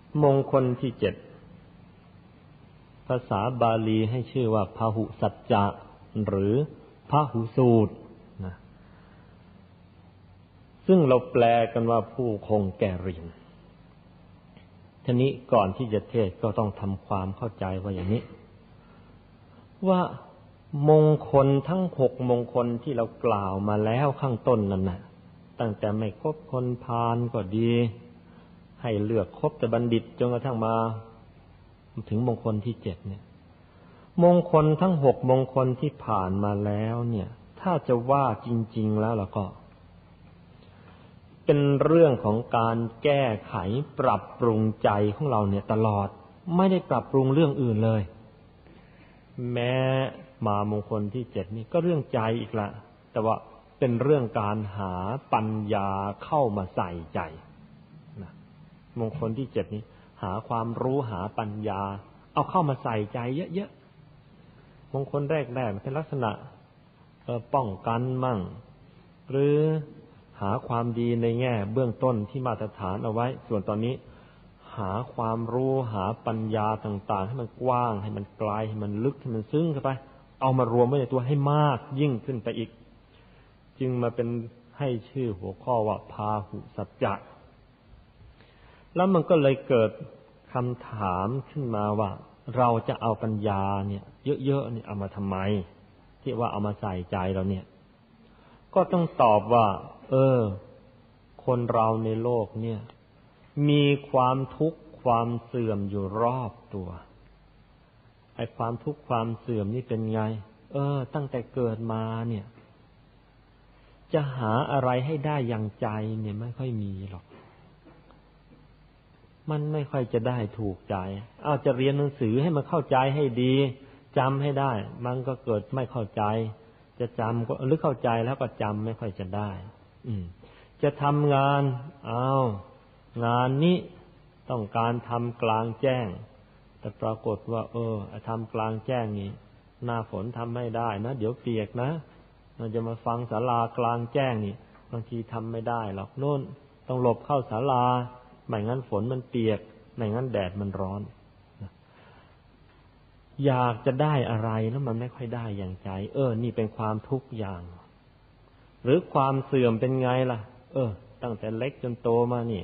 มงคลที่7ภาษาบาลีให้ชื่อว่าพหุสัจจะหรือพหุสูตรนะซึ่งเราแปลกันว่าผู้คงแก่เรียนทีนี้ก่อนที่จะเทศก็ต้องทำความเข้าใจว่าอย่างนี้ว่ามงคลทั้ง6มงคลที่เรากล่าวมาแล้วข้างต้นนั่นน่ะตั้งแต่ไม่คบคนพาลก็ดีให้เลือกคบแต่บัณฑิตจนกระทั่งมาถึงมงคลที่7เนี่ยมงคลทั้ง6มงคลที่ผ่านมาแล้วเนี่ยถ้าจะว่าจริงๆแล้วก็เป็นเรื่องของการแก้ไขปรับปรุงใจของเราเนี่ยตลอดไม่ได้ปรับปรุงเรื่องอื่นเลยแม้มามงคลที่7นี่ก็เรื่องใจอีกละแต่ว่าเป็นเรื่องการหาปัญญาเข้ามาใส่ใจนะมงคลที่7นี้หาความรู้หาปัญญาเอาเข้ามาใส่ใจเยอะๆมงคลแรกเป็นลักษณะป้องกันมั่งหรือหาความดีในแง่เบื้องต้นที่มาตรฐานเอาไว้ส่วนตอนนี้หาความรู้หาปัญญาต่างๆให้มันกว้างให้มันไกลให้มันลึกให้มันซึ้งเข้าไปเอามารวมไว้ในตัวให้มากยิ่งขึ้นไปอีกจึงมาเป็นให้ชื่อหัวข้อว่าพาหุสัจจะแล้วมันก็เลยเกิดคำถามขึ้นมาว่าเราจะเอาปัญญาเนี่ยเยอะๆนี่เอามาทำไมที่ว่าเอามาใส่ใจเราเนี่ยก็ต้องตอบว่าคนเราในโลกเนี่ยมีความทุกข์ความเสื่อมอยู่รอบตัวไอ้ความทุกข์ความเสื่อมนี่เป็นไงตั้งแต่เกิดมาเนี่ยจะหาอะไรให้ได้อย่างใจเนี่ยไม่ค่อยมีหรอกมันไม่ค่อยจะได้ถูกใจจะเรียนหนังสือให้มันเข้าใจให้ดีจำให้ได้มันก็เกิดไม่เข้าใจจะจำก็หรือเข้าใจแล้วก็จำไม่ค่อยจะได้จะทำงานงานนี้ต้องการทำกลางแจ้งแต่ปรากฏว่าทำกลางแจ้งนี่หน้าฝนทำไม่ได้นะเดี๋ยวเปียกนะเราจะมาฟังศาลากลางแจ้งนี่บางทีทำไม่ได้หรอกโน่นต้องหลบเข้าศาลาไม่งั้นฝนมันเปียกไม่งั้นแดดมันร้อนอยากจะได้อะไรแล้วมันไม่ค่อยได้อย่างใจนี่เป็นความทุกข์อย่างหรือความเสื่อมเป็นไงล่ะตั้งแต่เล็กจนโตมานี่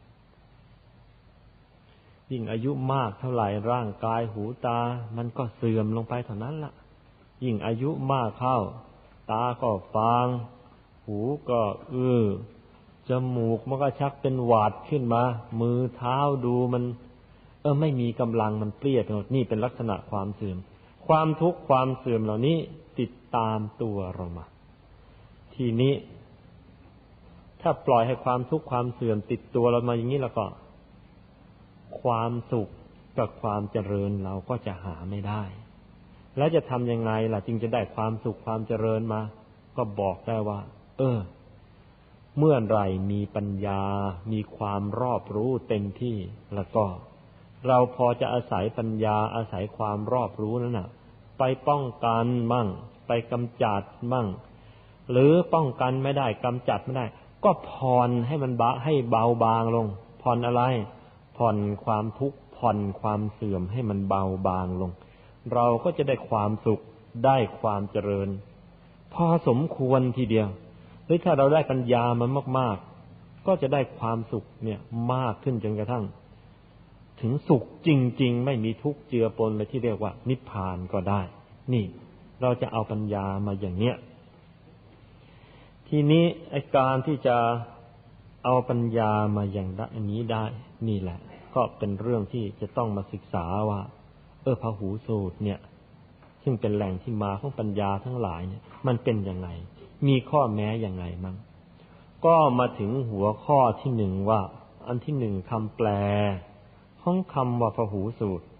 ยิ่งอายุมากเท่าไหร่ร่างกายหูตามันก็เสื่อมลงไปเท่านั้นล่ะยิ่งอายุมากเข้าตาก็ฟางหูก็จมูกมันก็ชักเป็นหวัดขึ้นมามือเท้าดูมันไม่มีกำลังมันเปรี้ยไปหมดนี่เป็นลักษณะความเสื่อมความทุกข์ความเสื่อมเหล่านี้ติดตามตัวเรามาทีนี้ถ้าปล่อยให้ความทุกข์ความเสื่อมติดตัวเรามาอย่างนี้แล้วก็ความสุขกับความเจริญเราก็จะหาไม่ได้แล้วจะทำยังไงล่ะจึงจะได้ความสุขความเจริญมาก็บอกได้ว่าเมื่อไหร่มีปัญญามีความรอบรู้เต็มที่แล้วก็เราพอจะอาศัยปัญญาอาศัยความรอบรู้นั้นน่ะไปป้องกันมั่งไปกำจัดมั่งหรือป้องกันไม่ได้กำจัดไม่ได้ก็ผ่อนให้มันให้เบาบางลงผ่อนอะไรผ่อนความทุกข์ผ่อนความเสื่อมให้มันเบาบางลงเราก็จะได้ความสุขได้ความเจริญพอสมควรทีเดียวหรือถ้าเราได้ปัญญามันมากๆก็จะได้ความสุขเนี่ยมากขึ้นจนกระทั่งถึงสุขจริงๆไม่มีทุกข์เจือปนเลยที่เรียกว่านิพพานก็ได้นี่เราจะเอาปัญญามาอย่างเนี้ยทีนี้ไอ้การที่จะเอาปัญญามาอย่างนี้ได้นี่แหละก็เป็นเรื่องที่จะต้องมาศึกษาว่าพหูสูตรเนี่ยซึ่งเป็นแหล่งที่มาของปัญญาทั้งหลายเนี่ยมันเป็นยังไงมีข้อแม้ยังไงมั่งก็มาถึงหัวข้อที่1ว่าอันที่1คำแปลของคำว่าพหูสูตร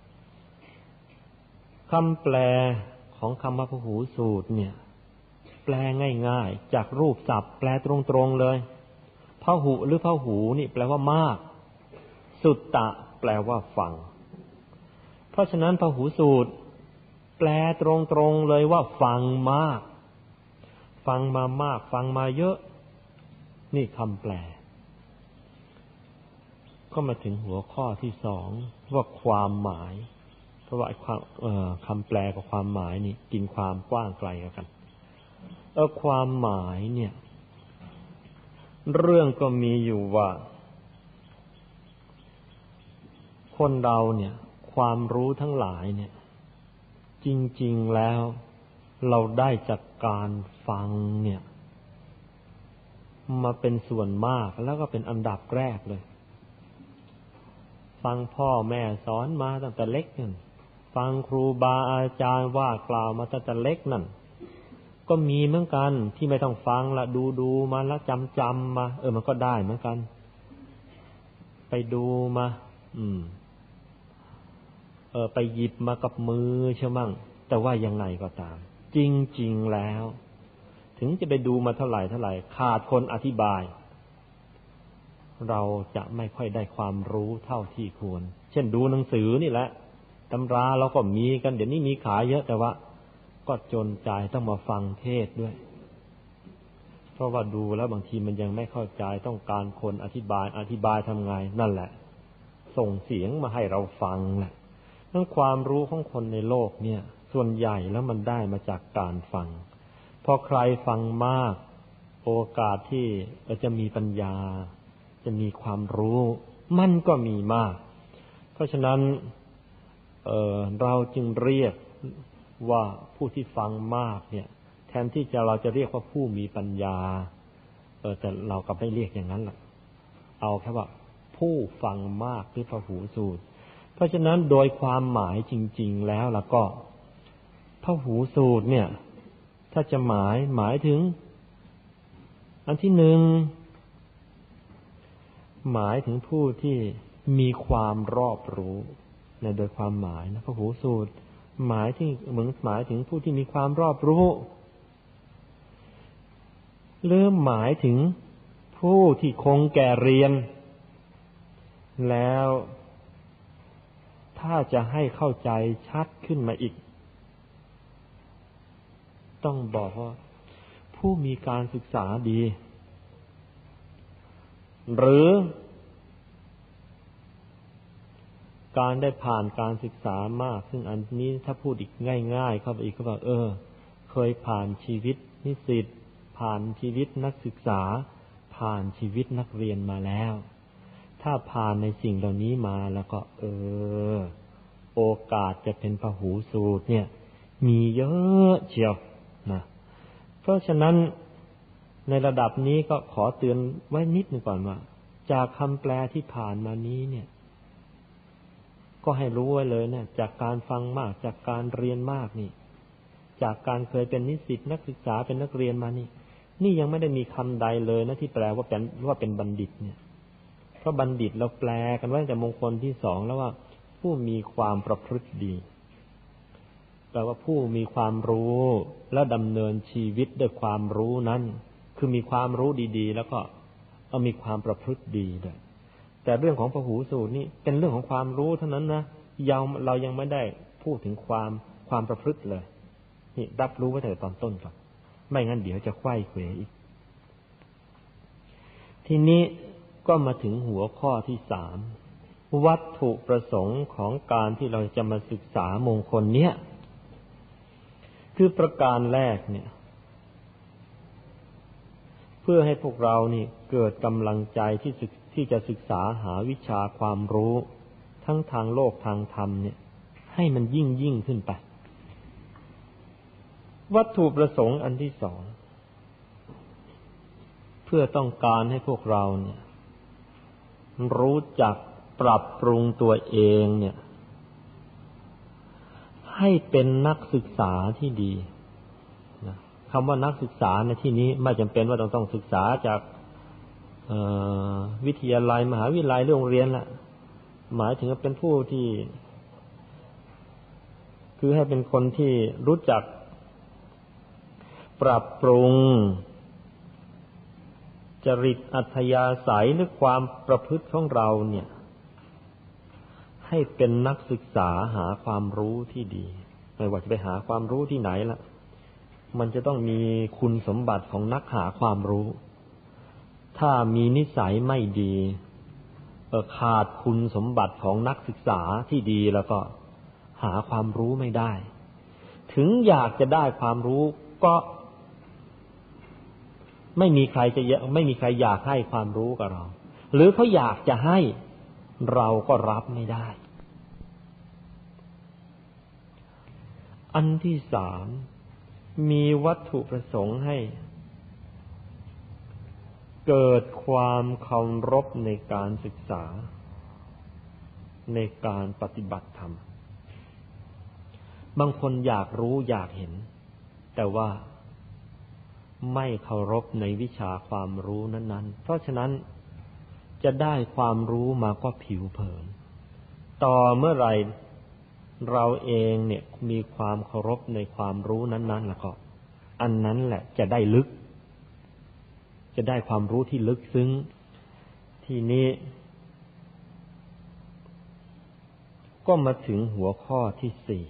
คำแปลของคำว่าพหูสูตรเนี่ยแปลง่ายๆจากรูปศัพท์แปลตรงๆเลยพหุหรือพหูนี่แปลว่ามากสุตตะแปลว่าฟังเพราะฉะนั้นพหูสูตรแปลตรงๆเลยว่าฟังมากฟังมามากฟังมาเยอะนี่คำแปลก็มาถึงหัวข้อที่สองว่าความหมายเพราะว่าคำแปลกับความหมายนี่กินความกว้างไกลกันความหมายเนี่ยเรื่องก็มีอยู่ว่าคนเราเนี่ยความรู้ทั้งหลายเนี่ยจริงๆแล้วเราได้จากการฟังเนี่ยมาเป็นส่วนมากแล้วก็เป็นอันดับแรกเลยฟังพ่อแม่สอนมาตั้งแต่เล็กนั่นฟังครูบาอาจารย์ว่ากล่าวมาตั้งแต่เล็กนั่นก็มีเหมือนกันที่ไม่ต้องฟังละดูมาแล้วจำมามันก็ได้เหมือนกันไปดูมาไปหยิบมากับมือใช่มั้งแต่ว่ายังไงก็ตามจริงๆแล้วถึงจะไปดูมาเท่าไหร่ขาดคนอธิบายเราจะไม่ค่อยได้ความรู้เท่าที่ควรเช่นดูหนังสือนี่แหละตำราเราก็มีกันเดี๋ยวนี้มีขายเยอะแต่ว่าก็จนใจต้องมาฟังเทศด้วยเพราะว่าดูแล้วบางทีมันยังไม่เข้าใจต้องการคนอธิบายทำไงนั่นแหละส่งเสียงมาให้เราฟังแหละนั่นความรู้ของคนในโลกเนี่ยส่วนใหญ่แล้วมันได้มาจากการฟังพอใครฟังมากโอกาสที่จะมีปัญญาจะมีความรู้มันก็มีมากเพราะฉะนั้นเราจึงเรียกว่าผู้ที่ฟังมากเนี่ยแทนที่เราจะเรียกว่าผู้มีปัญญาแต่เราก็ไม่เรียกอย่างนั้นหรอกเอาแค่ว่าผู้ฟังมากหรือพหูสูตรเพราะฉะนั้นโดยความหมายจริงๆแล้วล่ะก็พหูสูตรเนี่ยถ้าจะหมายถึงอันที่หนึ่งหมายถึงผู้ที่มีความรอบรู้ในโดยความหมายนะพหูสูตรหมายถึงผู้ที่มีความรอบรู้หรือหมายถึงผู้ที่คงแก่เรียนแล้วถ้าจะให้เข้าใจชัดขึ้นมาอีกต้องบอกว่าผู้มีการศึกษาดีหรือการได้ผ่านการศึกษามากซึ่งอันนี้ถ้าพูดอีกง่ายๆเข้าไปอีกก็ว่าเคยผ่านชีวิตนิสิตผ่านชีวิตนักศึกษาผ่านชีวิตนักเรียนมาแล้วถ้าผ่านในสิ่งเหล่านี้มาแล้วก็โอกาสจะเป็นพหูสูตรเนี่ยมีเยอะเชียวนะเพราะฉะนั้นในระดับนี้ก็ขอเตือนไว้นิดนึงก่อนว่าจากคำแปลที่ผ่านมานี้เนี่ยก็ให้รู้ไว้เลยนะจากการฟังมากจากการเรียนมากนี่จากการเคยเป็นนิสิตนักศึกษาเป็นนักเรียนมานี่ยังไม่ได้มีคำใดเลยนะที่แปลว่าเป็นบัณฑิตเนี่ยเพราะบัณฑิตเราแปลกันไว้แต่มงคลที่สองแล้วว่าผู้มีความประพฤติดีแปลว่าผู้มีความรู้และดำเนินชีวิตด้วยความรู้นั้นคือมีความรู้ดีๆแล้วก็มีความประพฤติดีด้วยแต่เรื่องของพหูสูตรนี่เป็นเรื่องของความรู้เท่านั้นนะเรายังไม่ได้พูดถึงความประพฤติเลยนี่รับรู้ไว้แต่ตอนต้นก่อนไม่งั้นเดี๋ยวจะไขว้เขวอีกทีนี้ก็มาถึงหัวข้อที่สามวัตถุประสงค์ของการที่เราจะมาศึกษามงคลเนี้ยคือประการแรกเนี่ยเพื่อให้พวกเรานี่เกิดกำลังใจที่จะศึกษาหาวิชาความรู้ทั้งทางโลกทางธรรมเนี่ยให้มันยิ่งขึ้นไปวัตถุประสงค์อันที่สองเพื่อต้องการให้พวกเราเนี่ยรู้จักปรับปรุงตัวเองเนี่ยให้เป็นนักศึกษาที่ดีนะคำว่านักศึกษาในที่นี้ไม่จำเป็นว่าต้องศึกษาจากวิทยาลัยมหาวิทยาลัยโรงเรียนละหมายถึงเป็นผู้ที่คือให้เป็นคนที่รู้จักปรับปรุงจริตอัธยาศัยหรือความประพฤติของเราเนี่ยให้เป็นนักศึกษาหาความรู้ที่ดีไม่ว่าจะไปหาความรู้ที่ไหนละมันจะต้องมีคุณสมบัติของนักหาความรู้ถ้ามีนิสัยไม่ดีขาดคุณสมบัติของนักศึกษาที่ดีแล้วก็หาความรู้ไม่ได้ถึงอยากจะได้ความรู้ก็ไม่มีใครอยากให้ความรู้กับเราหรือเขาอยากจะให้เราก็รับไม่ได้อันที่สามมีวัตถุประสงค์ให้เกิดความเคารพในการศึกษาในการปฏิบัติธรรมบางคนอยากรู้อยากเห็นแต่ว่าไม่เคารพในวิชาความรู้นั้นๆเพราะฉะนั้นจะได้ความรู้มาก็ผิวเผินต่อเมื่อไหร่เราเองเนี่ยมีความเคารพในความรู้นั้นๆแล้วก็อันนั้นแหละจะได้ลึกจะได้ความรู้ที่ลึกซึ้งทีนี้ก็มาถึงหัวข้อที่สี่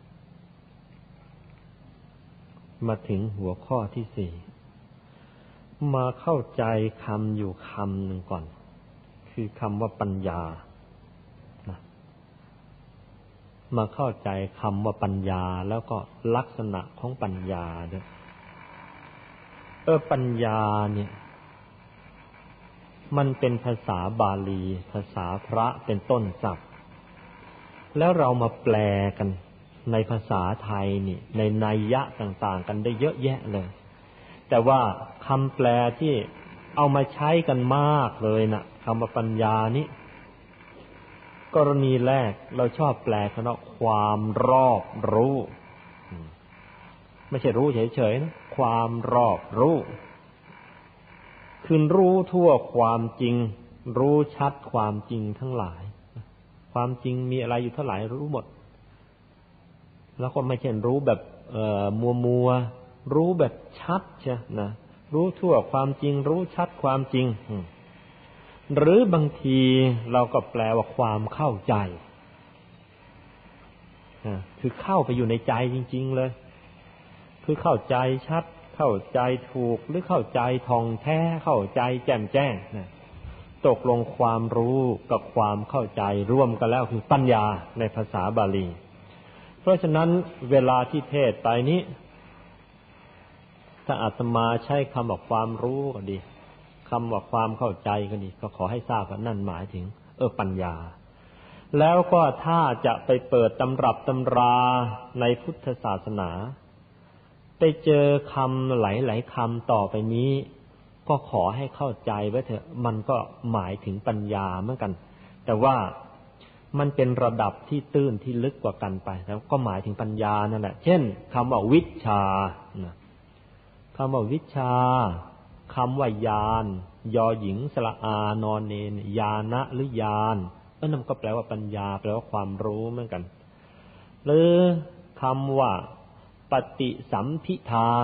มาเข้าใจคำอยู่คำหนึ่งก่อนคือคำว่าปัญญามาเข้าใจคำว่าปัญญาแล้วก็ลักษณะของปัญญาด้วยปัญญาเนี่ยมันเป็นภาษาบาลีภาษาพระเป็นต้นศัพท์แล้วเรามาแปลกันในภาษาไทยนี่ในนัยยะต่างๆกันได้เยอะแยะเลยแต่ว่าคำแปลที่เอามาใช้กันมากเลยนะคำว่าปัญญานี้กรณีแรกเราชอบแปลคำว่าความรอบรู้ไม่ใช่รู้เฉยๆนะความรอบรู้คือรู้ทั่วความจริงรู้ชัดความจริงทั้งหลายความจริงมีอะไรอยู่เท่าไหร่รู้หมดแล้วก็ไม่ใช่รู้แบบมัวรู้แบบชัดใช่นะรู้ทั่วความจริงรู้ชัดความจริงหรือบางทีเราก็แปลว่าความเข้าใจคือเข้าไปอยู่ในใจจริงๆเลยคือเข้าใจชัดเข้าใจถูกหรือเข้าใจท่องแท้เข้าใจแจ่มแจ้งนะตกลงความรู้กับความเข้าใจร่วมกันแล้วคือปัญญาในภาษาบาลีเพราะฉะนั้นเวลาที่เทศไปนี้ถ้าอาตมาใช้คำว่าความรู้ก็ดีคำว่าความเข้าใจก็ดีก็ขอให้ทราบว่านั่นหมายถึงปัญญาแล้วก็ถ้าจะไปเปิดตำรับตำราในพุทธศาสนาไปเจอคำหลายๆคำต่อไปนี้ก็ขอให้เข้าใจไว้เถอะมันก็หมายถึงปัญญาเหมือนกันแต่ว่ามันเป็นระดับที่ตื้นที่ลึกกว่ากันไปแล้วก็หมายถึงปัญญานั่นแหละเช่นคำว่าวิชชาคำว่าวิชชาคำว่าญาณยอหญิงสระอานอนเนนญาณะหรือญาณนั่นก็แปลว่าปัญญาแปลว่าความรู้เหมือนกันหรือคำว่าปฏิสัมภิทา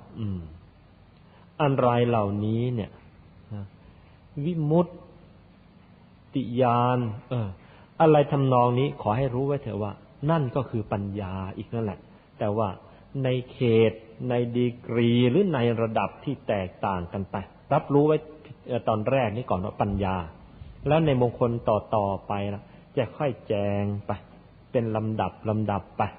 อันไรเหล่านี้เนี่ยวิมุตติญาณอะไรทำนองนี้ขอให้รู้ไว้เถอะว่านั่นก็คือปัญญาอีกนั่นแหละแต่ว่าในเขตในดีกรีหรือในระดับที่แตกต่างกันไปรับรู้ไว้ตอนแรกนี้ก่อนว่าปัญญาแล้วในมงคลต่อไปนะจะค่อยแจงไปเป็นลำดับไป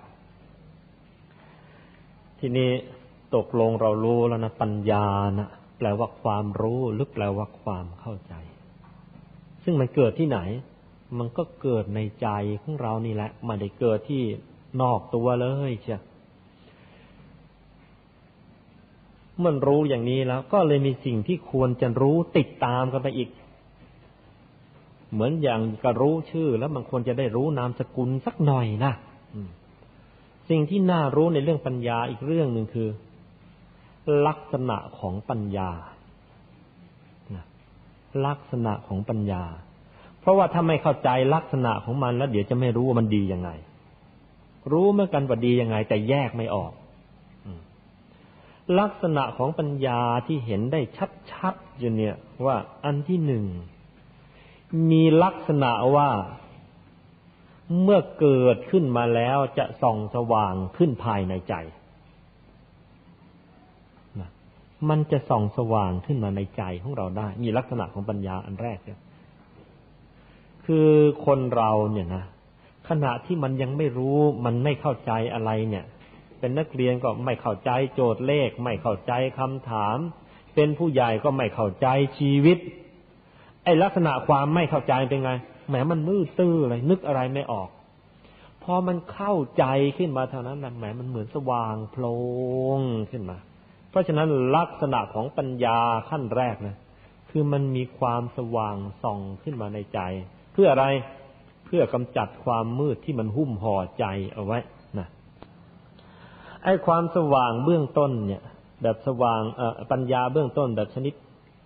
ทีนี้ตกลงเรารู้แล้วนะปัญญานะแปลว่าความรู้หรือแปลว่าความเข้าใจซึ่งมันเกิดที่ไหนมันก็เกิดในใจของเรานี่แหละไม่ได้เกิดที่นอกตัวเลยเชียวเมื่อรู้อย่างนี้แล้วก็เลยมีสิ่งที่ควรจะรู้ติดตามกันไปอีกเหมือนอย่างก็รู้ชื่อแล้วมันควรจะได้รู้นามสกุลสักหน่อยนะสิ่งที่น่ารู้ในเรื่องปัญญาอีกเรื่องหนึ่งคือลักษณะของปัญญาลักษณะของปัญญาเพราะว่าถ้าไม่เข้าใจลักษณะของมันแล้วเดี๋ยวจะไม่รู้ว่ามันดียังไงรู้เหมือนกันว่าดียังไงแต่แยกไม่ออกลักษณะของปัญญาที่เห็นได้ชัดๆอยู่เนี่ยว่าอันที่หนึ่งมีลักษณะว่าเมื่อเกิดขึ้นมาแล้วจะส่องสว่างขึ้นภายในใจมันจะส่องสว่างขึ้นมาในใจของเราได้มีลักษณะของปัญญาอันแรกเนี่ยคือคนเราเนี่ยนะขณะที่มันยังไม่รู้มันไม่เข้าใจอะไรเนี่ยเป็นนักเรียนก็ไม่เข้าใจโจทย์เลขไม่เข้าใจคำถามเป็นผู้ใหญ่ก็ไม่เข้าใจชีวิตไอ้ลักษณะความไม่เข้าใจเป็นไงแหมมันมืดตื้ออะไรนึกอะไรไม่ออกพอมันเข้าใจขึ้นมาเท่านั้นแหมมันเหมือนสว่างโพลงขึ้นมาเพราะฉะนั้นลักษณะของปัญญาขั้นแรกนะคือมันมีความสว่างส่องขึ้นมาในใจเพื่ออะไรเพื่อกำจัดความมืดที่มันหุ้มห่อใจเอาไว้นะไอ้ความสว่างเบื้องต้นเนี่ยแบบสว่างปัญญาเบื้องต้นแบบชนิด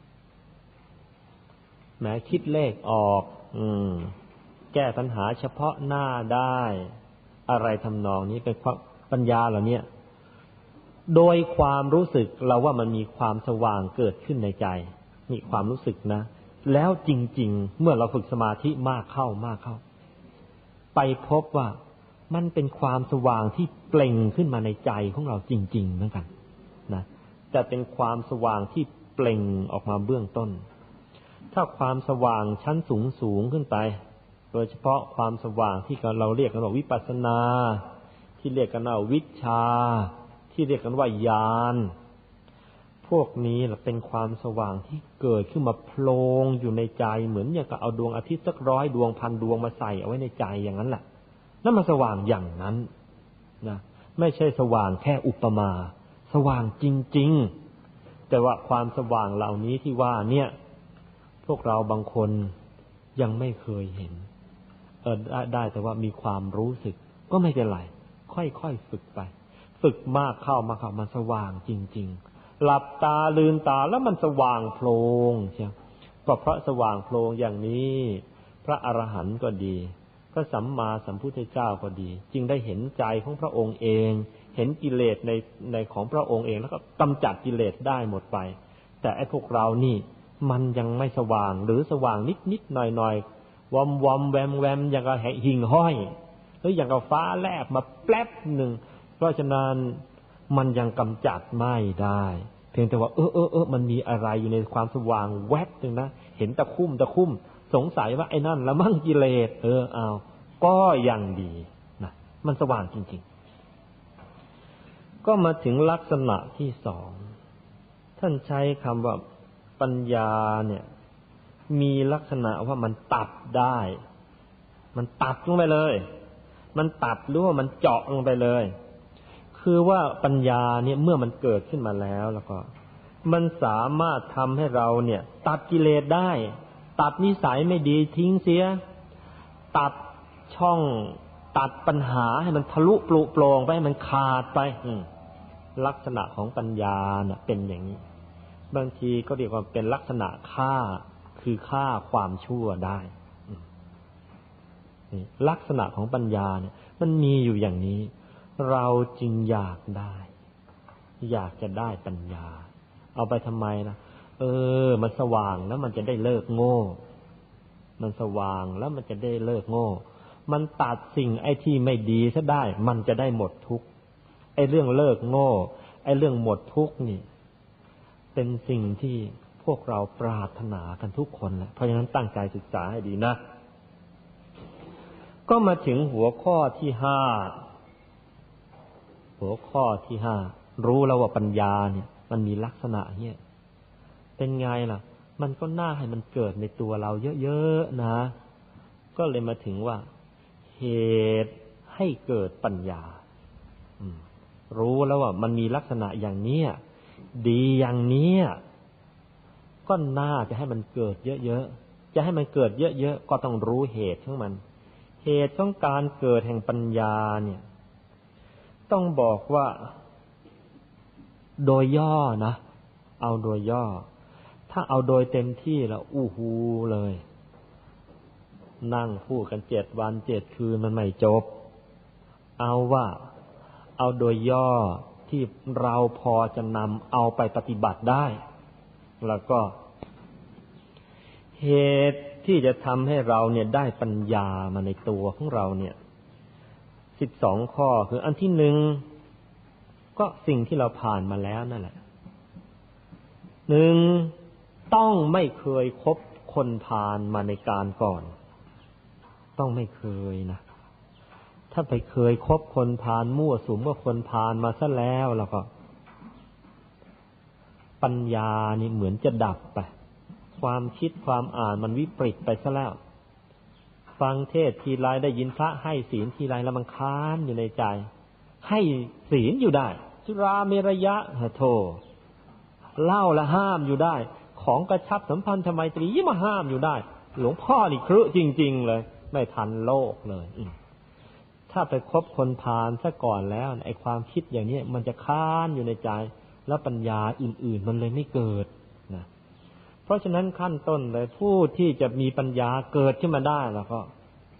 แหมคิดเลขออกแก้ปัญหาเฉพาะหน้าได้อะไรทำนองนี้เป็นปัญญาเหล่านี้โดยความรู้สึกเราว่ามันมีความสว่างเกิดขึ้นในใจมีความรู้สึกนะแล้วจริงๆเมื่อเราฝึกสมาธิมากเข้ามากเข้าไปพบว่ามันเป็นความสว่างที่เปล่งขึ้นมาในใจของเราจริงๆเหมือนกันนะแต่เป็นความสว่างที่เปล่งออกมาเบื้องต้นถ้าความสว่างชั้นสูงขึ้นไปโดยเฉพาะความสว่างที่เราเรียกกันว่าวิปัสสนาที่เรียกกันว่าวิชชาที่เรียกกันว่าญาณพวกนี้เป็นความสว่างที่เกิดขึ้นมาโผล่อยู่ในใจเหมือนอย่างกับเอาดวงอาทิตย์สัก100ดวงพันดวงมาใส่เอาไว้ในใจอย่างนั้นแหละนั่นมันสว่างอย่างนั้นนะไม่ใช่สว่างแค่อุปมาสว่างจริงๆแต่ว่าความสว่างเหล่านี้ที่ว่าเนี่ยพวกเราบางคนยังไม่เคยเห็นได้แต่ว่ามีความรู้สึกก็ไม่เป็นไรค่อยๆฝึกไปฝึกมากเข้ามันสว่างจริงๆหลับตาลืมตาแล้วมันสว่างโพลงใช่ก็เพราะสว่างโพลงอย่างนี้พระอรหันต์ก็ดีพระสัมมาสัมพุทธเจ้าก็ดีจึงได้เห็นใจของพระองค์เองเห็นกิเลสในของพระองค์เองแล้วก็กำจัดกิเลสได้หมดไปแต่ไอ้พวกเรานี่มันยังไม่สว่างหรือสว่างนิดๆหน่อยๆวอมแวมอย่างกับหิ่งห้อยหรืออย่างกับฟ้าแลบมาแป๊บหนึ่งเพราะฉะนั้นมันยังกำจัดไม่ได้เพียงแต่ว่ามันมีอะไรอยู่ในความสว่างแวบนึงนะเห็นตะคุ่มสงสัยว่าไอ้นั่นละมั่งกิเลสเอาก็ยังดีนะมันสว่างจริงๆก็มาถึงลักษณะที่สองท่านใช้คำว่าปัญญาเนี่ยมีลักษณะว่ามันตัดได้มันตัดลงไปเลยมันตัดหรือว่ามันเจาะลงไปเลยคือว่าปัญญาเนี่ยเมื่อมันเกิดขึ้นมาแล้วก็มันสามารถทำให้เราเนี่ยตัดกิเลสได้ตัดนิสัยไม่ดีทิ้งเสียตัดช่องตัดปัญหาให้มันทะลุปลุโปร่งไปให้มันขาดไปลักษณะของปัญญาเนี่ยเป็นอย่างนี้บางทีก็เรียกว่าเป็นลักษณะฆ่าคือฆ่าความชั่วได้ลักษณะของปัญญาเนี่ยมันมีอยู่อย่างนี้เราจึงอยากจะได้ปัญญาเอาไปทำไมนะมันสว่างแล้วมันจะได้เลิกโง่มันสว่างแล้วมันจะได้เลิกโง่มันตัดสิ่งไอ้ที่ไม่ดีซะได้มันจะได้หมดทุกข์ไอ้เรื่องเลิกโง่ไอ้เรื่องหมดทุกข์นี่เป็นสิ่งที่พวกเราปรารถนากันทุกคนแหละเพราะฉะนั้นตั้งใจศึกษาให้ดีนะก็มาถึงหัวข้อที่5รู้แล้วว่าปัญญาเนี่ยมันมีลักษณะเนี่ยเป็นไงล่ะมันก็น่าให้มันเกิดในตัวเราเยอะๆนะก็เลยมาถึงว่าเหตุให้เกิดปัญญารู้แล้วว่ามันมีลักษณะอย่างนี้ดีอย่างนี้ก็น่าจะให้มันเกิดเยอะๆจะให้มันเกิดเยอะๆก็ต้องรู้เหตุของมันเหตุของการเกิดแห่งปัญญาเนี่ยต้องบอกว่าโดยย่อนะเอาโดยย่อถ้าเอาโดยเต็มที่แล้วอู้หูเลยนั่งพูดกัน7 วัน 7 คืนมันไม่จบเอาโดยย่อที่เราพอจะนำเอาไปปฏิบัติได้แล้วก็เหตุที่จะทำให้เราเนี่ยได้ปัญญามาในตัวของเราเนี่ย12 ข้อคืออันที่1ก็สิ่งที่เราผ่านมาแล้วนั่นแหละ1ต้องไม่เคยคบคนพาลมาในการก่อนต้องไม่เคยนะถ้าไปเคยคบคนพาลมั่วสุมกับคนพาลมาซะแล้วก็ปัญญานี่เหมือนจะดับไปความคิดความอ่านมันวิปริตไปซะแล้วฟังเทศทีไรได้ยินพระให้ศีลทีไรแล้วมันค้านอยู่ในใจให้ศีลอยู่ได้สุราเมรยะโธเหล้าละห้ามอยู่ได้ของกระชับสัมพันธไมตรียิ่งมาห้ามอยู่ได้หลวงพ่อนี่ครุจริงๆเลยไม่ทันโลกเลยถ้าไปคบคนพาลซะก่อนแล้วไอ้ความคิดอย่างนี้มันจะค้านอยู่ในใจแล้วปัญญาอื่นๆมันเลยไม่เกิดนะเพราะฉะนั้นขั้นต้นเลยผู้ที่จะมีปัญญาเกิดขึ้นมาได้แล้วก็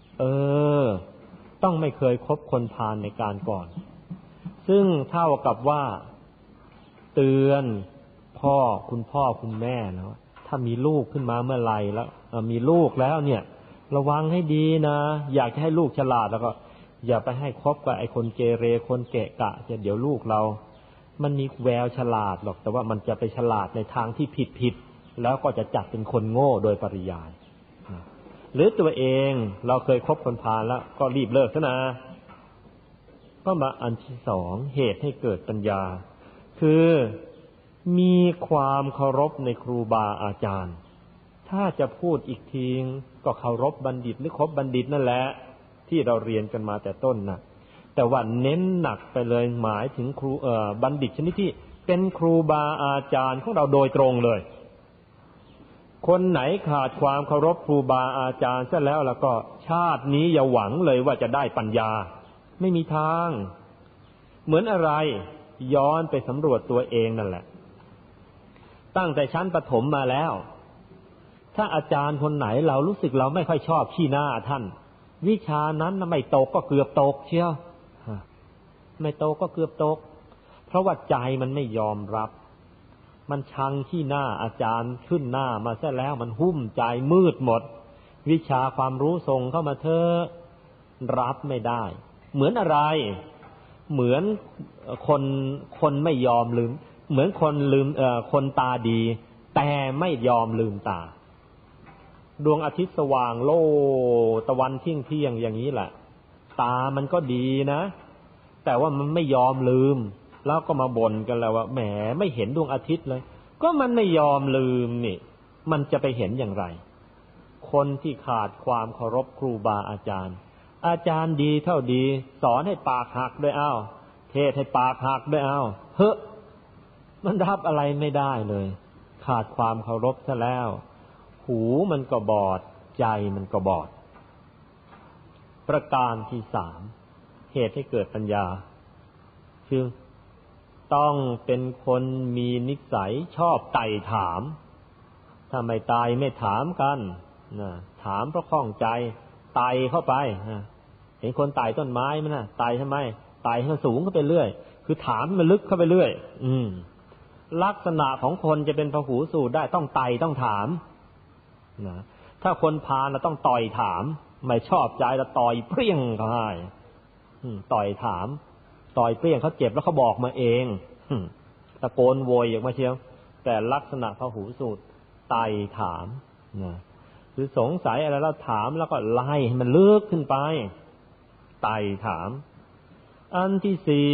ต้องไม่เคยคบคนพาลในการก่อนซึ่งเท่ากับว่าเตือนคุณพ่อคุณแม่แล้วถ้ามีลูกขึ้นมาเมื่อไหร่แล้วมีลูกแล้วเนี่ยระวังให้ดีนะอยากจะให้ลูกฉลาดแล้วก็อย่าไปให้คบกับไอ้คนเกเรคนเกะกะเดี๋ยวลูกเรามันมีแววฉลาดหรอกแต่ว่ามันจะไปฉลาดในทางที่ผิดแล้วก็จะจัดเป็นคนโง่โดยปริยายหรือตัวเองเราเคยคบคนพาลแล้วก็รีบเลิกซะนะก็มาอันที่สองเหตุให้เกิดปัญญาคือมีความเคารพในครูบาอาจารย์ถ้าจะพูดอีกทีก็เคารพบัณฑิตหรือคบบัณฑิตนั่นแหละที่เราเรียนกันมาแต่ต้นนะแต่ว่าเน้นหนักไปเลยหมายถึงครูบัณฑิตชนิดที่เป็นครูบาอาจารย์ของเราโดยตรงเลยคนไหนขาดความเคารพครูบาอาจารย์ซะแล้วก็ชาตินี้อย่าหวังเลยว่าจะได้ปัญญาไม่มีทางเหมือนอะไรย้อนไปสำรวจตัวเองนั่นแหละตั้งแต่ชั้นประถมมาแล้วถ้าอาจารย์คนไหนเรารู้สึกเราไม่ค่อยชอบขี้หน้าท่านวิชานั้นไม่ตกก็เกือบตกเชียวไม่ตกก็เกือบตกเพราะว่าใจมันไม่ยอมรับมันชังขี้หน้าอาจารย์ขึ้นหน้ามาซะแล้วมันหุ้มใจมืดหมดวิชาความรู้ส่งเข้ามาเถอะรับไม่ได้เหมือนอะไรเหมือนคนไม่ยอมลืมเหมือนคนลืมคนตาดีแต่ไม่ยอมลืมตาดวงอาทิตย์สว่างโล่ตะวันเที่ยงอย่างนี้แหละตามันก็ดีนะแต่ว่ามันไม่ยอมลืมแล้วก็มาบ่นกันแล้วว่าแหมไม่เห็นดวงอาทิตย์เลยก็มันไม่ยอมลืมนี่มันจะไปเห็นอย่างไรคนที่ขาดความเคารพครูบาอาจารย์อาจารย์ดีเท่าดีสอนให้ปากหักด้วยเทศให้ปากหักด้วยเฮ้มันรับอะไรไม่ได้เลยขาดความเคารพซะแล้วหูมันก็บอดใจมันก็บอดประการที่สามเหตุให้เกิดปัญญาคือต้องเป็นคนมีนิสัยชอบไต่ถามถ้าไม่ตายไม่ถามกันถามเพราะข้องใจไต่เข้าไปเห็นคนไต่ต้นไม้มั้ยไต่ทำไมไต่ให้มันสูงขึ้นไปเรื่อยคือถามมันลึกเข้าไปเรื่อยลักษณะของคนจะเป็นพหูสูตรได้ต้องไต่ต้องถามถ้าคนพาลต้องต่อยถามไม่ชอบใจแล้วต่อยเปรี้ยงเขาให้ต่อยถามต่อยเปรี้ยงเขาเจ็บแล้วเขาบอกมาเองตะโกนโวยออกมาเชียวแต่ลักษณะพหูสูตรไต่ถามคือสงสัยอะไรแล้วถามแล้วก็ไล่ให้มันลึกขึ้นไปไต่ถามอันที่สี่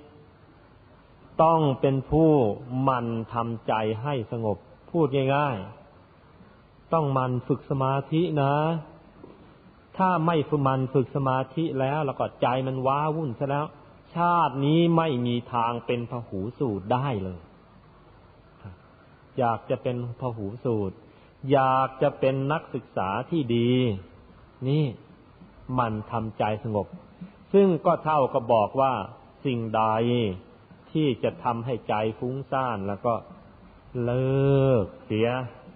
ต้องเป็นผู้หมั่นทำใจให้สงบพูดง่ายๆต้องหมั่นฝึกสมาธินะถ้าไม่ฝึกสมาธิแล้วก็ใจมันว้าวุ่นซะแล้วชาตินี้ไม่มีทางเป็นพหูสูตรได้เลยอยากจะเป็นพหูสูตรอยากจะเป็นนักศึกษาที่ดีนี่มันทำใจสงบซึ่งก็เท่ากับบอกว่าสิ่งใดที่จะทำให้ใจฟุ้งซ่านแล้วก็เลิกเสีย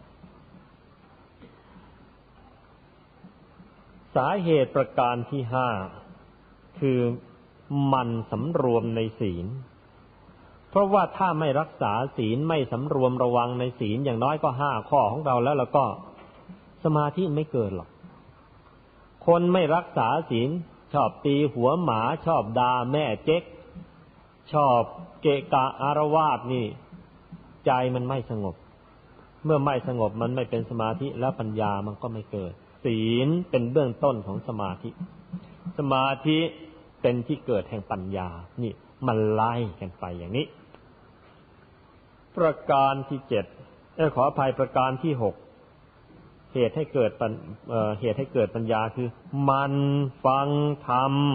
สาเหตุประการที่ห้าคือมันสำรวมในศีลเพราะว่าถ้าไม่รักษาศีลไม่สำรวมระวังในศีลอย่างน้อยก็5ข้อของเราแล้วก็สมาธิไม่เกิดหรอกคนไม่รักษาศีลชอบตีหัวหมาชอบด่าแม่เจ๊กชอบเกะกะอารวาสนี่ใจมันไม่สงบเมื่อไม่สงบมันไม่เป็นสมาธิแล้วปัญญามันก็ไม่เกิดศีลเป็นเบื้องต้นของสมาธิสมาธิเป็นที่เกิดแห่งปัญญานี่มันไล่กันไปอย่างนี้ประการที่7ขออภัยประการที่6เหตุให้เกิดปัญญาคือมันฟังธรรม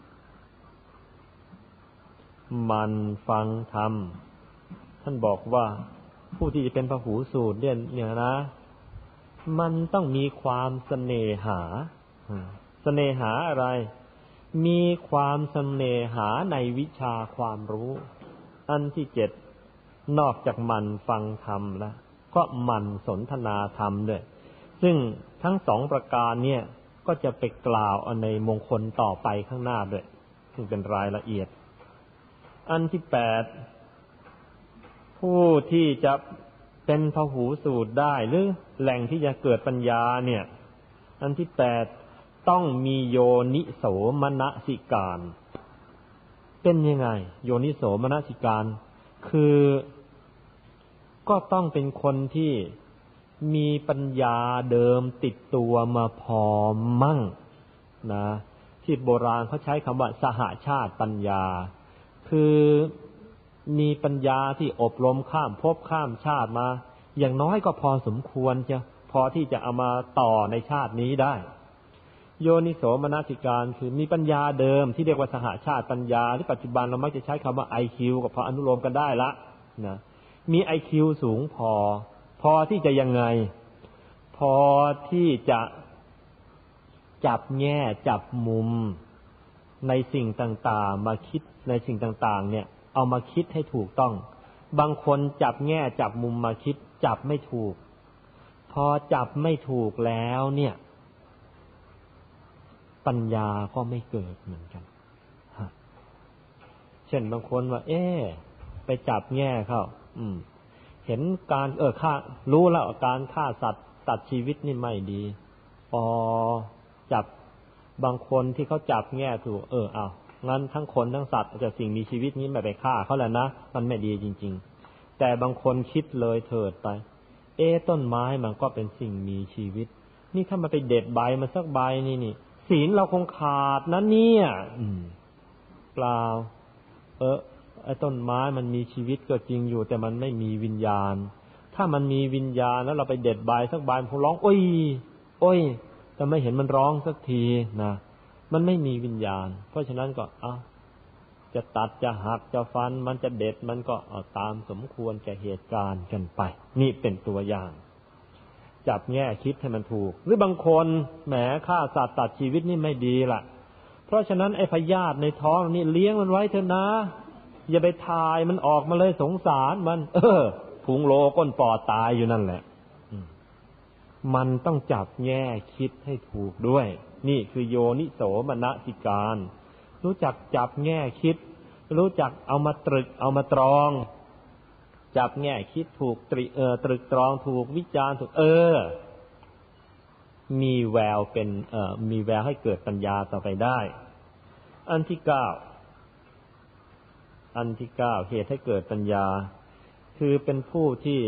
ท่านบอกว่าผู้ที่จะเป็นพหูสูตรเนี่ยนะมันต้องมีความเสน่หาอะไรมีความเสน่หาในวิชาความรู้อันที่7นอกจากมันฟังธรรมแล้วก็มันสนทนาธรรมด้วยซึ่งทั้ง2ประการเนี่ยก็จะไปกล่าวในมงคลต่อไปข้างหน้าด้วยซึ่งเป็นรายละเอียดอันที่8ผู้ที่จะเป็นพหูสูตรได้หรือแหล่งที่จะเกิดปัญญาเนี่ยอันที่8ต้องมีโยนิโสมนสิการเป็นยังไงโยนิโสมนสิการคือก็ต้องเป็นคนที่มีปัญญาเดิมติดตัวมาพอมั่งนะที่โบราณเขาใช้คำว่าสหชาติปัญญาคือมีปัญญาที่อบรมข้ามภพข้ามชาติมาอย่างน้อยก็พอสมควรจะพอที่จะเอามาต่อในชาตินี้ได้โยนิโสมนสิการคือมีปัญญาเดิมที่เรียกว่าสหชาติปัญญาที่ปัจจุบันเรามักจะใช้คำว่า IQ ก็พออนุโลมกันได้ละนะมี IQ สูงพอที่จะยังไงพอที่จะจับแง่จับมุมในสิ่งต่างๆมาคิดในสิ่งต่างๆเนี่ยเอามาคิดให้ถูกต้องบางคนจับแง่จับมุมมาคิดจับไม่ถูกพอจับไม่ถูกแล้วเนี่ยปัญญาก็ไม่เกิดเหมือนกันเช่นบางคนว่าไปจับแง่เข้าเห็นการฆ่ารู้แล้วการฆ่าสัตว์ตัดชีวิตนี่ไม่ดีจับบางคนที่เขาจับแง่ถูกเอางั้นทั้งคนทั้งสัตว์จะสิ่งมีชีวิตนี้ไม่ไปฆ่าเขาแล้วนะมันไม่ดีจริงๆแต่บางคนคิดเลยเถิดไปต้นไม้มันก็เป็นสิ่งมีชีวิตนี่ถ้ามันไปเด็ดใบมาสักใบนี่ศีลเราคงขาดนะเนี่ยเปล่าไอ้ต้นไม้มันมีชีวิตก็จริงอยู่แต่มันไม่มีวิญญาณถ้ามันมีวิญญาณแล้วเราไปเด็ดใบสักใบมันร้องโอ้ยแต่ไม่เห็นมันร้องสักทีนะมันไม่มีวิญญาณเพราะฉะนั้นก็จะตัดจะหักจะฟันมันจะเด็ดมันก็ตามสมควรแก่เหตุการณ์กันไปนี่เป็นตัวอย่างจับแง่คิดให้มันถูกหรือบางคนแหมฆ่าสัตว์ตัดชีวิตนี่ไม่ดีล่ะเพราะฉะนั้นไอ้พยาธิในท้องนี่เลี้ยงมันไว้เถอะนะอย่าไปทายมันออกมาเลยสงสารมันพุงโลก้นปอดตายอยู่นั่นแหละมันต้องจับแง่คิดให้ถูกด้วยนี่คือโยนิโสมนสิการรู้จักจับแง่คิดรู้จักเอามาตรึกเอามาตรองจับแง่คิดถูกตรึกตรองถูกวิจารณ์ถูกมีแววเป็นมีแววให้เกิดปัญญาต่อไปได้อันที่9เหตุให้เกิดปัญญาคือเป็นผู้ที่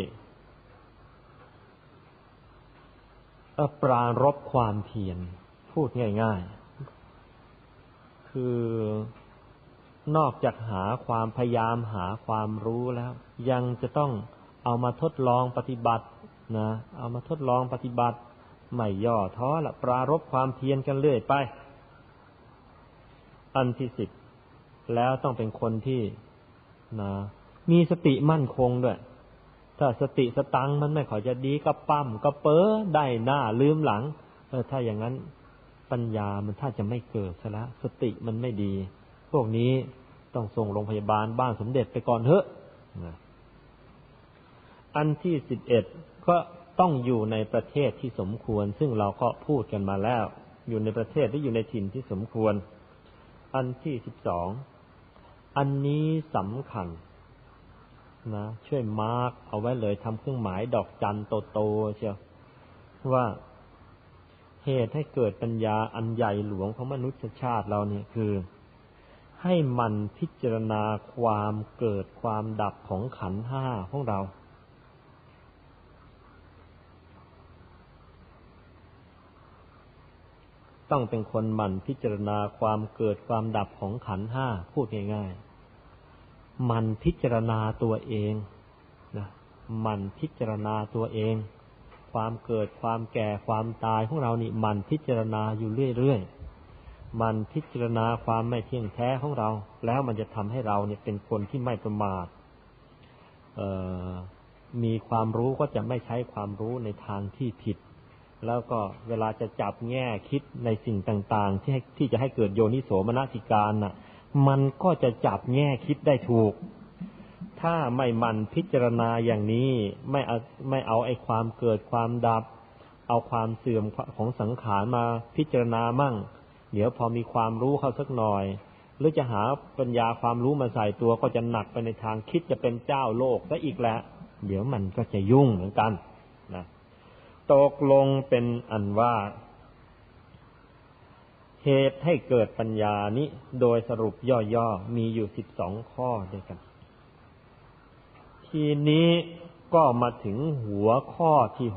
ปรารภความเพียรพูดง่ายๆคือนอกจากหาความพยายามหาความรู้แล้วยังจะต้องเอามาทดลองปฏิบัตินะเอามาทดลองปฏิบัติไม่ย่อท้อละปรารภความเพียรกันเรื่อยไปอันที่10แล้วต้องเป็นคนที่นะมีสติมั่นคงด้วยถ้าสติสตังมันไม่ค่อยจะดีก็ปั้มก็เป้อได้หน้าลืมหลังถ้าอย่างนั้นปัญญามันถ้าจะไม่เกิดซะละสติมันไม่ดีพวกนี้ต้องส่งโรงพยาบาลบ้านสมเด็จไปก่อนเถอะอันที่11ก็ต้องอยู่ในประเทศที่สมควรซึ่งเราก็พูดกันมาแล้วอยู่ในประเทศที่อยู่ในถิ่นที่สมควรอันที่12อันนี้สำคัญนะช่วยมาร์กเอาไว้เลยทำเครื่องหมายดอกจันโตๆเชียวว่าเหตุให้เกิดปัญญาอันใหญ่หลวงของมนุษยชาติเราเนี่ยคือให้มันพิจารณาความเกิดความดับของขันธ์ห้าของเราต้องเป็นคนหมั่นพิจารณาความเกิดความดับของขันธ์ห้าพูดง่ายๆหมั่นพิจารณาตัวเองนะหมั่นพิจารณาตัวเองความเกิดความแก่ความตายของเรานี่หมั่นพิจารณาอยู่เรื่อยๆหมั่นพิจารณาความไม่เที่ยงแท้ของเราแล้วมันจะทำให้เราเนี่ยเป็นคนที่ไม่ประมาทมีความรู้ก็จะไม่ใช้ความรู้ในทางที่ผิดแล้วก็เวลาจะจับแง่คิดในสิ่งต่างๆที่จะให้เกิดโยนิโสมนสิการน่ะมันก็จะจับแง่คิดได้ถูกถ้าไม่หมั่นพิจารณาอย่างนี้ไม่เอาไอ้ความเกิดความดับเอาความเสื่อมของสังขารมาพิจารณามั่งเดี๋ยวพอมีความรู้เข้าสักหน่อยหรือจะหาปัญญาความรู้มาใส่ตัวก็จะหนักไปในทางคิดจะเป็นเจ้าโลกซะอีกแล้วเดี๋ยวมันก็จะยุ่งเหมือนกันนะตกลงเป็นอันว่าเหตุให้เกิดปัญญานี้โดยสรุปย่อๆมีอยู่12ข้อด้วยกันทีนี้ก็มาถึงหัวข้อที่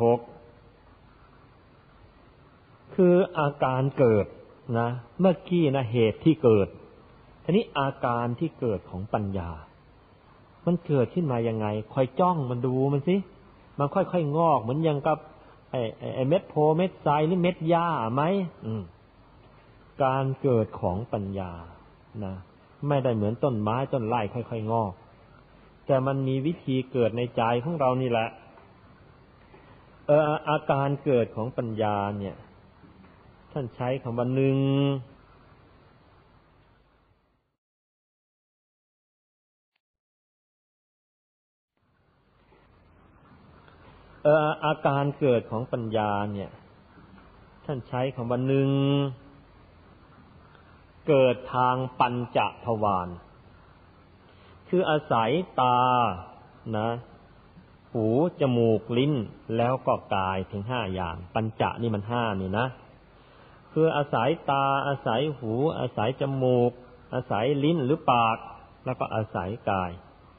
6คืออาการเกิดนะเมื่อกี้นะเหตุที่เกิดทีนี้อาการที่เกิดของปัญญามันเกิดขึ้นมายังไงคอยจ้องมันดูมันสิมันค่อยๆงอกเหมือนอย่างกับไอ้เม็ดโพเม็ดทรายหรือเม็ดหญ้าไหมการเกิดของปัญญานะไม่ได้เหมือนต้นไม้ต้นไร่ค่อยๆงอกแต่มันมีวิธีเกิดในใจของเรานี่แหละอาการเกิดของปัญญาเนี่ยท่านใช้คำว่าหนึ่งอาการเกิดของปัญญาเนี่ยท่านใช้คำว่าหนึ่งเกิดทางปัญจทวารคืออาศัยตานะหูจมูกลิ้นแล้วก็กายถึง5อย่างปัญจนี่มัน5นี่นะคืออาศัยตาอาศัยหูอาศัยจมูกอาศัยลิ้นหรือปากแล้วก็อาศัยกาย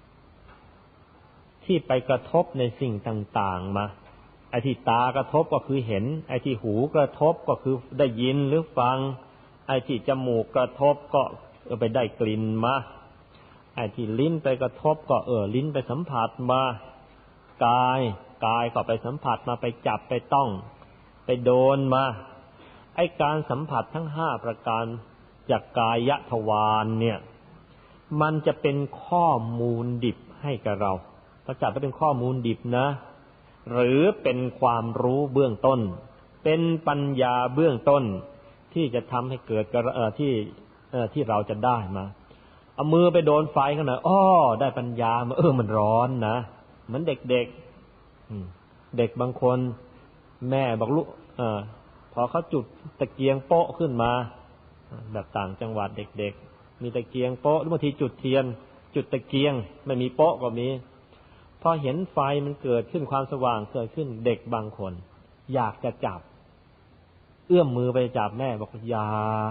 ที่ไปกระทบในสิ่งต่างๆมาไอ้ที่ตากระทบก็คือเห็นไอ้ที่หูกระทบก็คือได้ยินหรือฟังไอ้ที่จมูกกระทบก็ไปได้กลิ่นมาไอ้ที่ลิ้นไปกระทบก็ลิ้นไปสัมผัสมากายก็ไปสัมผัสมาไปจับไปต้องไปโดนมาไอ้การสัมผัสทั้ง5ประการจากกายทวารเนี่ยมันจะเป็นข้อมูลดิบให้กับเราประจักษ์เป็นข้อมูลดิบนะหรือเป็นความรู้เบื้องต้นเป็นปัญญาเบื้องต้นที่จะทำให้เกิดที่เราจะได้มาเอามือไปโดนไฟกันหน่อยได้ปัญญามามันร้อนนะเหมือนเด็กเด็กบางคนแม่บอกลูกพอเขาจุดตะเกียงโป๊ะขึ้นมาแบบต่างจังหวัดเด็กๆมีตะเกียงโป๊ะหรือบางทีจุดเทียนจุดตะเกียงไม่มีโป๊ะก็มีพอเห็นไฟมันเกิดขึ้นความสว่างเกิดขึ้นเด็กบางคนอยากจะจับเอื้อมมือไปจับแม่บอกอย่า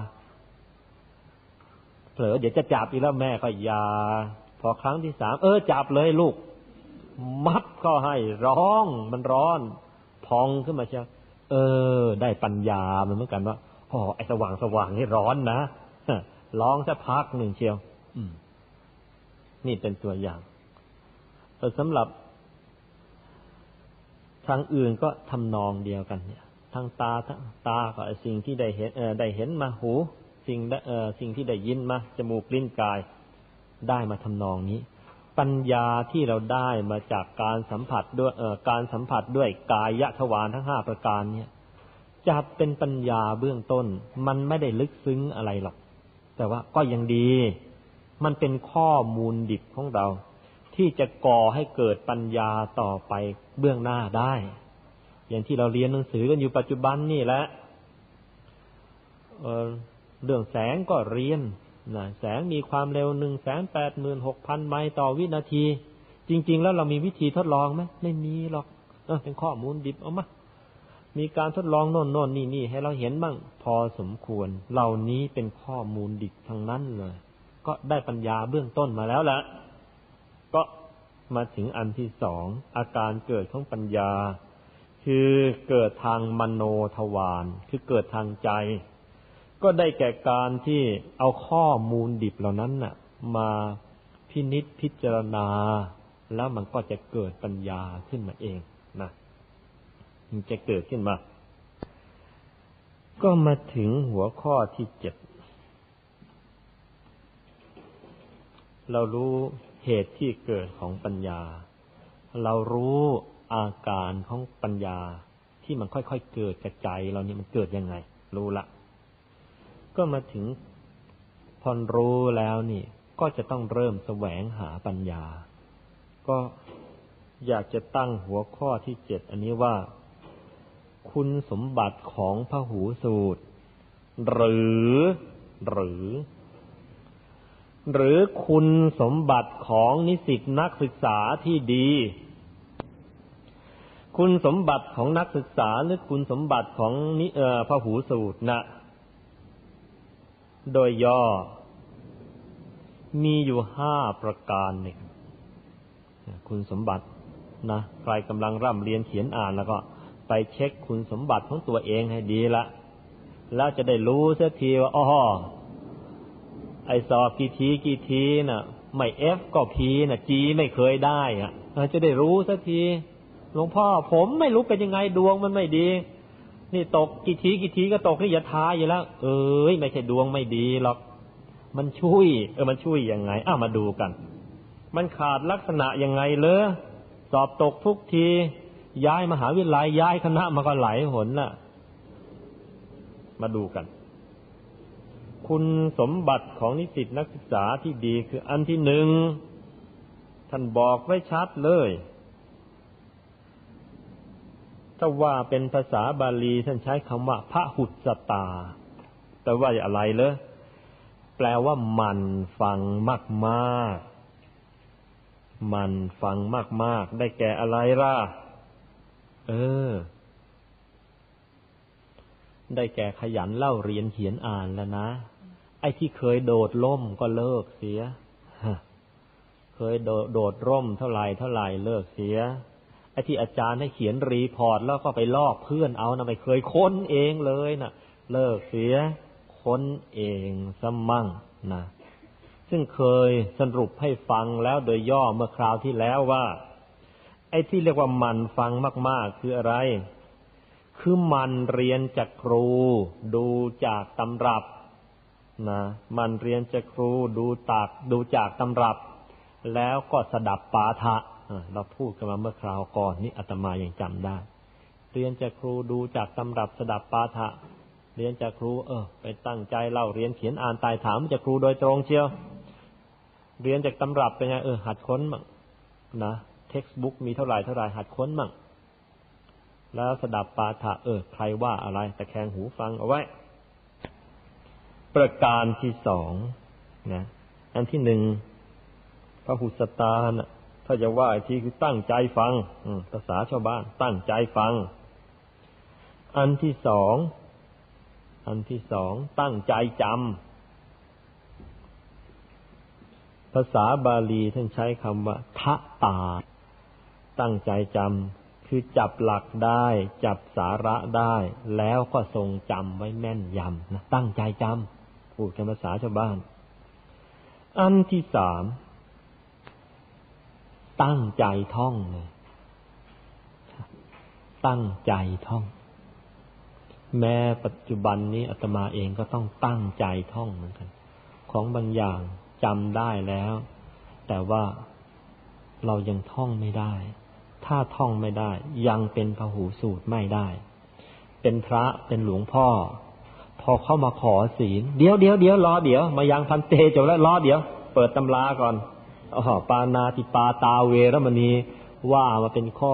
เผลอเดี๋ยวจะจับอีกแล้วแม่ก็อย่าพอครั้งที่3จับเลยลูกมัดเข้าให้ร้องมันร้อนพองขึ้นมาเชียวได้ปัญญามันเหมือนกันว่าไอ้สว่างนี่ร้อนนะร้องสักพักหนึ่งเชียวนี่เป็นตัวอย่างสำหรับทางอื่นก็ทำนองเดียวกันเนี่ยทางตาก็สิ่งที่ได้เห็นมาหูสิ่งที่ได้ยินมาจมูกลิ้นกายได้มาทำนองนี้ปัญญาที่เราได้มาจากการสัมผัสด้วยกายทวารทั้ง5ประการเนี่ยจะเป็นปัญญาเบื้องต้นมันไม่ได้ลึกซึ้งอะไรหรอกแต่ว่าก็ยังดีมันเป็นข้อมูลดิบของเราที่จะก่อให้เกิดปัญญาต่อไปเบื้องหน้าได้อย่างที่เราเรียนหนังสือกันอยู่ปัจจุบันนี่แหละเรื่องแสงก็เรียนนะแสงมีความเร็ว 186,000 ไมล์ต่อวินาทีจริงๆแล้วเรามีวิธีทดลองไหมไม่มีหรอกเป็นข้อมูลดิบเอามามีการทดลองโน่นนี่ให้เราเห็นบ้างพอสมควรเหล่านี้เป็นข้อมูลดิบทั้งนั้นเลยก็ได้ปัญญาเบื้องต้นมาแล้วแหละก็มาถึงอันที่2อาการเกิดของปัญญาคือเกิดทางมโนทวารคือเกิดทางใจก็ได้แก่การที่เอาข้อมูลดิบเหล่านั้นน่ะมาพินิจพิจารณาแล้วมันก็จะเกิดปัญญาขึ้นมาเองนะมันจะเกิดขึ้นมาก็มาถึงหัวข้อที่7เรารู้เหตุที่เกิดของปัญญาเรารู้อาการของปัญญาที่มันค่อยๆเกิดกับใจเรานี่มันเกิดยังไงรู้ละก็มาถึงพอรู้แล้วนี่ก็จะต้องเริ่มแสวงหาปัญญาก็อยากจะตั้งหัวข้อที่7อันนี้ว่าคุณสมบัติของพหูสูตรหรือคุณสมบัติของนิสิตนักศึกษาที่ดีคุณสมบัติของนักศึกษาหรือคุณสมบัติของพหูสูตรนะโดยย่อมีอยู่5ประการนี่คุณสมบัตินะใครกำลังร่ำเรียนเขียนอ่านแล้วก็ไปเช็คคุณสมบัติของตัวเองให้ดีละแล้วจะได้รู้เสียทีว่าไอสอบกี่ทีน่ะไม่ F ก็ P น่ะ G ไม่เคยได้อ่ะจะได้รู้เสียทีหลวงพ่อผมไม่รู้เป็นยังไงดวงมันไม่ดีนี่ตกกี่ทีก็ตกนี่อย่าท้าอยู่แล้วไม่ใช่ดวงไม่ดีหรอกมันช่วยมันช่วยยังไงมาดูกันมันขาดลักษณะยังไงเลยสอบตกทุกทีย้ายมหาวิทยาลัยย้ายคณะมาก็หลายหนน่ะมาดูกันคุณสมบัติของนิสิตนักศึกษาที่ดีคืออันที่1ท่านบอกไว้ชัดเลยถ้าว่าเป็นภาษาบาลีท่านใช้คำว่าพหุสตาแต่ว่าอะไรเลยแปลว่ามันฟังมากๆมันฟังมากๆได้แก่อะไรล่ะได้แก่ขยันเล่าเรียนเขียนอ่านแล้วนะไอ้ที่เคยโดดร่มก็เลิกเสียเคยโดดร่มเท่าไหร่เลิกเสียไอ้ที่อาจารย์ให้เขียนรีพอร์ตแล้วก็ไปลอกเพื่อนเอานะไม่เคยค้นเองเลยนะเลิกเสียค้นเองซะมั่งนะซึ่งเคยสรุปให้ฟังแล้วโดยย่อเมื่อคราวที่แล้วว่าไอ้ที่เรียกว่ามันฟังมากๆคืออะไรคือมันเรียนจากครูดูจากตำรับนะมันเรียนจากครูดูจากตำรับแล้วก็สดับปาฐะเราพูดกันมาเมื่อคราวก่อนนี่อาตมายังจำได้เรียนจากครูดูจากตำรับสดับปาฐะเรียนจากครูไปตั้งใจเล่าเรียนเขียนอ่านตายถามจากครูโดยตรงเชียวเรียนจากตำรับเป็นไงหัดค้นมั่งนะเท็กซ์บุ๊กมีเท่าไหร่หัดค้นมั่งแล้วสดับปาฐะใครว่าอะไรตะแคงหูฟังเอาไว้ประการที่2นะอันที่1พหุสตานะถ้าจะว่าอีกทีคือตั้งใจฟังภาษาชาวบ้านตั้งใจฟังอันที่2ตั้งใจจำภาษาบาลีท่านใช้คำว่าทะตาตั้งใจจำคือจับหลักได้จับสาระได้แล้วก็ทรงจำไว้แม่นยำนะตั้งใจจำพูดกันภาษาชาวบ้านอันที่3ตั้งใจท่องเลยตั้งใจท่องแม้ปัจจุบันนี้อาตมาเองก็ต้องตั้งใจท่องเหมือนกันของบางอย่างจำได้แล้วแต่ว่าเรายังท่องไม่ได้ถ้าท่องไม่ได้ยังเป็นพหูสูตรไม่ได้เป็นพระเป็นหลวงพ่อพอเข้ามาขอศีลเดี๋ยวรอเดี๋ยวมายังพันเตจบแล้วรอเดี๋ยวเปิดตำราก่อนปานาติปาตาเวรมณีว่ามาเป็นข้อ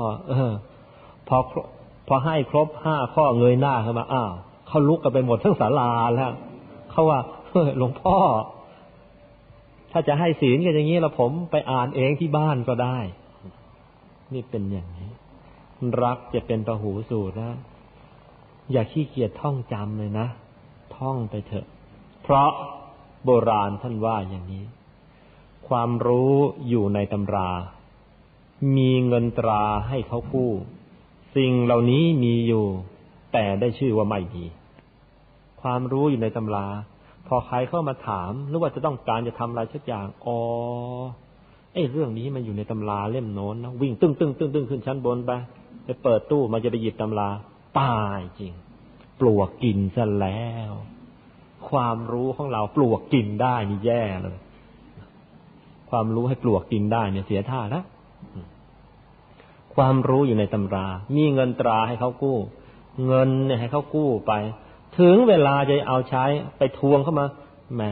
พอให้ครบ5ข้อเงยหน้าขึ้นมาเขาลุกกันไปหมดทั้งศาลาแล้วเขาว่าหลวงพ่อถ้าจะให้ศีลกันอย่างนี้แล้วผมไปอ่านเองที่บ้านก็ได้นี่เป็นอย่างนี้รักจะเป็นพหูสูตรนะอย่าขี้เกียจท่องจำเลยนะท่องไปเถอะเพราะโบราณท่านว่าอย่างนี้ความรู้อยู่ในตำรามีเงินตราให้เขากู้สิ่งเหล่านี้มีอยู่แต่ได้ชื่อว่าไม่มีความรู้อยู่ในตำราพอใครเข้ามาถามหรือว่าจะต้องการจะทำอะไรสักอย่างเรื่องนี้มันอยู่ในตำราเล่มโน้นนะวิ่งตึ้งขึ้นชั้นบนไปเปิดตู้มันจะไปหยิบตำราตายจริงปลวกกินซะแล้วความรู้ของเราปลวกกินได้นี่แย่เลยความรู้ให้ปลวกกินได้เนี่ยเสียท่าแล้วความรู้อยู่ในตำรามีเงินตราให้เขากู้เงินเนี่ยให้เขากู้ไปถึงเวลาจะเอาใช้ไปทวงเข้ามาแหม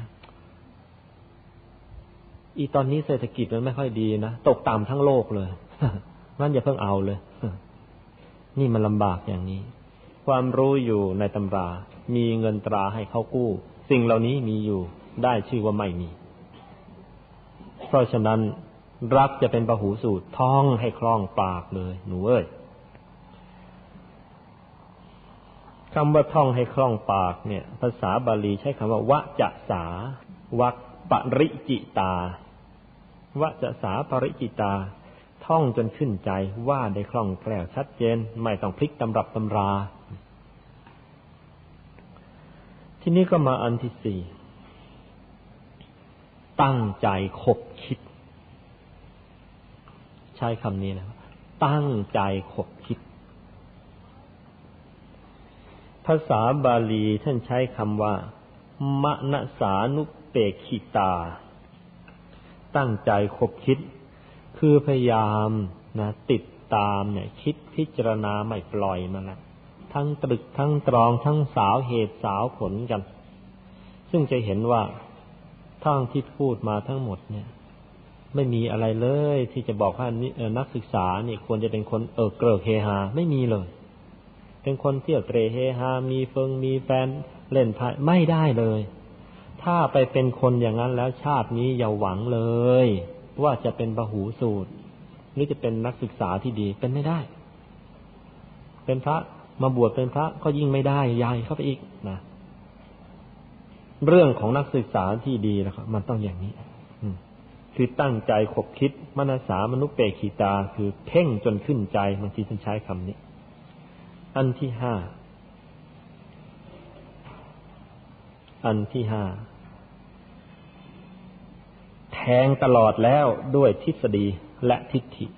ตอนนี้เศรษฐกิจมันไม่ค่อยดีนะตกต่ำทั้งโลกเลยงั้นอย่าเพิ่งเอาเลยนี่มันลำบากอย่างนี้ความรู้อยู่ในตำรามีเงินตราให้เขากู้สิ่งเหล่านี้มีอยู่ได้ชื่อว่าไม่มีเพราะฉะนั้นรักจะเป็นพหูสูตรท่องให้คล่องปากเลยหนูเอ้ยคำว่าท่องให้คล่องปากเนี่ยภาษาบาลีใช้คำว่าวจะสาวักปริจิตาวจะสาปริจิตาท่องจนขึ้นใจว่าได้คล่องแคล่วชัดเจนไม่ต้องพลิกตำรับตำราทีนี้ก็มาอันที่สี่ตั้งใจขบคิดใช้คำนี้นะตั้งใจขบคิดภาษาบาลีท่านใช้คำว่ามนสานุเปกขิตาตั้งใจขบคิดคือพยายามนะติดตามเนี่ยคิดพิจารณาไม่ปล่อยมันนะทั้งตรึกทั้งตรองทั้งสาวเหตุสาวผลกันซึ่งจะเห็นว่าทั้งที่พูดมาทั้งหมดเนี่ยไม่มีอะไรเลยที่จะบอกว่านักศึกษานี่ควรจะเป็นคนเกริกเฮฮาไม่มีเลยเป็นคนเที่ยวเตร่เฮฮามีเฟิงมีแฟนเล่นไพ่ไม่ได้เลยถ้าไปเป็นคนอย่างนั้นแล้วชาตินี้อย่าหวังเลยว่าจะเป็นพหูสูตรหรือจะเป็นนักศึกษาที่ดีเป็นไม่ได้เป็นพระมาบวชเป็นพระก็ยิ่งไม่ได้ใหญ่เข้าไปอีกนะเรื่องของนักศึกษาที่ดีนะครับมันต้องอย่างนี้คือตั้งใจขบคิดมนสามนุเปกขิตาคือเพ่งจนขึ้นใจบางทีท่านใช้คำนี้อันที่ห้าแทงตลอดแล้วด้วยทฤษฎีและทิฏฐิ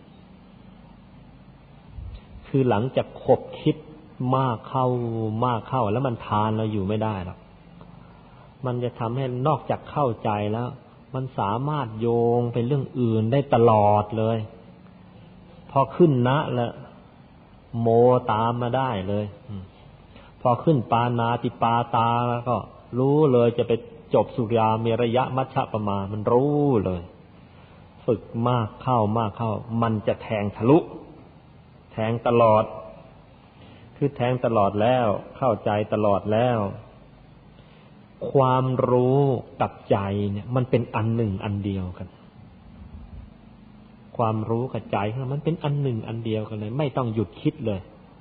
คือหลังจากขบคิดมากเข้าแล้วมันทานเราอยู่ไม่ได้หรอกมันจะทำให้นอกจากเข้าใจแล้วมันสามารถโยงไปเรื่องอื่นได้ตลอดเลยพอขึ้นนะแล้วโมตามมาได้เลยพอขึ้นปานาติปาตาแล้วก็รู้เลยจะไปจบสุราเมรยะมัชฌะปมามันรู้เลยฝึกมากเข้ามันจะแทงทะลุแทงตลอดคือแทงตลอดแล้วเข้าใจตลอดแล้วความรู้กับใจเนี่ยมันเป็นอันหนึ่งอันเดียวกันความรู้กับใจมันเป็นอันหนึ่งอันเดียวกันเลยไม่ต้องหยุดคิดเลย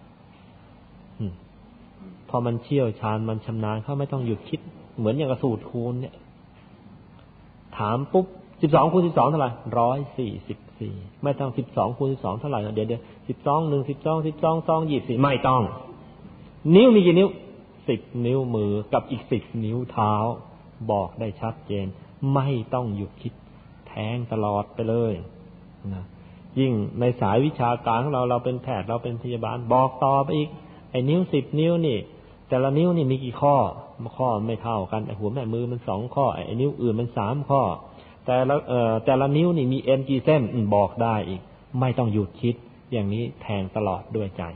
พอมันเชี่ยวชาญมันชำนาญเขาไม่ต้องหยุดคิดเหมือนอย่างกระสูตรคูณเนี่ยถามปุ๊บ12คูณ12เท่าไหร่144ไม่ต้อง12คูณ12เท่าไหร่เดี๋ยว12 1 12 12 2 24ไม่ต้องนิ้วมีกี่นิ้ว10นิ้วมือกับอีก10นิ้วเท้าบอกได้ชัดเจนไม่ต้องหยุดคิดแทงตลอดไปเลยนะยิ่งในสายวิชาการของเราเป็นแพทย์เราเป็นพยาบาลบอกต่อไปอีกไอ้นิ้ว10นิ้วนี่แต่ละนิ้วนี่มีกี่ข้อไม่เท่ากันไอ้หัวแม่มือมัน2ข้อไอ้นิ้วอื่นมัน3ข้อแต่ละนิ้วนี่มีเอ็นกี่เส้นบอกได้อีกไม่ต้องหยุดคิดอย่างนี้แทงตลอดด้วยใจ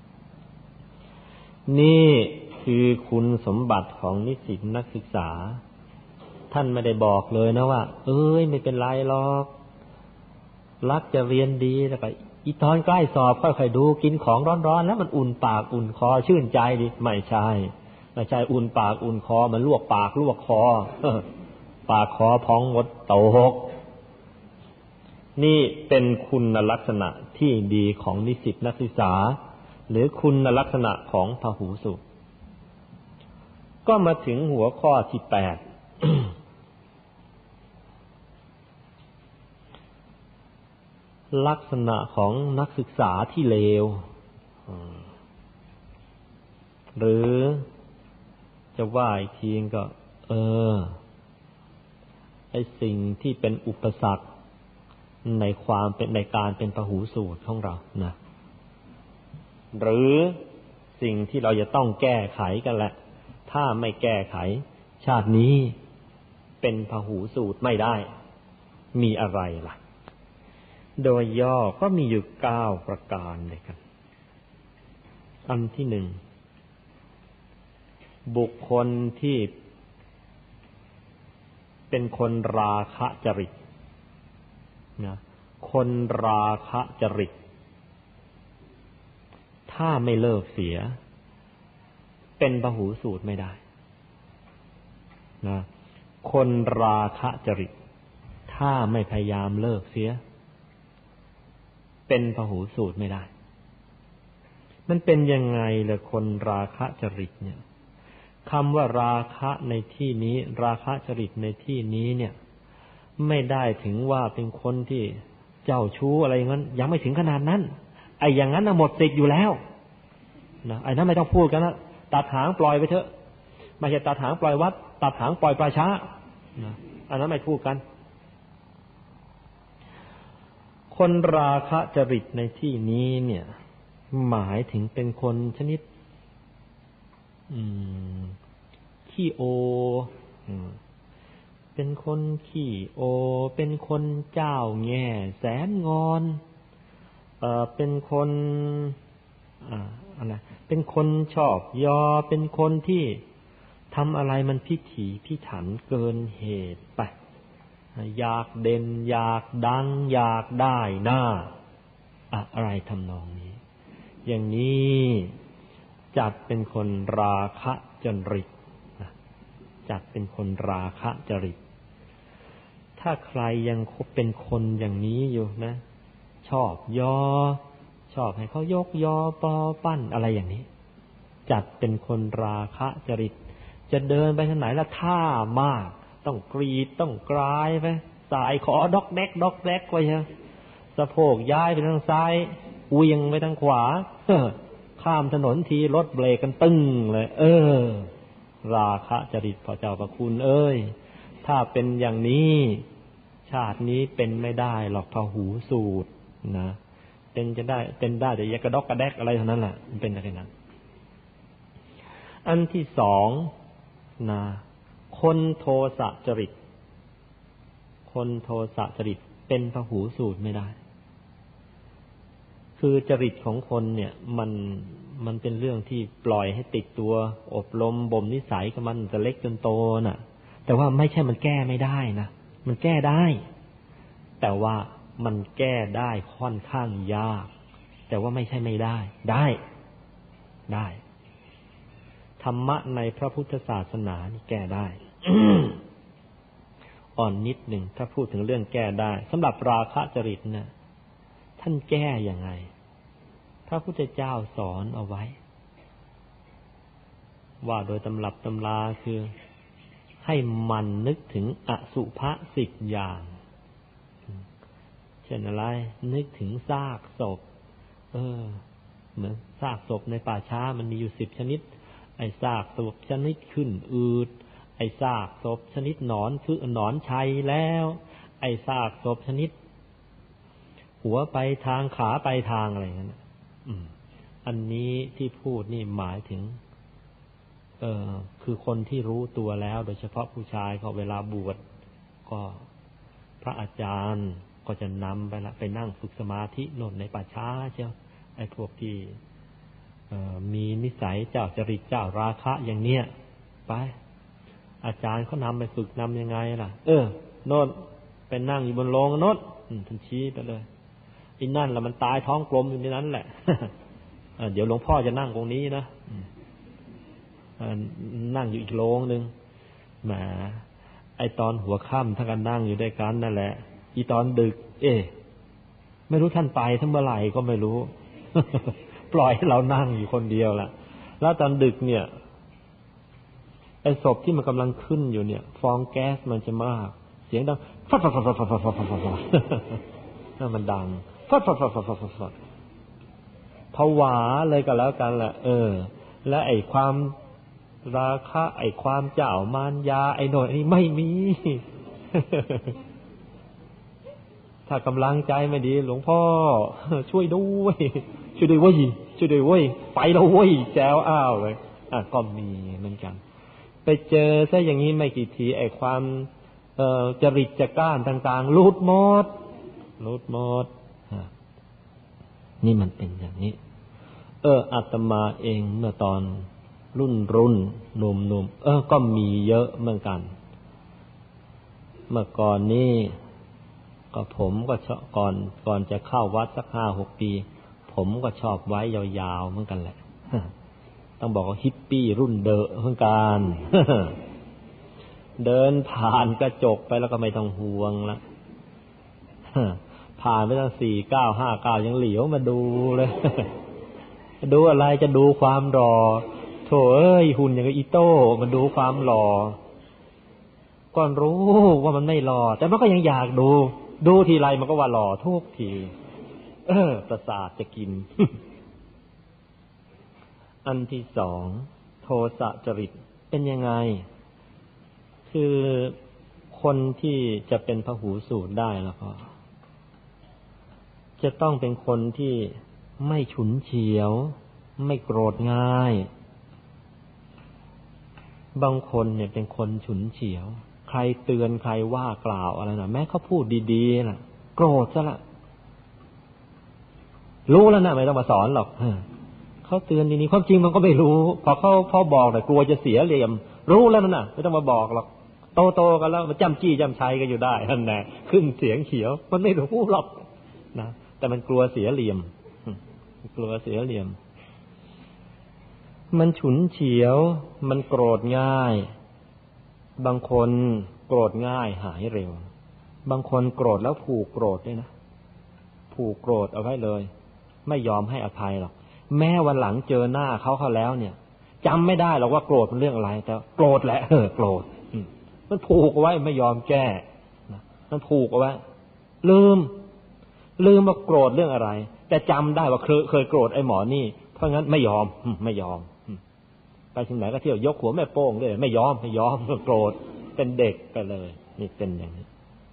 นี่คือคุณสมบัติของนิสิตนักศึกษาท่านไม่ได้บอกเลยนะว่าไม่เป็นไรหรอกรักจะเรียนดีแล้วก็อีตอนใกล้สอบค่อยๆดูกินของร้อนๆแล้วมันอุ่นปากอุ่นคอชื่นใจดิไม่ใช่อุ่นปากอุ่นคอมันลวกปากลวกคอปากคอพองหมดโตหกนี่เป็นคุณลักษณะที่ดีของนิสิตนักศึกษาหรือคุณลักษณะของพหูสูตรก็มาถึงหัวข้อที่8 ลักษณะของนักศึกษาที่เลวหรือจะว่าอีกทีก็ไอ้สิ่งที่เป็นอุปสรรคในความเป็นในการเป็นพหูสูตรของเรานะหรือสิ่งที่เราจะต้องแก้ไขกันแหละถ้าไม่แก้ไขชาตินี้เป็นพหูสูตรไม่ได้มีอะไรล่ะโดยย่อก็มีอยู่9ประการเลยกันอันที่1บุคคลที่เป็นคนราคะจริตนะคนราคะจริตถ้าไม่เลิกเสียเป็นพหูสูตรไม่ได้นะคนราคะจริตถ้าไม่พยายามเลิกเสียเป็นพหูสูตรไม่ได้มันเป็นยังไงล่ะคนราคะจริตเนี่ยคำว่าราคะในที่นี้ราคะจริตในที่นี้เนี่ยไม่ได้ถึงว่าเป็นคนที่เจ้าชู้อะไรงั้นยังไม่ถึงขนาดนั้นไอ้อย่างนั้นน่ะหมดสิทธิ์อยู่แล้วนะไอ้นั้นไม่ต้องพูดกันนะตัดหางปล่อยไปเถอะไม่ใช่ตัดหางปล่อยวัดตัดหางปล่อยปลาช้านะอันนั้นไม่พูดกันคนราคะจริตในที่นี้เนี่ยหมายถึงเป็นคนชนิดขี้โอเป็นคนขี้โอเป็นคนเจ้าแง่แสนงอนเป็นคนอะไรเป็นคนชอบยอเป็นคนที่ทำอะไรมันพิถีพิถันเกินเหตุไปอยากเด่นอยากดังอยากได้หน้าอะไรทำนองนี้อย่างนี้จัดเป็นคนราคะจริตจัดเป็นคนราคะจริตถ้าใครยังคบเป็นคนอย่างนี้อยู่นะชอบยอชอบให้เขายกยอปอปั้นอะไรอย่างนี้จัดเป็นคนราคะจริตจะเดินไปทางไหนละท่ามากต้องกรีดต้องกรายไปสายขอด็อกแดกด็อกแดกไว้เถอะสะโพกย้ายไปทางซ้ายเวียงไปทางขวาข้ามถนนทีรถเบรกกันตึ้งเลยราคะจริตพระเจ้าพระคุณเอ้ยถ้าเป็นอย่างนี้ชาตินี้เป็นไม่ได้หรอกพหูสูตรนะเป็นได้แต่กระดอกกระแดกอะไรเท่านั้นแหละมันเป็นอะไรนั้นอันที่2นะคนโทสะจริตคนโทสะจริตเป็นพหูสูตรไม่ได้คือจริตของคนเนี่ยมันเป็นเรื่องที่ปล่อยให้ติดตัวอบรมบ่มนิสัยกับมันแต่เล็กจนโตน่ะแต่ว่าไม่ใช่มันแก้ไม่ได้นะมันแก้ได้แต่ว่ามันแก้ได้ค่อนข้างยากแต่ว่าไม่ใช่ไม่ได้ได้ธรรมะในพระพุทธศาสนานี่แก้ได้ อ่อนนิดหนึ่งถ้าพูดถึงเรื่องแก้ได้สำหรับราคะจริตนะท่านแก้ยังไงพระพุทธเจ้าสอนเอาไว้ว่าโดยตำรับตำราคือให้มันนึกถึงอสุภะ10อย่างเช่นอะไรนึกถึงซากศพเหมือนซากศพในป่าช้ามันมีอยู่10ชนิดไอ้ซากศพชนิดขึ้นอืดไอ้ซากศพชนิดหนอนคือหนอนชัยแล้วไอ้ซากศพชนิดหัวไปทางขาไปทางอะไรอย่างนั้นอันนี้ที่พูดนี่หมายถึงคือคนที่รู้ตัวแล้วโดยเฉพาะผู้ชายเขาเวลาบวชก็พระอาจารย์ก็จะนำไปนั่งฝึกสมาธิโน่นในป่าช้าเชียวไอ้พวกที่มีนิสัยเจ้าจริตเจ้าราคะอย่างเนี้ยไปอาจารย์เขานำไปฝึกนำยังไงล่ะโน่นไปนั่งอยู่บนโลงโน่นท่านชี้ไปเลยไอ้นั่นแหละมันตายท้องกลมอยู่ในนั้นแหละ เดี๋ยวหลวงพ่อจะนั่งตรงนี้นะนั่งอยู่อีกโรงนึงแหมไอตอนหัวค่ำท่านก็นั่งอยู่ด้วยกันนั่นแหละอีตอนดึกไม่รู้ท่านไปทั้งเมื่อไหร่ก็ไม่รู้ ปล่อยให้เรานั่งอยู่คนเดียวล่ะแล้วตอนดึกเนี่ยไอศพที่มันกำลังขึ้นอยู่เนี่ยฟองแก๊สมันจะมากเสียงดังฟัดนั่นมันดังฟัดผวาเลยก็แล้วกันแหละและไอ้ความราคะไอ้ความเจ้ามารยาไอ้โน่นไอ้นี่ไม่มี ถ้ากำลังใจไม่ดีหลวงพ่อช่วยด้วยช่วยด้วยเว้ยช่วยด้วยเว้ยไปแล้วเว้ยแจวอ้าวเลยก็มีเหมือนกันไปเจอซะอย่างนี้ไม่กี่ทีไอ้ความจริตจักร้านต่างๆหลุดหมดนี่มันเป็นอย่างนี้อาตมาเองเมื่อตอนรุ่นหนุ่มก็มีเยอะเหมือนกันเมื่อก่อนนี้ก็ผมก็ก่อนจะเข้าวัดสัก 5-6 ปีผมก็ชอบไว้ยาวๆเหมือนกันแหละต้องบอกว่าฮิปปี้รุ่นเดอะเหมือนกัน เดินผ่านกระจกไปแล้วก็ไม่ต้องห่วงละ ผ่านไปตั้ง4-9-5-9ยังเหลียวมาดูเลย ดูอะไรจะดูความหล่อโถเอ้ยหุ่นอย่างกับอีโต้มันดูความหล่อก็รู้ว่ามันไม่หล่อแต่มันก็ยังอยากดูทีไรมันก็ว่าหล่อทุกทีประสาทจะกิน อันที่สองโทสะจริตเป็นยังไงคือคนที่จะเป็นพหูสูตรได้แล้วก็จะต้องเป็นคนที่ไม่ฉุนเฉียวไม่โกรธง่ายบางคนเนี่ยเป็นคนฉุนเฉียวใครเตือนใครว่ากล่าวอะไรนะแม้เขาพูดดีๆนะโกรธซะละรู้แล้วนะไม่ต้องมาสอนหรอกเขาเตือนดีๆความจริงมันก็ไม่รู้พอบอกแต่กลัวจะเสียเหลี่ยมรู้แล้วนะไม่ต้องมาบอกหรอกโตกันแล้วมันจำจี้จำชัยกันอยู่ได้นั่นแหละขึ้นเสียงเขียวมันไม่รู้หรอกนะแต่มันกลัวเสียเหลี่ยมมันฉุนเฉียวมันโกรธง่ายบางคนโกรธง่ายหายเร็วบางคนโกรธแล้วผูกโกรธด้วยนะผูกโกรธเอาไว้เลยไม่ยอมให้อภัยหรอกแม้วันหลังเจอหน้าเขาแล้วเนี่ยจำไม่ได้หรอกว่าโกรธเป็นเรื่องอะไรแต่โกรธแหละโกรธมันผูกเอาไว้ไม่ยอมแก้มันผูกเอาไว้ลืมว่าโกรธเรื่องอะไรแต่จำได้ว่าเคยโกรธไอ้หมอนี่เพราะงั้นไม่ยอมไปที่ไหนก็เที่ยวยกหัวแม่โป้งเลยไม่ยอมโกรธเป็นเด็กไปเลยนี่เป็นอย่างนี้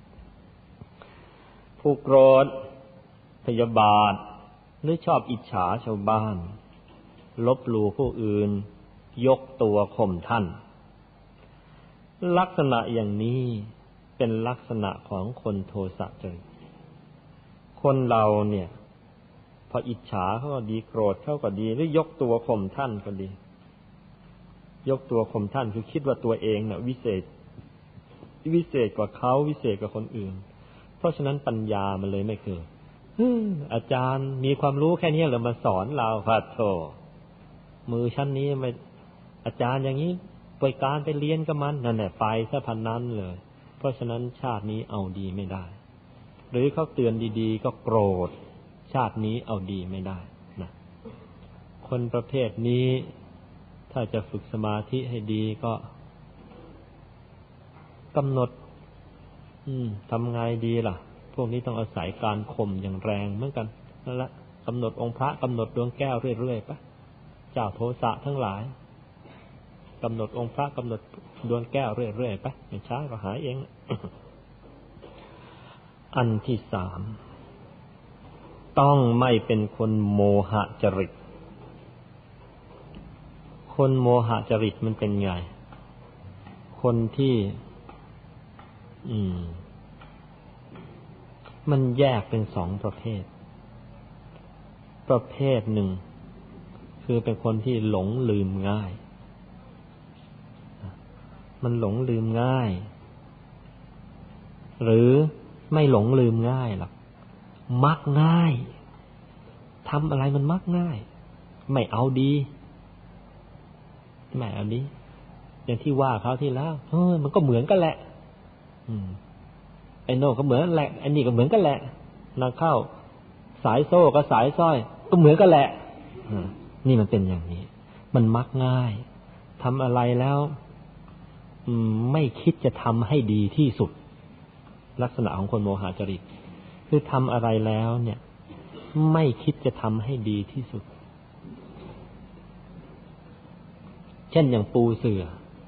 ผู้โกรธพยาบาทหรือชอบอิจฉาชาวบ้านลบหลู่ผู้อื่นยกตัวข่มท่านลักษณะอย่างนี้เป็นลักษณะของคนโทสะจริตคนเราเนี่ยพออิจฉาเขาก็ดีโกรธเขาก็ดีหรือยกตัวข่มท่านก็ดียกตัวข่มท่านคือคิดว่าตัวเองน่ะวิเศษกว่าเขาวิเศษกว่าคนอื่นเพราะฉะนั้นปัญญามันเลยไม่เกิดอาจารย์มีความรู้แค่นี้เหรอมาสอนเราพะโธมือชั้นนี้ไม่อาจารย์อย่างนี้ไปการไปเรียนกับมันนั่นแหละไปซะพันนั้นเลยเพราะฉะนั้นชาตินี้เอาดีไม่ได้หรือเขาเตือนดีๆก็โกรธชาตินี้เอาดีไม่ได้นะคนประเภทนี้ถ้าจะฝึกสมาธิให้ดีก็กำหนดทำไงดีล่ะพวกนี้ต้องอาศัยการข่มอย่างแรงเหมือนกันนั่นแหละกำหนดองค์พระกำหนดดวงแก้วเรื่อยๆปะเจ้าโทสะทั้งหลายกำหนดองค์พระกำหนดดวงแก้วเรื่อยๆปะไม่ช้าก็หายเอง อันที่สามต้องไม่เป็นคนโมหะจริตคนโมหะจริตมันเป็นไงคนที่มันแยกเป็นสองประเภทหนึ่งคือเป็นคนที่หลงลืมง่ายมันหลงลืมง่ายหรือไม่หลงลืมง่ายหรอกมักง่ายทำอะไรมันมักง่ายไม่เอาดีอย่างที่ว่าเขาที่แล้วมันก็เหมือนกันแหละไอ้โน่ก็เหมือนแหละไอ้นี่ก็เหมือนกันแหละนักเข้าสายโซ่กับสายสร้อยก็เหมือนกันแหละนี่มันเป็นอย่างนี้มันมักง่ายทำอะไรแล้วไม่คิดจะทำให้ดีที่สุดลักษณะของคนโมหะจริตคือทำอะไรแล้วเนี่ยไม่คิดจะทำให้ดีที่สุดเช่นอย่างปูเสื่อ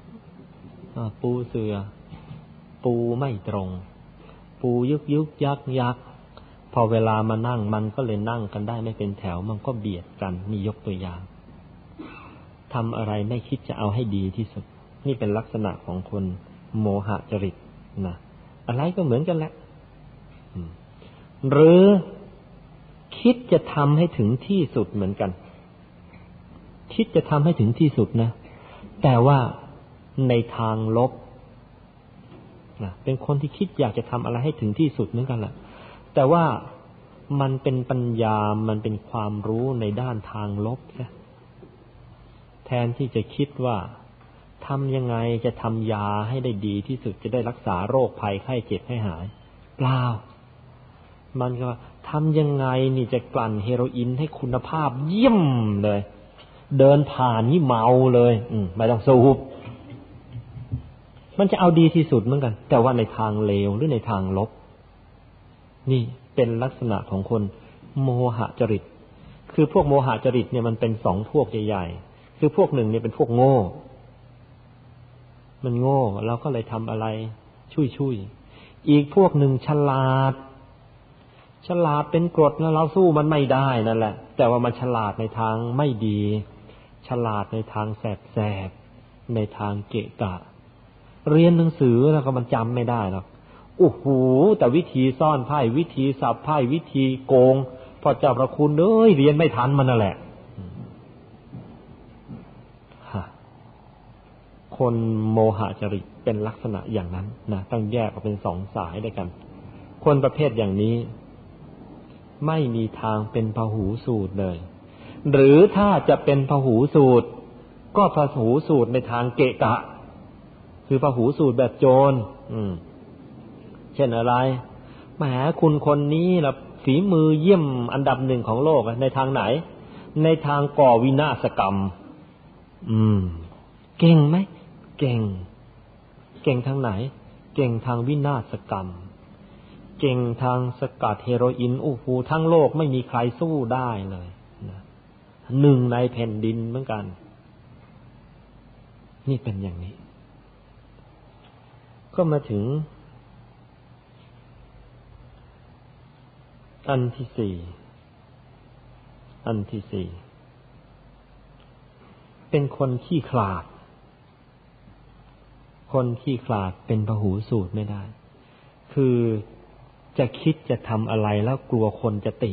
ปูไม่ตรงปูยุกยักพอเวลามานั่งมันก็เลยนั่งกันได้ไม่เป็นแถวมันก็เบียดกันนี่ยกตัวอย่างทำอะไรไม่คิดจะเอาให้ดีที่สุดนี่เป็นลักษณะของคนโมหะจริตนะอะไรก็เหมือนกันแหละหรือคิดจะทำให้ถึงที่สุดเหมือนกันคิดจะทำให้ถึงที่สุดนะแต่ว่าในทางลบนะเป็นคนที่คิดอยากจะทำอะไรให้ถึงที่สุดเหมือนกันแหละแต่ว่ามันเป็นปัญญามันเป็นความรู้ในด้านทางลบนะแทนที่จะคิดว่าทำยังไงจะทำยาให้ได้ดีที่สุดจะได้รักษาโรคภัยไข้เจ็บให้หายเปล่ามันก็ทำยังไงนี่จะกลั่นเฮโรอีนให้คุณภาพเยี่ยมเลยเดินผ่านนี่เมาเลยไม่ต้องสูบมันจะเอาดีที่สุดเหมือนกันแต่ว่าในทางเลวหรือในทางลบนี่เป็นลักษณะของคนโมหะจริตคือพวกโมหะจริตเนี่ยมันเป็นสองพวกใหญ่ๆคือพวกหนึ่งเนี่ยเป็นพวกโง่มันโง่เราก็เลยทำอะไรชุยๆอีกพวกหนึ่งฉลาดเป็นกรดแล้วเราสู้มันไม่ได้นั่นแหละแต่ว่ามันฉลาดในทางไม่ดีฉลาดในทางแสบในทางเกะกะเรียนหนังสือแล้วก็มันจำไม่ได้หรอกโอ้โหแต่วิธีซ่อนไพ่วิธีสับไพ่วิธีโกงพอเจ้าพระคุณเรียนไม่ทันมันนั่นแหละคนโมหะจริตเป็นลักษณะอย่างนั้นนะต้องแยกออกเป็นสองสายด้วยกันคนประเภทอย่างนี้ไม่มีทางเป็นพหูสูตรเลยหรือถ้าจะเป็นพหูสูตรก็พหูสูตรในทางเกะกะคือพหูสูตรแบบโจรเช่นอะไรแหมคุณคนนี้ล่ะฝีมือเยี่ยมอันดับหนึ่งของโลกในทางไหนในทางก่อวินาศกรรมเก่งไหมเก่งทางไหนเก่งทางวินาศกรรมเก่งทางสกัดเฮโรอีนโอ้โหทั้งโลกไม่มีใครสู้ได้เลยนะหนึ่งในแผ่นดินเหมือนกันนี่เป็นอย่างนี้ก็มาถึงอันที่สี่เป็นคนขี้ขลาดเป็นพหูสูตรไม่ได้คือจะคิดจะทำอะไรแล้วกลัวคนจะติ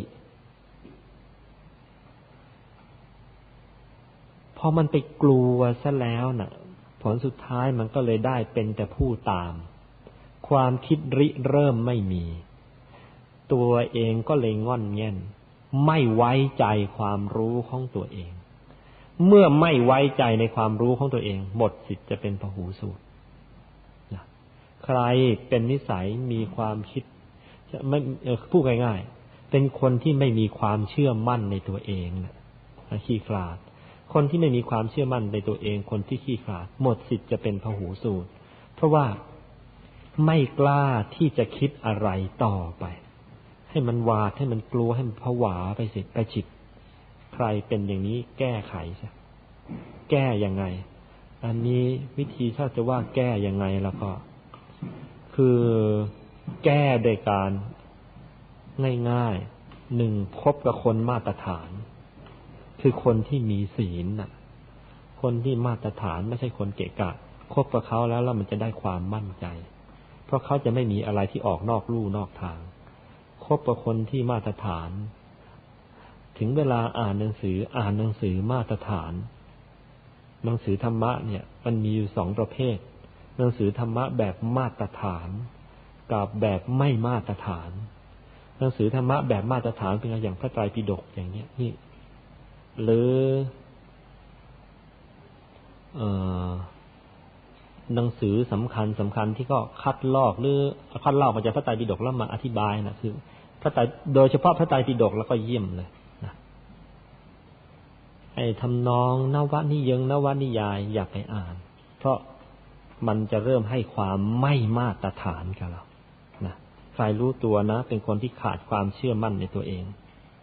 พอมันไปกลัวซะแล้วน่ะผลสุดท้ายมันก็เลยได้เป็นแต่ผู้ตามความคิดริเริ่มไม่มีตัวเองก็เลยง่อนแง่นไม่ไว้ใจความรู้ของตัวเองเมื่อไม่ไว้ใจในความรู้ของตัวเองหมดสิทธิ์จะเป็นพหูสูตรใครเป็นนิสัยมีความคิดไม่พูดง่ายๆเป็นคนที่ไม่มีความเชื่อมั่นในตัวเองนะขี้ขลาดคนที่ไม่มีความเชื่อมั่นในตัวเองคนที่ขี้ขลาดหมดสิทธิ์จะเป็นพหูสูตรเพราะว่าไม่กล้าที่จะคิดอะไรต่อไปให้มันหวาดให้มันกลัวให้มันผวาไปสิไปจิตใครเป็นอย่างนี้แก้ไขซะแก้ยังไงอันนี้วิธีถ้าจะว่าแก้ยังไงแล้วก็คือแก้โดยการง่ายๆหนึ่งคบกับคนมาตรฐานคือคนที่มีศีลน่ะคนที่มาตรฐานไม่ใช่คนเกะกะคบกับเขาแล้วมันจะได้ความมั่นใจเพราะเขาจะไม่มีอะไรที่ออกนอกลู่นอกทางคบกับคนที่มาตรฐานถึงเวลาอ่านหนังสือมาตรฐานหนังสือธรรมะเนี่ยมันมีอยู่สองประเภทหนังสือธรรมะแบบมาตรฐานกับแบบไม่มาตรฐานหนังสือธรรมะแบบมาตรฐานเป็นอย่างพระไตรปิฎกอย่างเนี้ยนี่หรือหนังสือสำคัญที่ก็คัดลอกมาจากพระไตรปิฎกแล้วมาอธิบายนะคือพระไตรโดยเฉพาะพระไตรปิฎกแล้วก็เยี่ยมเลยนะไอ้ทำนองนวนิยายอย่าไปอ่านเพราะมันจะเริ่มให้ความไม่มาตรฐานกับเรานะใครรู้ตัวนะเป็นคนที่ขาดความเชื่อมั่นในตัวเอง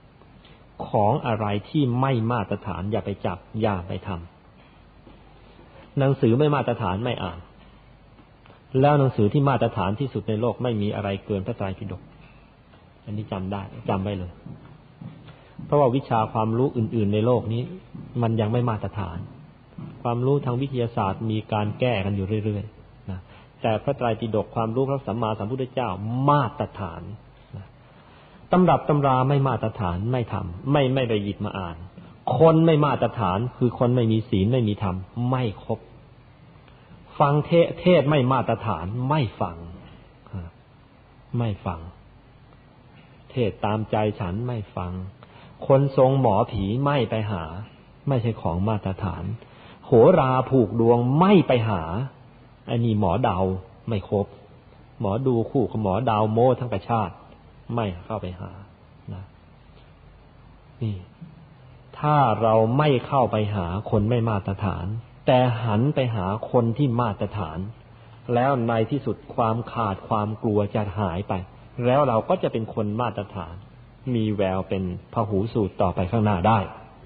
ของอะไรที่ไม่มาตรฐานอย่าไปจับอย่าไปทหนังสือไม่มาตรฐานไม่อ่านแล้วหนังสือที่มาตรฐานที่สุดในโลกไม่มีอะไรเกินพระไตรปิฎกอันนี้จำได้จำไว้เลยเพราะว่าวิชาความรู้อื่นๆในโลกนี้มันยังไม่มาตรฐานความรู้ทางวิทยาศาสตร์มีการแก้กันอยู่เรื่อยๆนะแต่พระไตรปิฎกความรู้พระสัมมาสัมพุทธเจ้ามาตรฐานนะตำรับตำราไม่มาตรฐานไม่ทำไม่ไปหยิบมาอ่านคนไม่มาตรฐานคือคนไม่มีศีลไม่มีธรรมไม่ครบฟังเทศไม่มาตรฐานไม่ฟังไม่ฟังเทศตามใจฉันไม่ฟังคนทรงหมอผีไม่ไปหาไม่ใช่ของมาตรฐานโหราผูกดวงไม่ไปหาอันนี้หมอเดาไม่ครบหมอดูคู่กับหมอดาวโม้ทั้งประชาติไม่เข้าไปหานะนี่ถ้าเราไม่เข้าไปหาคนไม่มาตรฐานแต่หันไปหาคนที่มาตรฐานแล้วในที่สุดความขาดความกลัวจะหายไปแล้วเราก็จะเป็นคนมาตรฐานมีแววเป็นพหูสูตรต่อไปข้างหน้าได้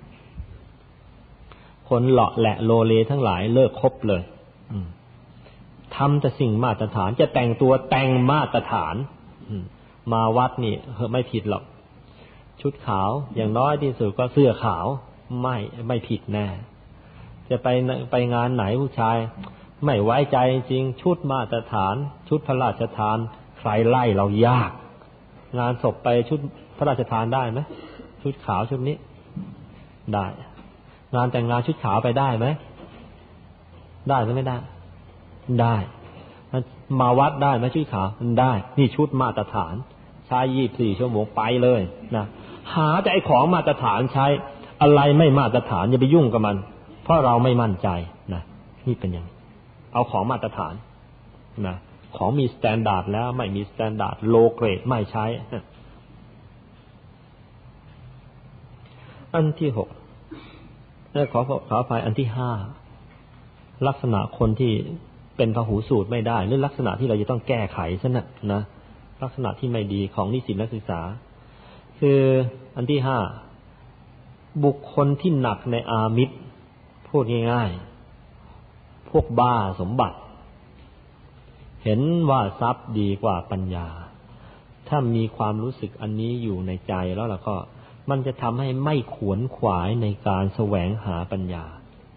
คนเลาะแหละโลเลทั้งหลายเลิกคบเลยทำแต่สิ่งมาตรฐานจะแต่งตัวแต่งมาตรฐานมาวัดนี่ไม่ผิดหรอกชุดขาวอย่างน้อยที่สุดก็เสื้อขาวไม่ผิดแน่จะไปงานไหนผู้ชายไม่ไว้ใจจริงชุดมาตรฐานชุดพระราชทานใครไล่เรายากงานศพไปชุดพระราชทานได้ไหมชุดขาวชุดนี้ได้งานแต่งงานชุดขาวไปได้ไหมได้หรือไม่ได้ได้มาวัดได้ไหมชุดขาวได้นี่ชุดมาตรฐานใช้24 ชั่วโมงไปเลยนะหาแต่ไอ้ของมาตรฐานใช้อะไรไม่มาตรฐานอย่าไปยุ่งกับมันเพราะเราไม่มั่นใจนะนี่เป็นอย่างเอาของมาตรฐานนะของมีสแตนดาร์ดแล้วไม่มีสแตนดาร์ดโลเกรดไม่ใช้อันที่6ขออภัยอันที่5ลักษณะคนที่เป็นพหูสูตรไม่ได้หรือลักษณะที่เราจะต้องแก้ไขซะนะลักษณะที่ไม่ดีของนิสิตนักศึกษาคืออันที่5บุคคลที่หนักในอามิตรพูดง่ายๆพวกบ้าสมบัติเห็นว่าทรัพย์ดีกว่าปัญญาถ้ามีความรู้สึกอันนี้อยู่ในใจแล้วล่ะก็มันจะทำให้ไม่ขวนขวายในการแสวงหาปัญญา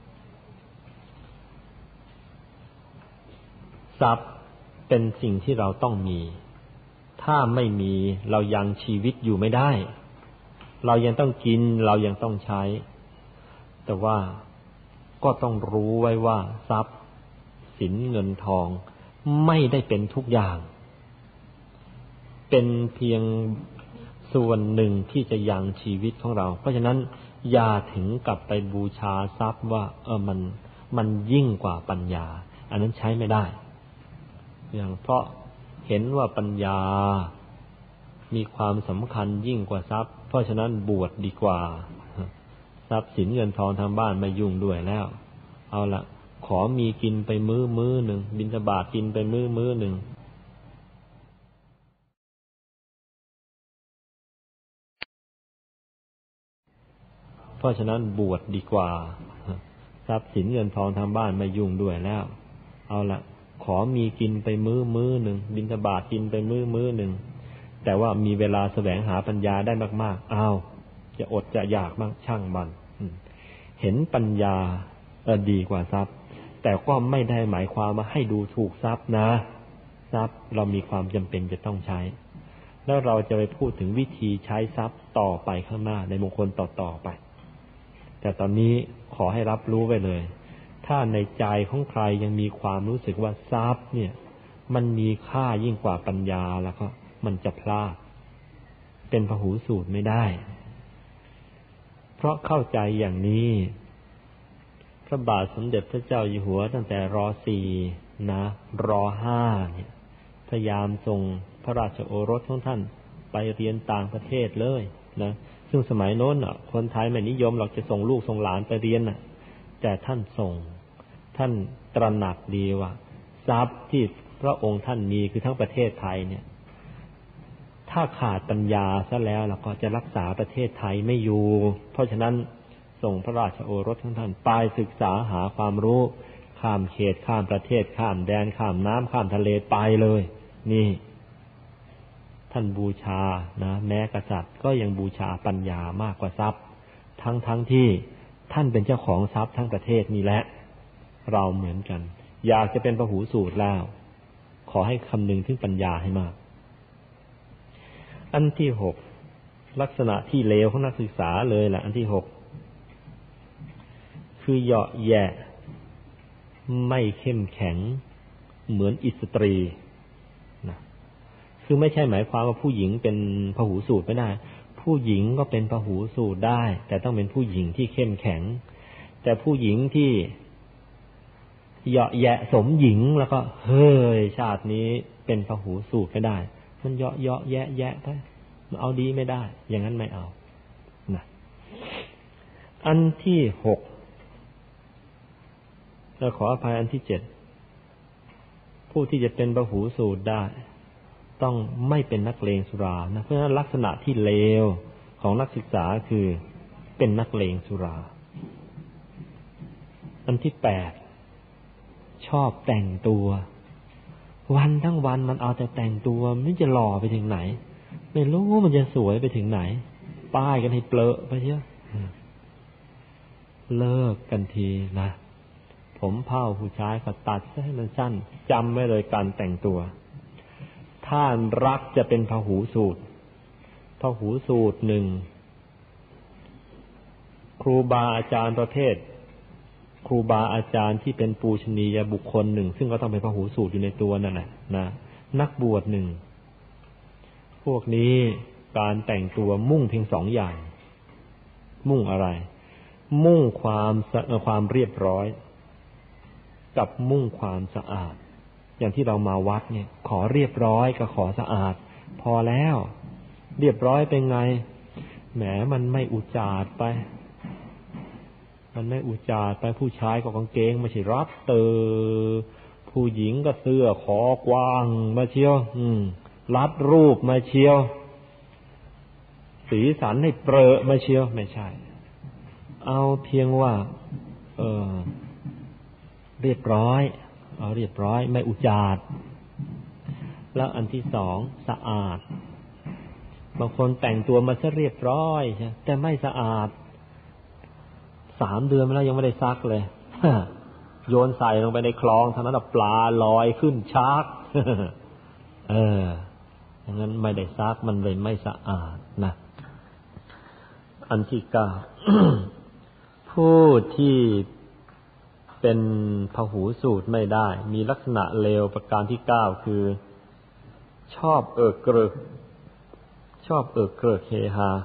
ทรัพย์เป็นสิ่งที่เราต้องมีถ้าไม่มีเรายังชีวิตอยู่ไม่ได้เรายังต้องกินเรายังต้องใช้แต่ว่าก็ต้องรู้ไว้ว่าทรัพย์สินเงินทองไม่ได้เป็นทุกอย่างเป็นเพียงส่วนหนึ่งที่จะยังชีวิตของเราเพราะฉะนั้นอย่าถึงกับไปบูชาทรัพย์ว่ามันยิ่งกว่าปัญญาอันนั้นใช้ไม่ได้อย่างเพราะเห็นว่าปัญญามีความสำคัญยิ่งกว่าทรัพย์เพราะฉะนั้นบวชดีกว่าทรัพย์สินเงินทองทางบ้านไม่ยุ่งด้วยแล้วเอาละขอมีกินไปมื้อหนึ่งบิณฑบาตกินไปมื้อหนึ่งเพราะฉะนั้นบวชดีกว่าทรัพย์สินเงินทองทางบ้านไม่ยุ่งด้วยแล้วเอาละขอมีกินไปมื้อหนึ่งบิณฑบาตกินไปมื้อหนึ่งแต่ว่ามีเวลาแสวงหาปัญญาได้มากๆจะอดจะอยากบ้างช่างมันเห็นปัญญาดีกว่าทรัพย์แต่ก็ไม่ได้หมายความว่าให้ดูถูกทรัพย์นะทรัพย์เรามีความจำเป็นจะต้องใช้แล้วเราจะไปพูดถึงวิธีใช้ทรัพย์ต่อไปข้างหน้าในมงคลต่อไปแต่ตอนนี้ขอให้รับรู้ไว้เลยถ้าในใจของใครยังมีความรู้สึกว่าทรัพย์เนี่ยมันมีค่ายิ่งกว่าปัญญาแล้วก็มันจะพลาดเป็นพหูสูตรไม่ได้เพราะเข้าใจอย่างนี้พระบาทสมเด็จพระเจ้าอยู่หัวตั้งแต่ร.4 นะร.5 เนี่ยพยายามส่งพระราชโอรสของท่านไปเรียนต่างประเทศเลยนะซึ่งสมัยโน้นคนไทยไม่นิยมหรอกจะส่งลูกส่งหลานไปเรียนแต่ท่านส่งท่านตระหนักดีว่าทรัพย์ที่พระองค์ท่านมีคือทั้งประเทศไทยเนี่ยถ้าขาดปัญญาซะแล้วเราก็จะรักษาประเทศไทยไม่อยู่เพราะฉะนั้นส่งพระราชโอรสของท่านไปศึกษาหาความรู้ข้ามเขตข้ามประเทศข้ามแดนข้ามน้ำข้ามทะเลไปเลยนี่ท่านบูชานะแม้กษัตริย์ก็ยังบูชาปัญญามากกว่าทรัพย์ทั้งที่ท่านเป็นเจ้าของทรัพย์ทั้งประเทศนี่แหละเราเหมือนกันอยากจะเป็นพหูสูตรแล้วขอให้คำนึงถึงปัญญาให้มากอันที่หกลักษณะที่เลวของนักศึกษาเลยแหละอันที่หกคือเหยาะแยะไม่เข้มแข็งเหมือนอิสตรีนะคือไม่ใช่หมายความว่าผู้หญิงเป็นพหูสูตรไม่ได้ผู้หญิงก็เป็นพหูสูตรได้แต่ต้องเป็นผู้หญิงที่เข้มแข็งแต่ผู้หญิงที่เหยาะแยะสมหญิงแล้วก็เฮ้ยชาตินี้เป็นพหูสูตรไม่ได้มันเหยาะแยะไปมันเอาดีไม่ได้อย่างนั้นไม่เอานะอันที่หกแล้วขออภัยอันที่เจ็ดผู้ที่จะเป็นพหูสูตรได้ต้องไม่เป็นนักเลงสุรานะเพราะฉะนั้นลักษณะที่เลวของนักศึกษาคือเป็นนักเลงสุราอันที่แปดชอบแต่งตัววันทั้งวันมันเอาแต่แต่งตัวไม่จะหล่อไปถึงไหนไม่รู้มันจะสวยไปถึงไหนป้ายกันให้เปลอะไปเชียวเลิกกันทีนะผมเผ้าผู้ชายก็ตัดให้มันสั้นจำไว้เลยการแต่งตัวถ้ารักจะเป็นพหูสูตรพหูสูตรหนึ่งครูบาอาจารย์ประเภทครูบาอาจารย์ที่เป็นปูชนียบุคคลหนึ่งซึ่งก็ต้องเป็นพหูสูตรอยู่ในตัวนั่นแหละนะนักบวชหนึ่งพวกนี้การแต่งตัวมุ่งเพียงสองอย่างมุ่งอะไรมุ่งความเรียบร้อยกับมุ่งความสะอาดอย่างที่เรามาวัดเนี่ยขอเรียบร้อยกับขอสะอาดพอแล้วเรียบร้อยเป็นไงแหมมันไม่อุจจาดไปผู้ชายก็กางเกงไม่ใช่รับผู้หญิงก็เสื้อคอกว้างมาเชียวรัดรูปมาเชียวสีสันให้เปรอะมาเชียวไม่ใช่เอาเพียงว่าเรียบร้อยเอาเรียบร้อยไม่อุจจาดแล้วอันที่สองสะอาดบางคนแต่งตัวมาซะเรียบร้อยใช่แต่ไม่สะอาด3 เดือนมาแล้วยังไม่ได้ซักเลย โยนใส่ลงไปในคลองเท่านั้นปลาลอยขึ้นชัก อย่างนั้นไม่ได้ซักมันเลยไม่สะอาดนะอันที่ 9 ผู้ที่เป็นพหูสูตรไม่ได้มีลักษณะเลวประการที่ 9คือชอบเอิกเกริกเฮฮา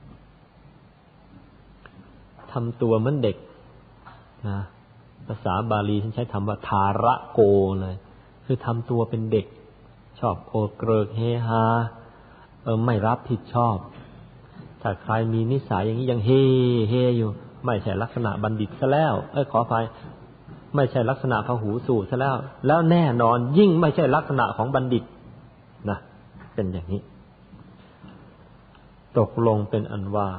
ทำตัวเหมือนเด็กนะภาษาบาลีฉันใช้คำว่าทาระโกเลยคือทำตัวเป็นเด็กชอบโอเกริกเฮฮาไม่รับผิดชอบถ้าใครมีนิสัยอย่างนี้ยังเฮอยู่ไม่ใช่ลักษณะบัณฑิตซะแล้วขออภัยไม่ใช่ลักษณะพหูสูตรซะแล้วแน่นอนยิ่งไม่ใช่ลักษณะของบัณฑิตนะเป็นอย่างนี้ตกลงเป็นอันว่า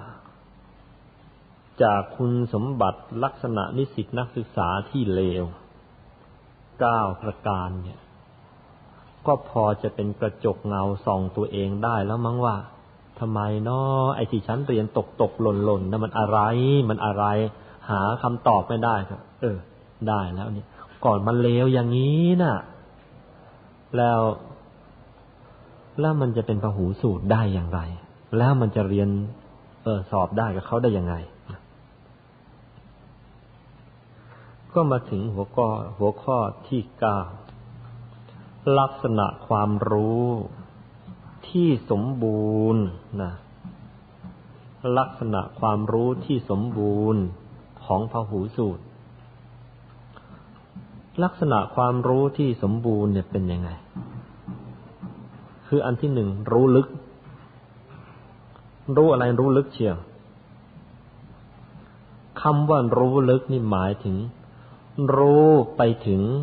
จากคุณสมบัติลักษณะนิสิตนักศึกษาที่เลว9 ประการเนี่ยก็พอจะเป็นกระจกเงาส่องตัวเองได้แล้วมั้งว่าทำไมเนาะไอ้ที่ฉันเรียนตกหล่นนั่นมันอะไรหาคำตอบไม่ได้ครับได้แล้วนี่ก่อนมันเลวอย่างนี้น่ะแล้วมันจะเป็นพหูสูตรได้อย่างไรแล้วมันจะเรียนสอบได้กับเขาได้ยังไงก็มาถึงหัวข้อที่ 9ลักษณะความรู้ที่สมบูรณ์นะลักษณะความรู้ที่สมบูรณ์ของพหูสูตรลักษณะความรู้ที่สมบูรณ์เนี่ยเป็นยังไงคืออันที่ 1รู้ลึกรู้อะไรรู้ลึกเชียวคำว่ารู้ลึกนี่หมายถึงรู้ไปถึง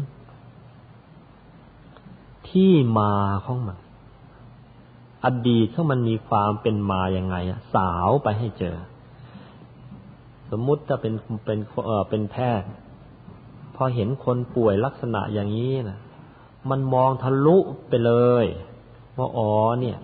ที่มาของมันอดีตของมันมีความเป็นมาอย่างไงสาวไปให้เจอสมมุติถ้าเป็นแพทย์พพอเห็นคนป่วยลักษณะอย่างนี้นะมันมองทะลุไปเลยว่าอ๋อเนี่ย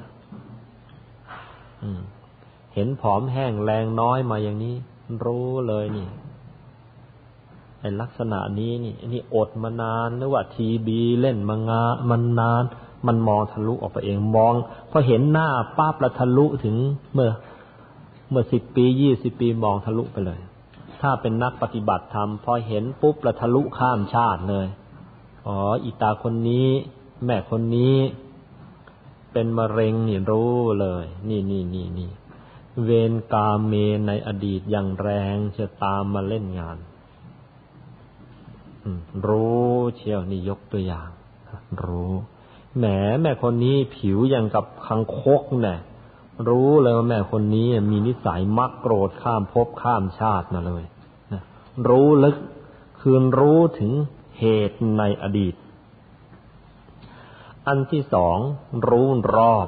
เห็นผอมแห้งแรงน้อยมาอย่างนี้รู้เลยนี่ไอ้ลักษณะนี้นี่อดมานานหรือว่าทีบีเล่นมันนานมันมองทะลุออกไปเองมองพอเห็นหน้าปั๊บแล้วทะลุถึงเมื่อ10 ปี20 ปีมองทะลุไปเลยถ้าเป็นนักปฏิบัติธรรมพอเห็นปุ๊บแล้วทะลุข้ามชาติเลยอ๋ออีตาคนนี้แม่คนนี้เป็นมะเร็งนี่รู้เลยนี่เวรกามเมในอดีตอย่างแรงจะตามมาเล่นงานรู้เชียวนี่ยกตัวอย่างรู้แหมแม่คนนี้ผิวอย่างกับคังคกเนี่ยรู้เลยว่าแม่คนนี้มีนิสัยมักโกรธข้ามภพข้ามชาติมาเลยนะรู้ลึกคือรู้ถึงเหตุในอดีตอันที่สองรู้รอบ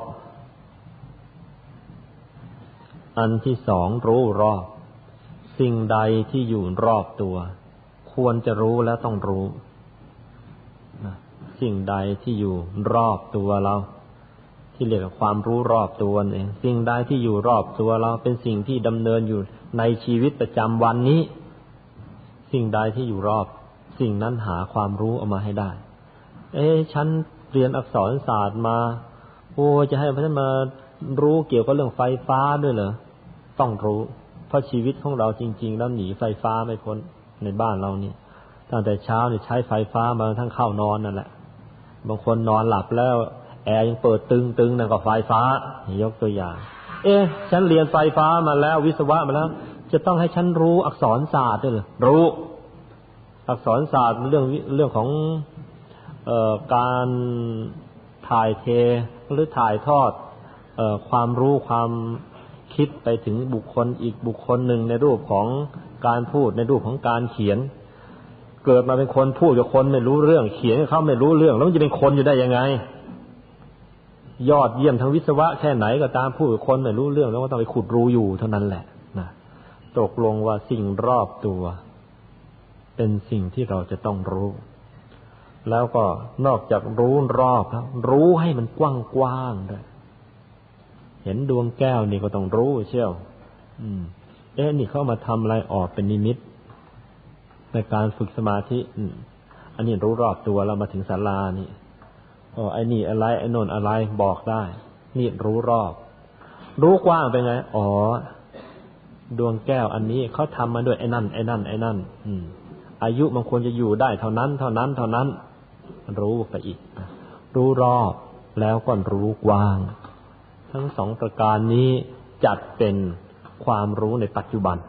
อันที่สองรู้รอบสิ่งใดที่อยู่รอบตัวควรจะรู้และต้องรู้นะสิ่งใดที่อยู่รอบตัวเราที่เรียกว่าความรู้รอบตัวเองสิ่งใดที่อยู่รอบตัวเราเป็นสิ่งที่ดำเนินอยู่ในชีวิตประจำวันนี้สิ่งใดที่อยู่รอบสิ่งนั้นหาความรู้เอามาให้ได้ฉันเรียนอักษรศาสตร์มาโอ้จะให้ฉันมารู้เกี่ยวกับเรื่องไฟฟ้าด้วยเหรอต้องรู้เพราะชีวิตของเราจริงๆแล้วหนีไฟฟ้าไม่พ้นในบ้านเรานี่ตั้งแต่เช้าเนี่ยใช้ไฟฟ้ามาทั้งเข้านอนนั่นแหละบางคนนอนหลับแล้วแอร์ยังเปิดตึงๆนั่นก็ไฟฟ้ายกตัวอย่างฉันเรียนไฟฟ้ามาแล้ววิศวะมาแล้วจะต้องให้ฉันรู้อักษรศาสตร์ด้วยเหรอรู้อักษรศาสตร์เรื่องของการถ่ายเทหรือถ่ายทอดความรู้ความคิดไปถึงบุคคลอีกบุคคลหนึ่งในรูปของการพูดในรูปของการเขียนเกิดมาเป็นคนพูดกับคนไม่รู้เรื่องเขียนเขาไม่รู้เรื่องแล้วมันจะเป็นคนอยู่ได้ยังไงยอดเยี่ยมทางวิศวะแค่ไหนก็ตามพูดกับคนไม่รู้เรื่องแล้วก็ต้องไปขุดรูอยู่เท่านั้นแหละนะตกลงว่าสิ่งรอบตัวเป็นสิ่งที่เราจะต้องรู้แล้วก็นอกจากรู้รอบแล้วรู้ให้มันกว้างๆด้วยเห็นดวงแก้วนี่ก็ต้องรู้เชี่ยวนี่เข้ามาทำอะไรออกเป็นนิมิตในการฝึกสมาธิอันนี้รู้รอบตัวแล้วมาถึงศาลานี่ไอ้นี่อะไรไอ้โน่นอะไรบอกได้นี่รู้รอบรู้กว้างเป็นไงดวงแก้วอันนี้เขาทำมาด้วยไอ้นั่นอายุมันควรจะอยู่ได้เท่านั้นรู้ไปอีกรู้รอบแล้วก็รู้กว้างทั้งสองประการนี้จัดเป็นความรู้ในปัจจุบัน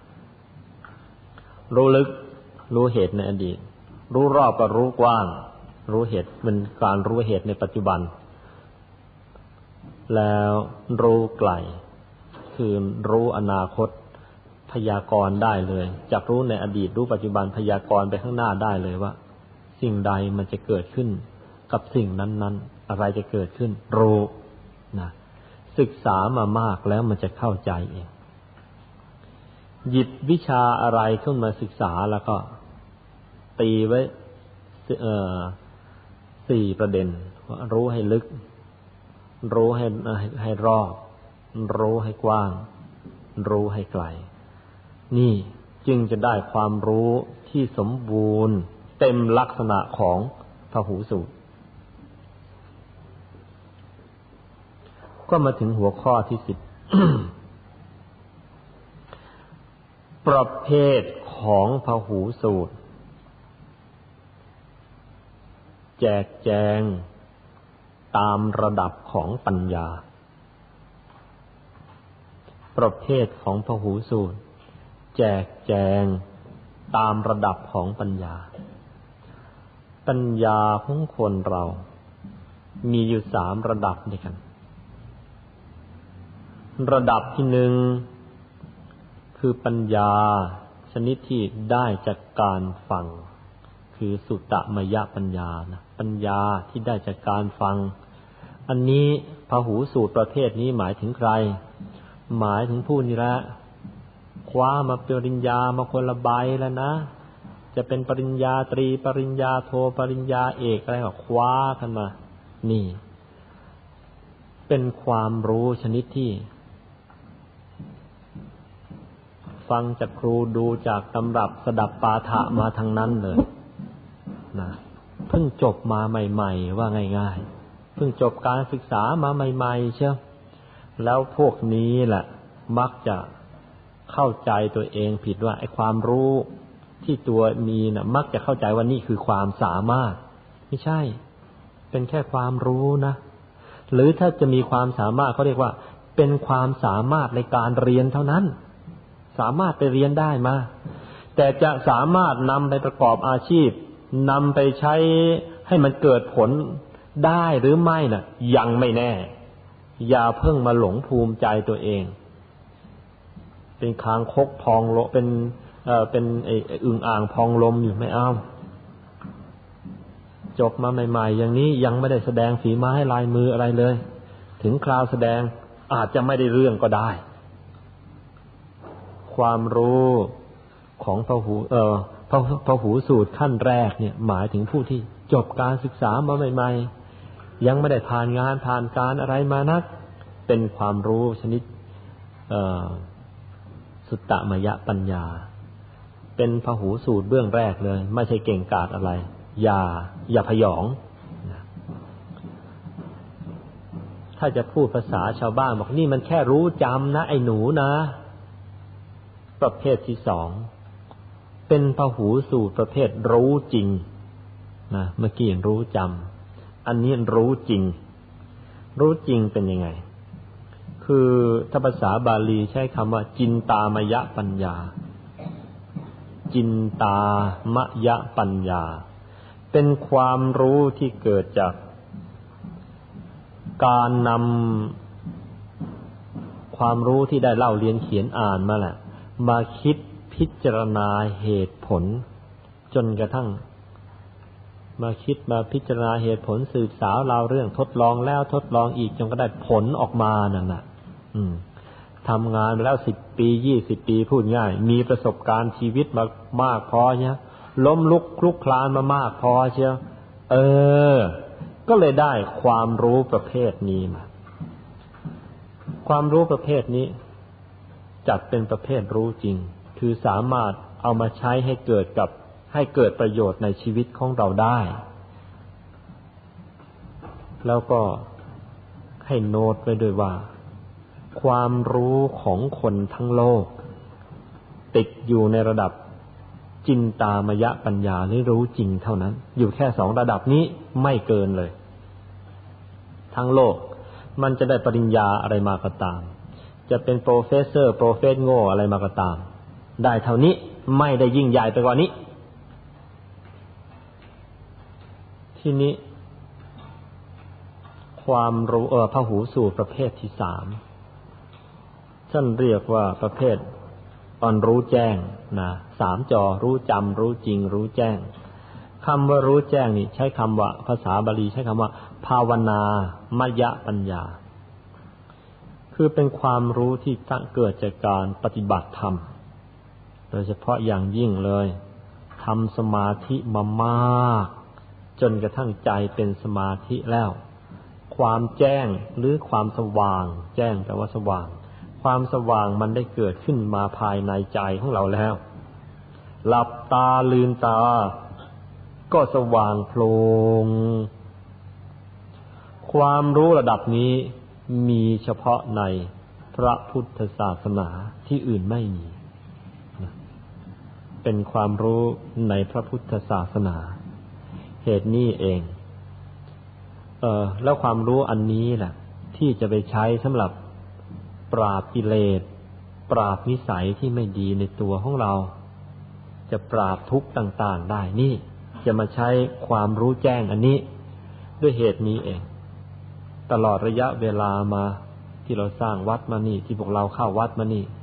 รู้ลึกรู้เหตุในอดีตรู้รอบก็รู้กว้างรู้เหตุเป็นการรู้เหตุในปัจจุบันแล้วรู้ไกลคือรู้อนาคตพยากรณ์ได้เลยจากรู้ในอดีตรู้ปัจจุบันพยากรณ์ไปข้างหน้าได้เลยว่าสิ่งใดมันจะเกิดขึ้นกับสิ่งนั้นๆอะไรจะเกิดขึ้นรู้นะศึกษามามากแล้วมันจะเข้าใจเองหยิบวิชาอะไรขึ้นมาศึกษาแล้วก็ตีไว้4 ประเด็นรู้ให้ลึกรู้ให้รอบรู้ให้กว้างรู้ให้ไกลนี่จึงจะได้ความรู้ที่สมบูรณ์เต็มลักษณะของพหูสูตรก็มาถึงหัวข้อที่10 ประเภทของพหูสูตรแจกแจงตามระดับของปัญญาประเภทของพหูสูตรแจกแจงตามระดับของปัญญาปัญญาของคนเรามีอยู่3 ระดับด้วยกันระดับที่1คือปัญญาชนิดที่ได้จากการฟังคือสุตตมยปัญญานะปัญญาที่ได้จากการฟังอันนี้พหูสูตรประเภทนี้หมายถึงใครหมายถึงผู้นี้ละคว้ามาปริญญามาคนละใบแล้วนะจะเป็นปริญญาตรีปริญญาโทปริญญาเอกอะไรก็คว้ากันมานี่เป็นความรู้ชนิดที่ฟังจากครูดูจากตำรับสดับปาฐะมาทั้งนั้นเลยนะเพิ่งจบมาใหม่ๆว่าง่ายๆเพิ่งจบการศึกษามาใหม่ๆเชียวแล้วพวกนี้แหละมักจะเข้าใจตัวเองผิดว่าไอ้ความรู้ที่ตัวมีน่ะมักจะเข้าใจว่านี่คือความสามารถไม่ใช่เป็นแค่ความรู้นะหรือถ้าจะมีความสามารถเขาเรียกว่าเป็นความสามารถในการเรียนเท่านั้นสามารถไปเรียนได้มาแต่จะสามารถนำไปประกอบอาชีพนำไปใช้ให้มันเกิดผลได้หรือไม่น่ะยังไม่แน่อย่าเพิ่งมาหลงภูมิใจตัวเองเป็นคางคกพองโลเป็นอึ่งอ่างพองลมอยู่ไม่เอาจบมาใหม่ๆอย่างนี้ยังไม่ได้แสดงฝีไม้ลายมืออะไรเลยถึงคราวแสดงอาจจะไม่ได้เรื่องก็ได้ความรู้ของพหูสูตรขั้นแรกเนี่ยหมายถึงผู้ที่จบการศึกษามาใหม่ๆยังไม่ได้ผ่านงานผ่านการอะไรมานักเป็นความรู้ชนิดสุตตมยปัญญาเป็นพหูสูตรเบื้องแรกเลยไม่ใช่เก่งกาจอะไรอย่าพยองถ้าจะพูดภาษาชาวบ้านบอกนี่มันแค่รู้จำนะไอ้หนูนะประเภทที่สองเป็นพหูสูตรประเภทรู้จริงนะเมื่อกี้รู้จำอันนี้รู้จริงรู้จริงเป็นยังไงคือถ้าภาษาบาลีใช้คำว่าจินตามยปัญญาจินตามยปัญญาเป็นความรู้ที่เกิดจากการนำความรู้ที่ได้เล่าเรียนเขียนอ่านมาแหละมาคิดพิจารณาเหตุผลจนกระทั่งมาคิดมาพิจารณาเหตุผลสืบสาวราวเรื่องทดลองแล้วทดลองอีกจนก็ได้ผลออกมานั่นน่ะทำงานมาแล้ว10 ปี20 ปีพูดง่ายมีประสบการณ์ชีวิตมามากพอเนี่ยล้มลุกคลุกคลานมามากพอเชียวก็เลยได้ความรู้ประเภทนี้มาความรู้ประเภทนี้จัดเป็นประเภทรู้จริงคือสามารถเอามาใช้ให้เกิดประโยชน์ในชีวิตของเราได้แล้วก็ให้โน้ตไว้ด้วยว่าความรู้ของคนทั้งโลกติดอยู่ในระดับจินตามยปัญญาหรือรู้จริงเท่านั้นอยู่แค่2ระดับนี้ไม่เกินเลยทั้งโลกมันจะได้ปริญญาอะไรมาก็ตามจะเป็นโปรเฟสเซอร์โปรเฟสโง่อะไรมาก็ตามได้เท่านี้ไม่ได้ยิ่งใหญ่ไปกว่านี้ทีนี้ความรู้พหูสูตรประเภทที่3ท่านเรียกว่าประเภทตอนรู้แจ้งนะ3จอรู้จำรู้จริงรู้แจ้งคำว่ารู้แจ้งนี่ใช้คำว่าภาษาบาลีใช้คำว่าภาวนามยปัญญาคือเป็นความรู้ที่เกิดจากการปฏิบัติธรรมโดยเฉพาะอย่างยิ่งเลยทำสมาธิมามากจนกระทั่งใจเป็นสมาธิแล้วความแจ้งหรือความสว่างแจ้งแปลว่าสว่างความสว่างมันได้เกิดขึ้นมาภายในใจของเราแล้วหลับตาลืมตาก็สว่างโพลงความรู้ระดับนี้มีเฉพาะในพระพุทธศาสนาที่อื่นไม่มีเป็นความรู้ในพระพุทธศาสนาเหตุนี้เองแล้วความรู้อันนี้แหละที่จะไปใช้สำหรับปราบกิเลสปราบนิสัยที่ไม่ดีในตัวของเราจะปราบทุกข์ต่างๆได้นี่จะมาใช้ความรู้แจ้งอันนี้ด้วยเหตุนี้เองตลอดระยะเวลามาที่เราสร้างวัดมานี่ที่พวกเราเข้าวัดมานี่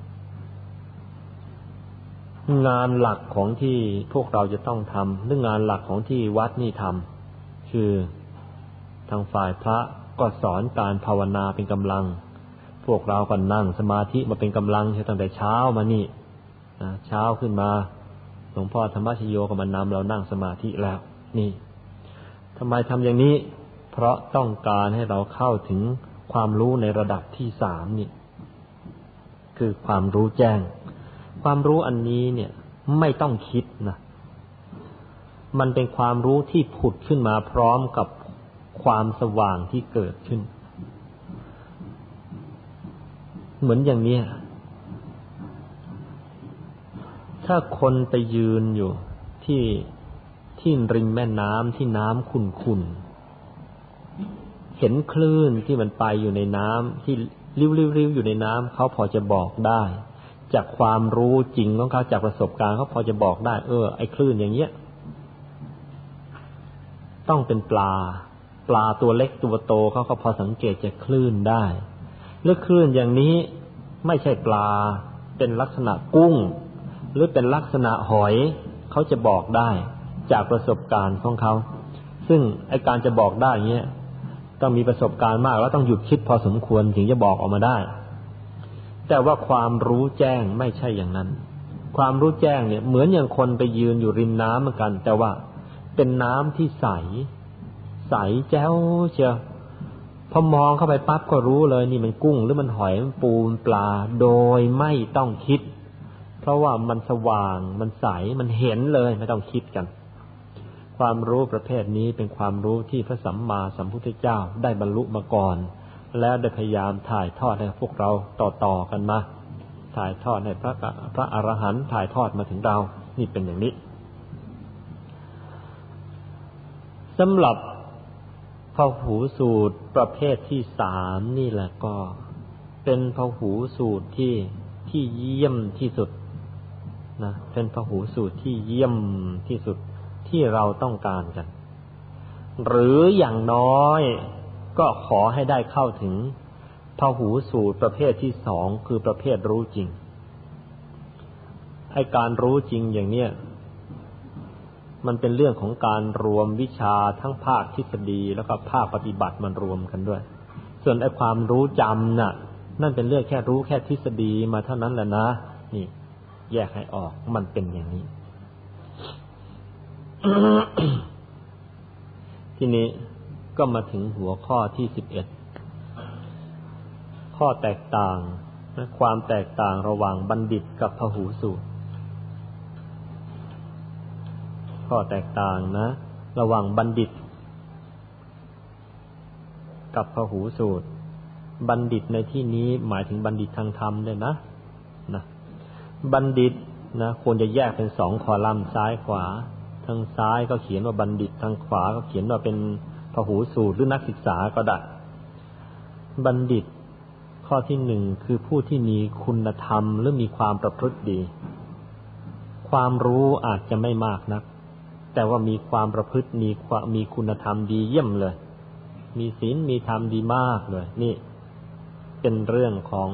งานหลักของที่พวกเราจะต้องทำหรืองานหลักของที่วัดนี่ทำคือทางฝ่ายพระก็สอนการภาวนาเป็นกำลังพวกเราก็นั่งสมาธิมาเป็นกำลังตั้งแต่เช้ามานี่เช้าขึ้นมาหลวงพ่อธรรมชโยก็มานำเรานั่งสมาธิแล้วนี่ทำไมทำอย่างนี้เพราะต้องการให้เราเข้าถึงความรู้ในระดับที่สามนี่คือความรู้แจ้งความรู้อันนี้เนี่ยไม่ต้องคิดนะมันเป็นความรู้ที่ผุดขึ้นมาพร้อมกับความสว่างที่เกิดขึ้นเหมือนอย่างนี้ถ้าคนไปยืนอยู่ที่ริมแม่น้ำที่น้ำขุ่นๆเห็นคลื่นที่มันไปอยู่ในน้ำที่ริ้วๆอยู่ในน้ำเขาพอจะบอกได้จากความรู้จริงของเขาจากประสบการณ์เขาพอจะบอกได้ไอ้คลื่นอย่างเงี้ยต้องเป็นปลาตัวเล็กตัวโตเขาก็พอสังเกตจากคลื่นได้หรือคลื่นอย่างนี้ไม่ใช่ปลาเป็นลักษณะกุ้งหรือเป็นลักษณะหอยเขาจะบอกได้จากประสบการณ์ของเขาซึ่งไอ้การจะบอกได้เงี้ยต้องมีประสบการณ์มากแล้วต้องหยุดคิดพอสมควรถึงจะบอกออกมาได้แต่ว่าความรู้แจ้งไม่ใช่อย่างนั้นความรู้แจ้งเนี่ยเหมือนอย่างคนไปยืนอยู่ริมน้ำเหมือนกันแต่ว่าเป็นน้ำที่ใสแจ๋วเชียวพอมองเข้าไปปั๊บก็รู้เลยนี่มันกุ้งหรือมันหอยมันปูมันปลาโดยไม่ต้องคิดเพราะว่ามันสว่างมันใสมันเห็นเลยไม่ต้องคิดกันความรู้ประเภทนี้เป็นความรู้ที่พระสัมมาสัมพุทธเจ้าได้บรรลุมาก่อนแล้วได้พยายามถ่ายทอดให้พวกเราต่อกันมาถ่ายทอดให้พระอรหันต์ถ่ายทอดมาถึงเรานี่เป็นอย่างนี้สำหรับพหูสูตรประเภทที่สามนี่แหละก็เป็นพหูสูตรที่เยี่ยมที่สุดนะเป็นพหูสูตรที่เยี่ยมที่สุดที่เราต้องการกันหรืออย่างน้อยก็ขอให้ได้เข้าถึงพหูสูตรประเภทที่สองคือประเภทรู้จริงไอ้การรู้จริงอย่างเนี้ยมันเป็นเรื่องของการรวมวิชาทั้งภาคทฤษฎีแล้วก็ภาคปฏิบัติมันรวมกันด้วยส่วนไอ้ความรู้จำน่ะนั่นเป็นเรื่องแค่รู้แค่ทฤษฎีมาเท่านั้นแหละนะนี่แยกให้ออกมันเป็นอย่างนี้ ทีนี้ก็มาถึงหัวข้อที่11ข้อแตกต่างและความแตกต่างระหว่างบัณฑิตกับพหูสูตรข้อแตกต่างนะระหว่างบัณฑิตกับพหูสูตรบัณฑิตในที่นี้หมายถึงบัณฑิตทางธรรมด้วยนะบัณฑิตนะควรจะแยกเป็น2คอลัมน์ซ้ายขวาทางซ้ายก็เขียนว่าบัณฑิตทางขวาก็เขียนว่าเป็นพหูสูตรหรือนักศึกษาก็ได้บัณฑิตข้อที่1คือผู้ที่มีคุณธรรมหรือมีความประพฤติดีความรู้อาจจะไม่มากนักแต่ว่ามีความประพฤติมีคุณธรรมดีเยี่ยมเลยมีศีลมีธรรมดีมากเลยนี่เป็นเรื่องของ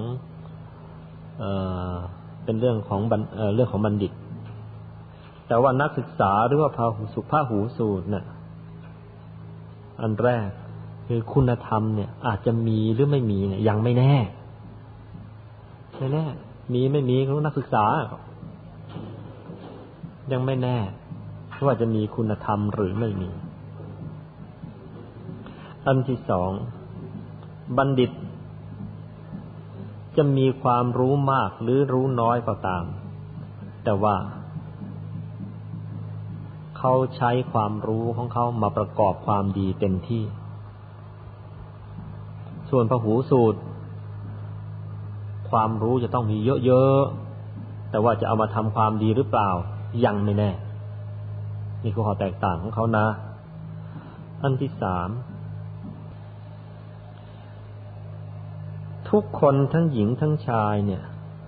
เรื่องของบัณฑิตแต่ว่านักศึกษาหรือว่าพหูสูตรเนี่ยอันแรกคือคุณธรรมเนี่ยอาจจะมีหรือไม่มีเนี่ยยังไม่แน่มีไม่มีของนักศึกษายังไม่แน่ว่าจะมีคุณธรรมหรือไม่มีอันที่สองบัณฑิตจะมีความรู้มากหรือรู้น้อยก็ตามแต่ว่าเขาใช้ความรู้ของเขามาประกอบความดีเต็มที่ส่วนพหูสูตรความรู้จะต้องมีเยอะๆแต่ว่าจะเอามาทำความดีหรือเปล่ายังไม่แน่นี่คือข้อแตกต่างของเขานะอันที่สามทุกคนทั้งหญิงทั้งชายเนี่ย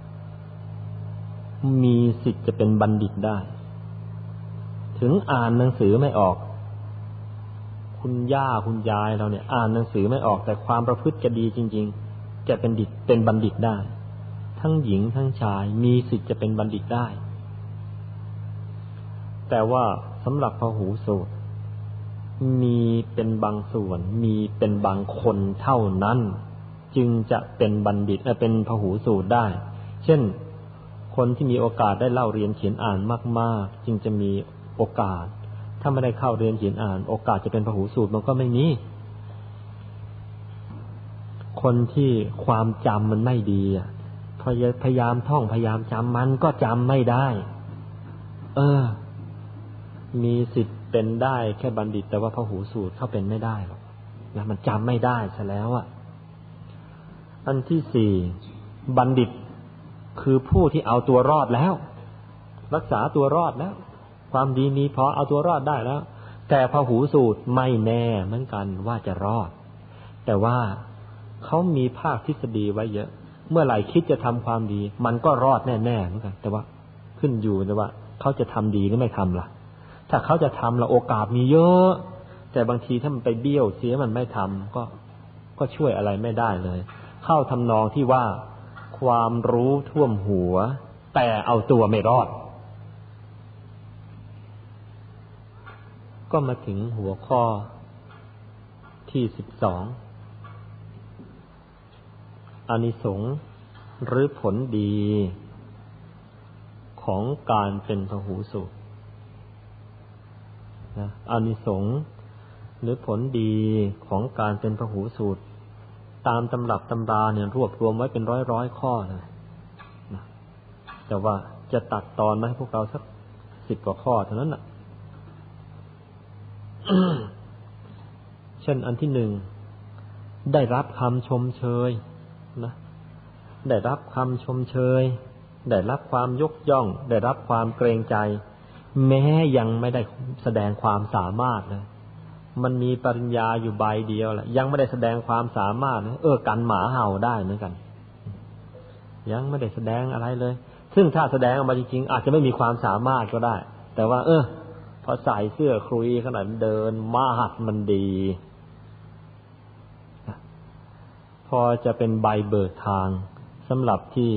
มีสิทธิ์จะเป็นบัณฑิตได้ถึงอ่านหนังสือไม่ออกคุณย่าคุณยายเราเนี่ยอ่านหนังสือไม่ออกแต่ความประพฤติจะดีจริงๆจะเป็นบัณฑิตได้ทั้งหญิงทั้งชายมีสิทธิ์จะเป็นบัณฑิตได้แต่ว่าสำหรับพหูสูตรมีเป็นบางส่วนมีเป็นบางคนเท่านั้นจึงจะเป็นบัณฑิตเป็นพหูสูตรได้เช่นคคนที่มีโอกาสได้เล่าเรียนเขียนอ่านมากๆจึงจะมีโอกาสถ้าไม่ได้เข้าเรียนเขียนอ่านโอกาสจะเป็นพหูสูตรมันก็ไม่มีคนที่ความจำมันไม่ดีพยายามท่องพยายามจำมันก็จำไม่ได้มีสิทธิ์เป็นได้แค่บัณฑิตแต่ว่าพหูสูตรเขาเป็นไม่ได้หรอกนะมันจำไม่ได้ซะแล้วอันที่สี่บัณฑิตคือผู้ที่เอาตัวรอดแล้วรักษาตัวรอดแล้วความดีมีพอเอาตัวรอดได้แล้วแต่พหูสูตรไม่แน่เหมือนกันว่าจะรอดแต่ว่าเขามีภาคทฤษฎีไว้เยอะเมื่อไหร่คิดจะทำความดีมันก็รอดแน่ๆเหมือนกันแต่ว่าขึ้นอยู่แต่ว่าเขาจะทำดีหรือไม่ทำล่ะถ้าเขาจะทำละโอกาสมีเยอะแต่บางทีถ้ามันไปเบี้ยวเสียมันไม่ทำก็ช่วยอะไรไม่ได้เลยเข้าทำนองที่ว่าความรู้ท่วมหัวแต่เอาตัวไม่รอดก็มาถึงหัวข้อที่12อานิสงส์หรือผลดีของการเป็นพหูสูตรนะอานิสงส์หรือผลดีของการเป็นพหูสูตรตามตำรับตำราเนี่ยรวบรวมไว้เป็นร้อยข้อนะแต่ว่าจะตัดตอนมาให้พวกเราสัก10 กว่าข้อเท่านั้นน่ะ เช่นอันที่1ได้รับคำชมเชยนะได้รับคำชมเชยได้รับความยกย่องได้รับความเกรงใจแม้ยังไม่ได้แสดงความสามารถนะมันมีปริญญาอยู่ใบเดียวแหละยังไม่ได้แสดงความสามารถนะกันหมาเห่าได้เหมือนกันยังไม่ได้แสดงอะไรเลยซึ่งถ้าแสดงออกมาจริงๆอาจจะไม่มีความสามารถก็ได้แต่ว่าพอใส่เสื้อคลุยขนาดเดินมาหัดมันดีพอจะเป็นใบเบิกทางสำหรับที่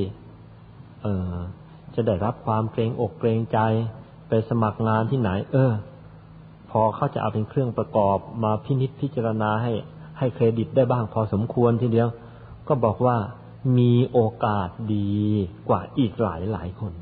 จะได้รับความเกรงอกเกรงใจไปสมัครงานที่ไหนพอเขาจะเอาเป็นเครื่องประกอบมาพินิจพิจารณาให้เครดิตได้บ้างพอสมควรทีเดียวก็บอกว่ามีโอกาสดีกว่าอีกหลายคน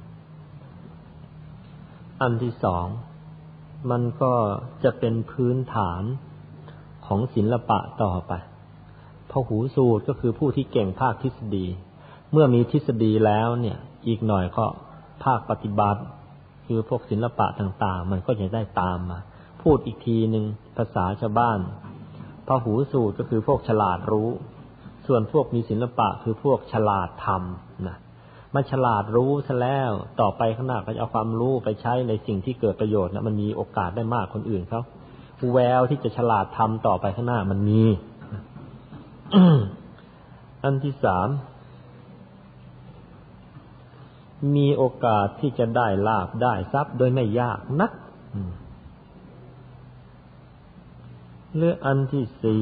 อันที่2มันก็จะเป็นพื้นฐานของศิลปะต่อไปพหูสูตรก็คือผู้ที่เก่งภาคทฤษฎีเมื่อมีทฤษฎีแล้วเนี่ยอีกหน่อยก็ภาคปฏิบัติคือพวกศิลปะต่างๆมันก็จะได้ตามมาพูดอีกทีนึงภาษาชาวบ้านพหูสูตรก็คือพวกฉลาดรู้ส่วนพวกมีศิลปะคือพวกฉลาดทำนะมันฉลาดรู้ซะแล้วต่อไปข้างหน้าก็จะเอาความรู้ไปใช้ในสิ่งที่เกิดประโยชน์นะมันมีโอกาสได้มากคนอื่นเขาแววที่จะฉลาดทำต่อไปข้างหน้ามันมี อันที่3มีโอกาสที่จะได้ลาภได้ทรัพย์โดยไม่ยากนักหรืออันที่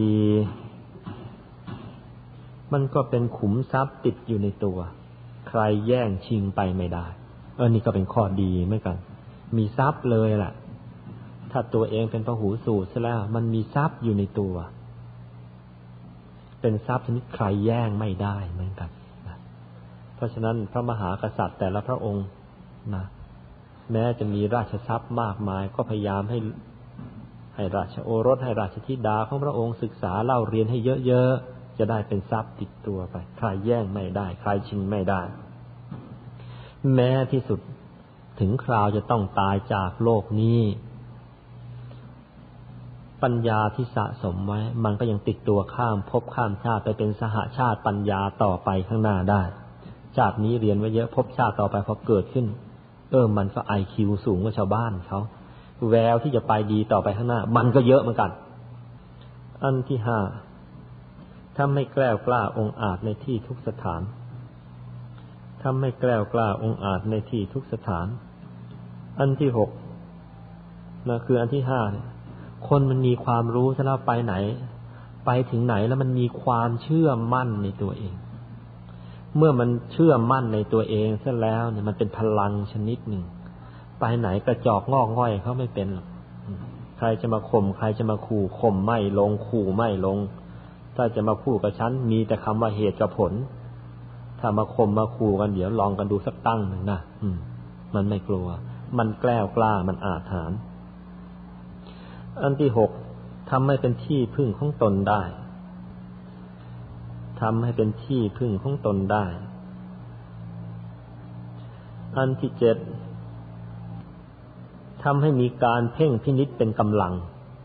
4มันก็เป็นขุมทรัพย์ติดอยู่ในตัวใครแย่งชิงไปไม่ได้นี่ก็เป็นข้อดีเหมือนกันมีทรัพย์เลยล่ะถ้าตัวเองเป็นพหูสูตรซะแล้วมันมีทรัพย์อยู่ในตัวเป็นทรัพย์ชนิดใครแย่งไม่ได้เหมือนกันนะเพราะฉะนั้นพระมหากษัตริย์แต่ละพระองค์นะแม้จะมีราชทรัพย์มากมายก็พยายามให้ราชโอรสให้ราชธิดาของพระองค์ศึกษาเล่าเรียนให้เยอะๆจะได้เป็นทรัพย์ติดตัวไปใครแย่งไม่ได้ใครชิงไม่ได้แม้ที่สุดถึงคราวจะต้องตายจากโลกนี้ปัญญาที่สะสมไว้มันก็ยังติดตัวข้ามภพข้ามชาติไปเป็นสหชาติปัญญาต่อไปข้างหน้าได้ชาตินี้เรียนไว้เยอะภพชาติต่อไปพอเกิดขึ้นมันก็ IQ สูงกว่าชาวบ้านเขาแววที่จะไปดีต่อไปข้างหน้ามันก็เยอะเหมือนกันอันที่5ถ้าไม่แกล้วกล้าองอาจในที่ทุกสถานถ้าไม่แกล้วกล้าองอาจในที่ทุกสถานอันที่6นะคืออันที่5เนี่ยคนมันมีความรู้ซะแล้วไปไหนไปถึงไหนแล้วมันมีความเชื่อมั่นในตัวเองเมื่อมันเชื่อมั่นในตัวเองซะแล้วเนี่ยมันเป็นพลังชนิดหนึ่งไปไหนกระจอกงอกง่อยเขาไม่เป็นหรอกใครจะมาข่มใครจะมาขู่ข่มไม่ลงขู่ไม่ลงถ้าจะมาพูดกับฉันมีแต่คำว่าเหตุกับผลถ้ามาข่มมาขู่กันเดี๋ยวลองกันดูสักตั้งหนึ่งนะมันไม่กลัวมันแกล้วกล้ามันอาถรรพ์อันที่ 6ทำให้เป็นที่พึ่งของตนได้ทำให้เป็นที่พึ่งของตนได้อันที่ 7ทำให้มีการเพ่งพินิจเป็นกำลัง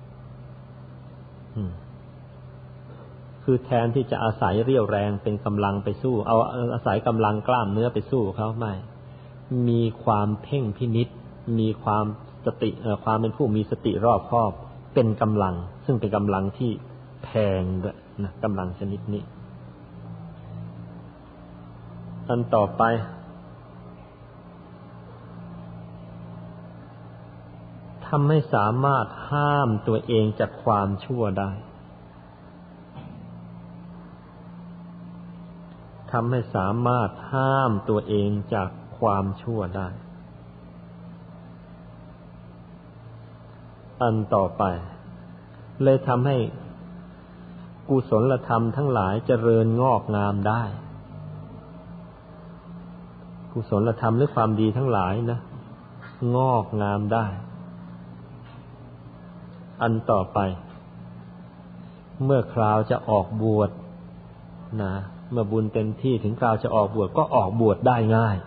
คือแทนที่จะอาศัยเรี่ยวแรงเป็นกำลังไปสู้เอาอาศัยกำลังกล้ามเนื้อไปสู้เขาไม่มีความเพ่งพินิจมีความสติความเป็นผู้มีสติรอบคอบเป็นกำลังซึ่งเป็นกำลังที่แพงด้วยนะกำลังชนิดนี้อันต่อไปทำให้สามารถห้ามตัวเองจากความชั่วได้ทำให้สามารถห้ามตัวเองจากความชั่วได้อันต่อไปเลยทำให้กุศลธรรมทั้งหลายเจริญงอกงามได้กุศลธรรมหรือความดีทั้งหลายนะงอกงามได้อันต่อไปเมื่อคราวจะออกบวชนะเมื่อบุญเต็มที่ถึงคราวจะออกบวชก็ออกบวชได้ง่าย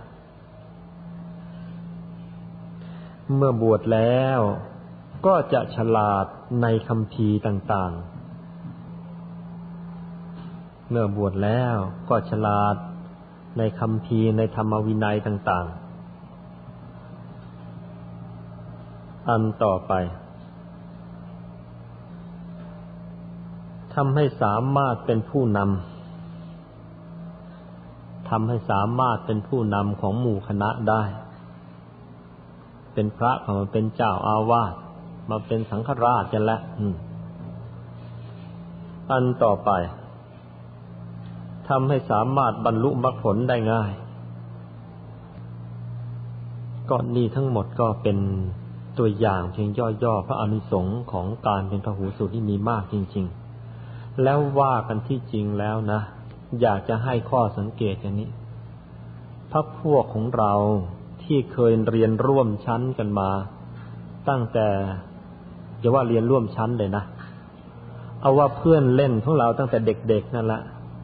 เมื่อบวชแล้วก็จะฉลาดในคัมภีร์ต่างๆเมื่อบวชแล้วก็ฉลาดในคัมภีร์ในธรรมวินัยต่างๆอันต่อไปทำให้สามารถเป็นผู้นำทำให้สามารถเป็นผู้นำของหมู่คณะได้เป็นพระก็มาเป็นเจ้าอาวาสมาเป็นสังฆราชกันแล้วอันต่อไปทำให้สามารถบรรลุมรรคผลได้ง่ายก็นี่ทั้งหมดก็เป็นตัวอย่างเพียงย่อๆพระอานิสงส์ของการเป็นพหูสูตรที่มีมากจริงๆแล้วว่ากันที่จริงแล้วนะอยากจะให้ข้อสังเกตอย่างนี้พรรคพวกของเราที่เคยเรียนร่วมชั้นกันมาตั้งแต่อย่าว่าเรียนร่วมชั้นเลยนะเอาว่าเพื่อนเล่นของเราตั้งแต่เด็กๆนั่นแหละ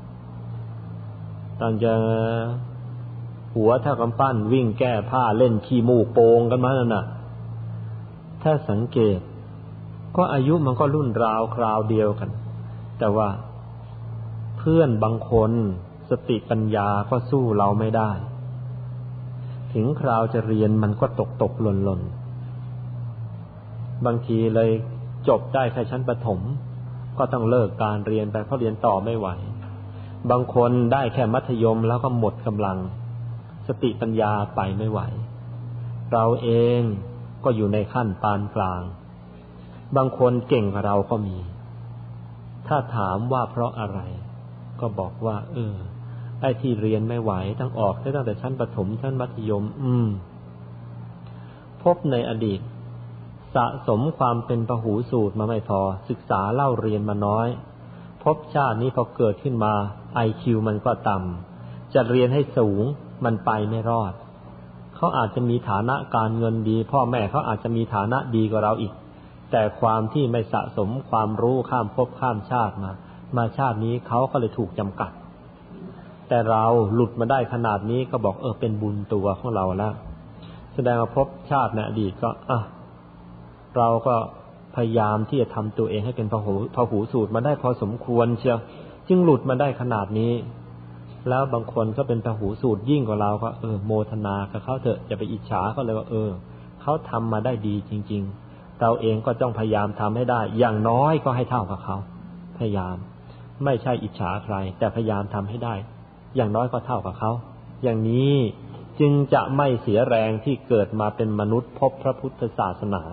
ตั้งแต่หัวเท่ากำปั้นวิ่งแก้ผ้าเล่นขี้มูกโป่งกันมานั่นน่ะถ้าสังเกตก็อายุมันก็รุ่นราวคราวเดียวกันแต่ว่าเพื่อนบางคนสติปัญญาก็สู้เราไม่ได้ถึงคราวจะเรียนมันก็ตกหล่นบางทีเลยจบได้แค่ชั้นประถมก็ต้องเลิกการเรียนไปเพราะเรียนต่อไม่ไหวบางคนได้แค่มัธยมแล้วก็หมดกำลังสติปัญญาไปไม่ไหวเราเองก็อยู่ในขั้นปานกลางบางคนเก่งกว่าเราก็มีถ้าถามว่าเพราะอะไรก็บอกว่าไอ้ที่เรียนไม่ไหวตั้งตั้งแต่ชั้นประถมชั้นมัธยมพบในอดีตสะสมความเป็นพหูสูตรมาไม่พอศึกษาเล่าเรียนมาน้อยพบชาตินี้พอเกิดขึ้นมา IQ มันก็ต่ำจะเรียนให้สูงมันไปไม่รอดเขาอาจจะมีฐานะการเงินดีพ่อแม่เขาอาจจะมีฐานะดีกว่าเราอีกแต่ความที่ไม่สะสมความรู้ข้ามภพข้ามชาติมาชาตินี้เขาก็เลยถูกจำกัดแต่เราหลุดมาได้ขนาดนี้ก็บอกเป็นบุญตัวของเราแล้วแสดงว่าภพชาติในอดีตก็เราก็พยายามที่จะทำตัวเองให้เป็นพหูสูตรมาได้พอสมควรเชียวจึงหลุดมาได้ขนาดนี้แล้วบางคนก็เป็นพหูสูตรยิ่งกว่าเราก็โมทนากับเขาเถอะอย่าไปอิจฉาเขาเลยว่าเขาทำมาได้ดีจริงๆเราเองก็ต้องพยายามทำให้ได้อย่างน้อยก็ให้เท่ากับเขาพยายามไม่ใช่อิจฉาใครแต่พยายามทำให้ได้อย่างน้อยก็เท่ากับเขาอย่างนี้จึงจะไม่เสียแรงที่เกิดมาเป็นมนุษย์พบพระพุทธศาสนา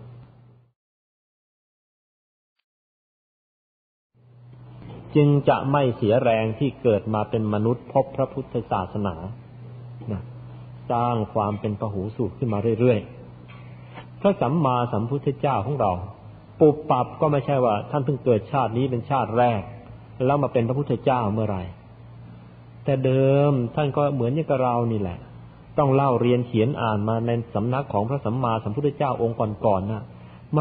จึงจะไม่เสียแรงที่เกิดมาเป็นมนุษย์พบพระพุทธศาสนาสร้างความเป็นพหูสูตรขึ้นมาเรื่อยๆพระสัมมาสัมพุทธเจ้าของเราปุบปับก็ไม่ใช่ว่าท่านเพิ่งเกิดชาตินี้เป็นชาติแรกแล้วมาเป็นพระพุทธเจ้าเมื่อไหร่แต่เดิมท่านก็เหมือนอย่างกับเรานี่แหละต้องเล่าเรียนเขียนอ่านมาในสำนักของพระสัมมาสัมพุทธเจ้าองค์ก่อนๆนะมา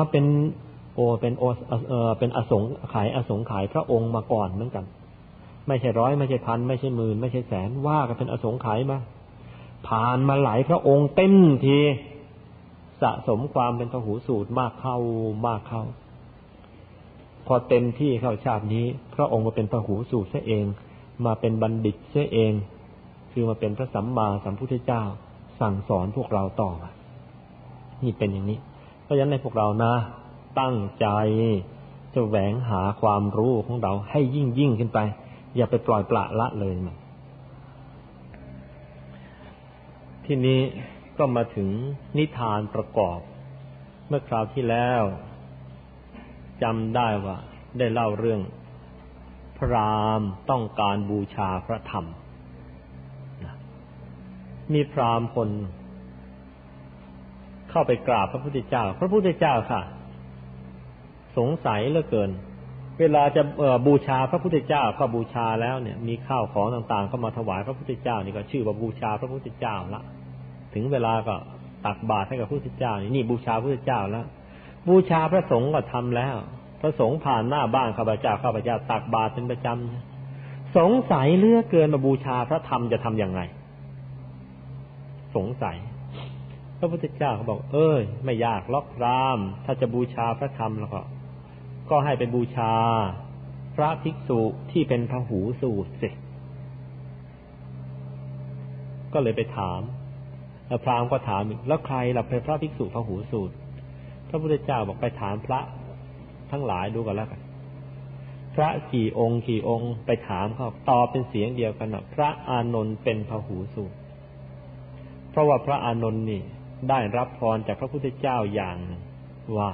เป็นอสงไขยพระองค์มาก่อนเหมือนกันไม่ใช่ร้อยไม่ใช่พันไม่ใช่หมื่นไม่ใช่แสนว่ากันเป็นอสงไขยมาผ่านมาหลายพระองค์เต็มทีสะสมความเป็นพหูสูตรมากเข้าพอเต็มที่เข้าชาตินี้พระองค์มาเป็นพหูสูตรเสียเองมาเป็นบัณฑิตเสียเองคือมาเป็นพระสัมมาสัมพุทธเจ้าสั่งสอนพวกเราต่อนี่เป็นอย่างนี้เพราะฉะนั้นในพวกเรานะตั้งใจแสวงหาความรู้ของเราให้ยิ่งขึ้นไปอย่าไปปล่อยปละละเลยมันทีนี้ก็มาถึงนิทานประกอบเมื่อคราวที่แล้วจำได้ว่าได้เล่าเรื่องพราหมณ์ต้องการบูชาพระธรรมมีพราหมณ์คนเข้าไปกราบพระพุทธเจ้าค่ะสงสัยเหลือเกินเวลาจะบูชาพระพุทธเจ้าก็บูชาแล้วเนี่ยมีข้าวของต่างๆก็มาถวายพระพุทธเจ้านี่ก็ชื่อว่าบูชาพระพุทธเจ้าละถึงเวลาก็ตักบาตรให้กับพระพุทธเจ้านี่บูชาพระพุทธเจ้าแล้วบูชาพระสงฆ์ก็ทำแล้วพระสงฆ์ผ่านหน้าบ้านข้าพเจ้าตักบาตรเป็นประจำสงสัยเหลือเกินมาบูชาพระธรรมจะทำอย่างไรสงสัยพระพุทธเจ้าเขาบอกไม่ยากล็อกพราหมณ์ถ้าจะบูชาพระธรรมแล้วก็ให้ไปบูชาพระภิกษุที่เป็นพหูสูตรสิก็เลยไปถามแล้วพราหมณ์ก็ถามอีกแล้วใครล่ะเป็นพระภิกษุพหูสูตรพระพุทธเจ้าบอกไปถามพระทั้งหลายดูกันแล้วกันพระกี่องค์ไปถามเขาตอบเป็นเสียงเดียวกันนะพระอานนท์เป็นพหูสูตรเพราะว่าพระอานนท์นี่ได้รับพรจากพระพุทธเจ้าอย่างว่า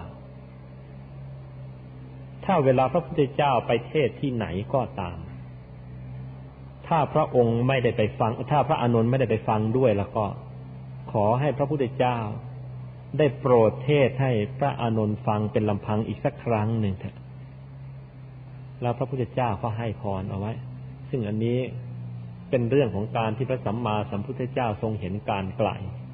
ถ้าเวลาพระพุทธเจ้าไปเทศที่ไหนก็ตามถ้าพระองค์ไม่ได้ไปฟังถ้าพระอานนท์ไม่ได้ไปฟังด้วยแล้วก็ขอให้พระพุทธเจ้าได้โปรดเทศให้พระอานนท์ฟังเป็นลำพังอีกสักครั้งหนึ่งเถอะแล้วพระพุทธเจ้าก็ให้พรเอาไว้ซึ่งอันนี้เป็นเรื่องของการที่พระสัมมาสัมพุทธเจ้าทรงเห็นการไกล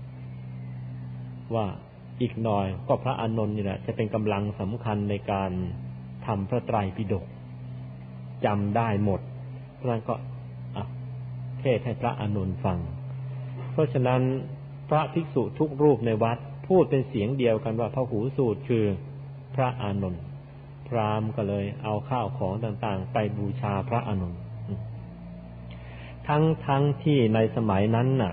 ว่าอีกหน่อยก็พระอานนท์นี่แหละจะเป็นกำลังสำคัญในการทำพระไตรปิฎกจำได้หมดเพราะนั้นก็เทศให้พระอานนท์ฟังเพราะฉะนั้นพระภิกษุทุกรูปในวัดพูดเป็นเสียงเดียวกันว่าพหูสูตรคือพระอานนท์พราหมณ์ก็เลยเอาข้าวของต่างๆไปบูชาพระอานนท์ทั้งที่ในสมัยนั้นน่ะ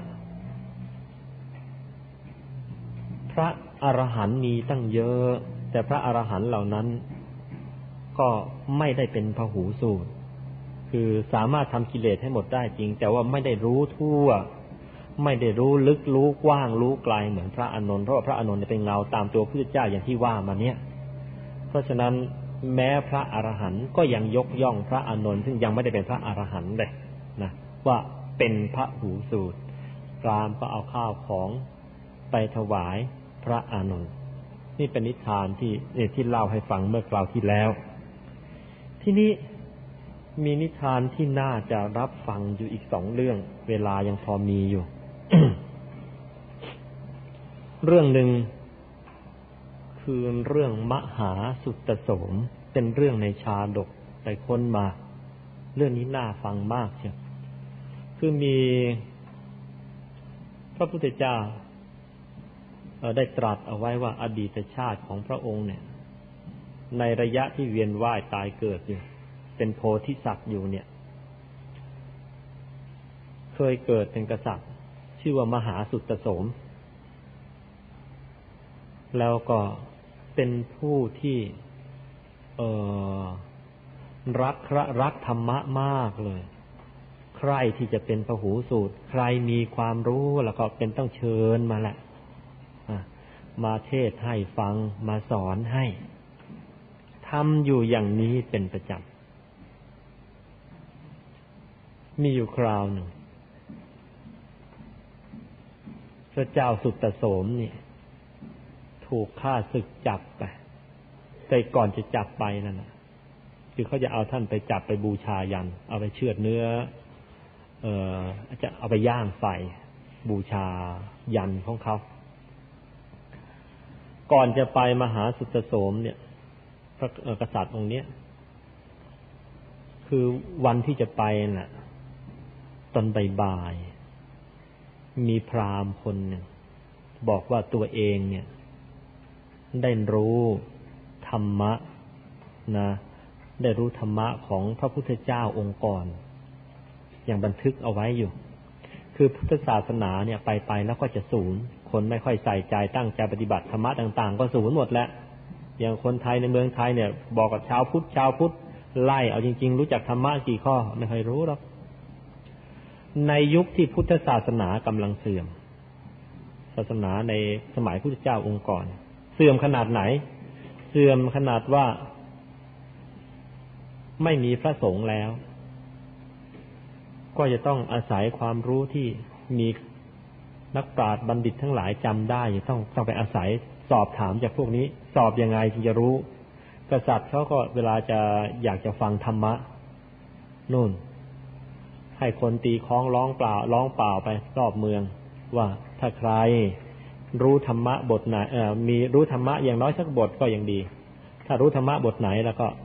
พระอรหันต์มีตั้งเยอะแต่พระอรหันต์เหล่านั้นก็ไม่ได้เป็นพหูสูตรคือสามารถทำกิเลสให้หมดได้จริงแต่ว่าไม่ได้รู้ทั่วไม่ได้รู้ลึกรู้กว้างรู้ไกลเหมือนพระอานนท์เพราะว่าพระอานนท์เป็นเงาตามตัวพระพุทธเจ้าอย่างที่ว่ามาเนี่ยเพราะฉะนั้นแม้พระอรหันต์ก็ยังยกย่องพระอานนท์ซึ่งยังไม่ได้เป็นพระอรหันต์เลยนะว่าเป็นพระหูสูตรพราหมณ์ก็เอาข้าวของไปถวายพระอานนท์นี่เป็นนิทานที่เล่าให้ฟังเมื่อคราวที่แล้วที่นี้มีนิทานที่น่าจะรับฟังอยู่อีก2เรื่องเวลายังพอมีอยู่ เรื่องหนึ่งคือเรื่องมหาสุตโสมเป็นเรื่องในชาดกไปค้นมาเรื่องนี้น่าฟังมากเชียวคือมีพระพุทธเจ้าได้ตรัสเอาไว้ว่าอดีตชาติของพระองค์เนี่ยในระยะที่เวียนว่ายตายเกิดอยู่เป็นโพธิสัตว์อยู่เนี่ยเคยเกิดเป็นกษัตริย์ชื่อว่ามหาสุตโสมแล้วเป็นผู้ที่รักธรรมะมากเลยใครที่จะเป็นพหูสูตรใครมีความรู้แล้วก็เป็นต้องเชิญมาแหละมาเทศให้ฟังมาสอนให้ทำอยู่อย่างนี้เป็นประจำมีอยู่คราวหนึ่งพระเจ้าสุตโสมนี่ถูกฆ่าศึกจับไปแต่ก่อนจะจับไปนั่นนะคือเขาจะเอาท่านไปจับไปบูชายันเอาไปเชือดเนื้อจะเอาไปย่างไฟบูชายันของเขาก่อนจะไปมหาสุตโสมเนี่ยพระกษัตริย์องค์เนี้ยคือวันที่จะไปน่ะตอนบ่ายๆมีพราหมณ์คนหนึ่งบอกว่าตัวเองเนี่ยได้รู้ธรรมะนะได้รู้ธรรมะของพระพุทธเจ้าองค์ก่อนอย่างบันทึกเอาไว้อยู่คือพุทธศาสนาเนี่ยไปแล้วก็จะสูญคนไม่ค่อยใส่ใจตั้งใจปฏิบัติธรรมะต่างๆก็สูญหมดแล้วอย่างคนไทยในเมืองไทยเนี่ยบอกกับชาวพุทธไล่เอาจริงๆรู้จักธรรมะกี่ข้อไม่ค่อยรู้หรอกในยุคที่พุทธศาสนากำลังเสื่อมศาสนาในสมัยพุทธเจ้าองค์ก่อนเสื่อมขนาดไหนเสื่อมขนาดว่าไม่มีพระสงฆ์แล้วก็จะต้องอาศัยความรู้ที่มีนักปราชญ์บัณฑิตทั้งหลายจำได้ต้องไปอาศัยสอบถามจากพวกนี้สอบยังไงถึงจะรู้กษัตริย์เขาก็เวลาจะอยากจะฟังธรรมะนู่นให้คนตีคล้องร้องเปล่าไปรอบเมืองว่าถ้าใครรู้ธรรมะบทไหนมีรู้ธรรมะอย่างน้อยสักบทก็ยังดีถ้ารู้ธรรมะบทไหนแล้วก็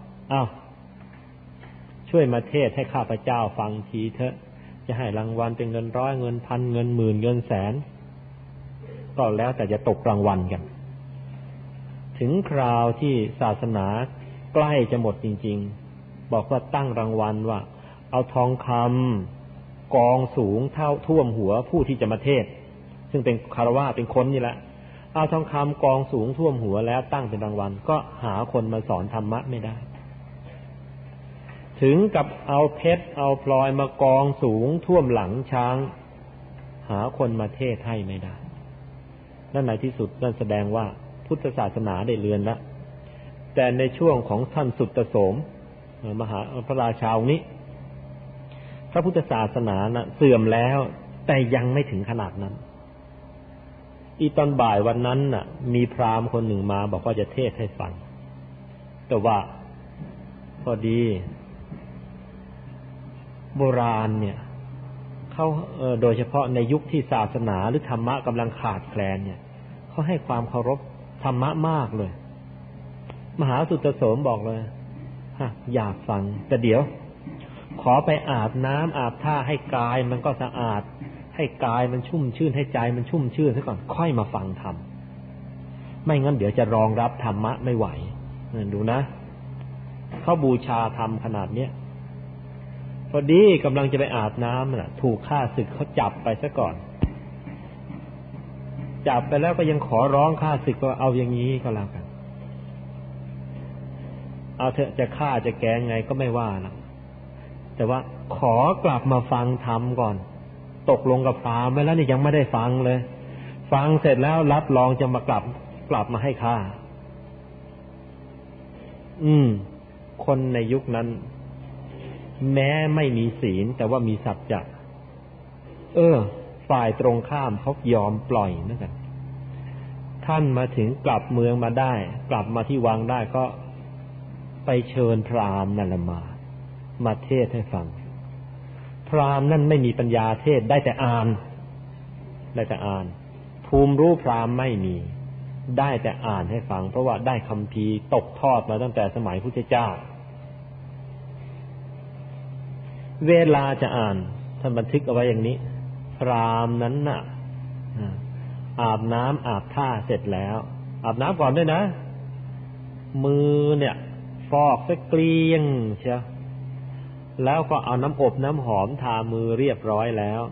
ช่วยมาเทศให้ข้าพเจ้าฟังทีเถอะจะให้รางวัลเป็นเงินร้อยเงินพันเงินหมื่นเงินแสนก็แล้วแต่จะตกรางวัลกันถึงคราวที่ศาสนาใกล้จะหมดจริงๆบอกว่าตั้งรางวัลว่าเอาทองคำกองสูงเท่าท่วมหัวผู้ที่จะมาเทศซึ่งเป็นคฤหัสถ์เป็นคนนี่แหละเอาทองคำกองสูงท่วมหัวแล้วตั้งเป็นรางวัลก็หาคนมาสอนธรรมะไม่ได้ถึงกับเอาเพชรเอาพลอยมากองสูงท่วมหลังช้างหาคนมาเทศให้ไม่ได้นั่นในที่สุดนั่นแสดงว่าพุทธศาสนาได้เลือนแล้วแต่ในช่วงของท่านสุตโสมมหาพระราชาองค์นี้พระพุทธศาสนานะเสื่อมแล้วแต่ยังไม่ถึงขนาดนั้นอีตอนบ่ายวันนั้นน่ะมีพราหมณ์คนหนึ่งมาบอกว่าจะเทศให้ฟังแต่ว่าพอดีโบราณเนี่ยเขาโดยเฉพาะในยุคที่ศาสนาหรือธรรมะกำลังขาดแคลนเนี่ยเขาให้ความเคารพธรรมะมากเลยมหาสุตโสมบอกเลยอยากฟังแต่เดี๋ยวขอไปอาบน้ำอาบท่าให้กายมันก็สะอาดให้กายมันชุ่มชื่นให้ใจมันชุ่มชื่นซะก่อนค่อยมาฟังธรรมไม่งั้นเดี๋ยวจะรองรับธรรมะไม่ไหวดูนะเขาบูชาธรรมขนาดเนี้ยพอดีกำลังจะไปอาบน้ำน่ะถูกข้าศึกเขาจับไปซะก่อนจับไปแล้วก็ยังขอร้องข้าศึกว่าเอาอย่างนี้ก็แล้วกันเอาเถอะจะฆ่าจะแกงไงก็ไม่ว่านะแต่ว่าขอกลับมาฟังธรรมก่อนตกลงกับพราหมณ์ไว้แล้วนี่ยังไม่ได้ฟังเลยฟังเสร็จแล้วรับรองจะมากลับมาให้ข้าคนในยุคนั้นแม้ไม่มีศีลแต่ว่ามีสัจจะฝ่ายตรงข้ามเขายอมปล่อยเหมือนกันท่านมาถึงกลับเมืองมาได้กลับมาที่วังได้ก็ไปเชิญพราหมณ์นั่นมาเทศให้ฟังพราหมณ์นั่นไม่มีปัญญาเทศได้แต่อ่านภูมิรู้พราหมณ์ไม่มีได้แต่อ่านให้ฟังเพราะว่าได้คัมภีร์ตกทอดมาตั้งแต่สมัยพุทธเจ้าเวลาจะอ่านท่านบันทึกเอาไว้อย่างนี้พราหมณ์นั้นน่ะอาบน้ำอาบท่าเสร็จแล้วอาบน้ำก่อนด้วยนะมือเนี่ยฟอกซะเกลี้ยงเชียวแล้วก็เอาน้ำอบน้ำหอมทามือเรียบร้อยแล้ว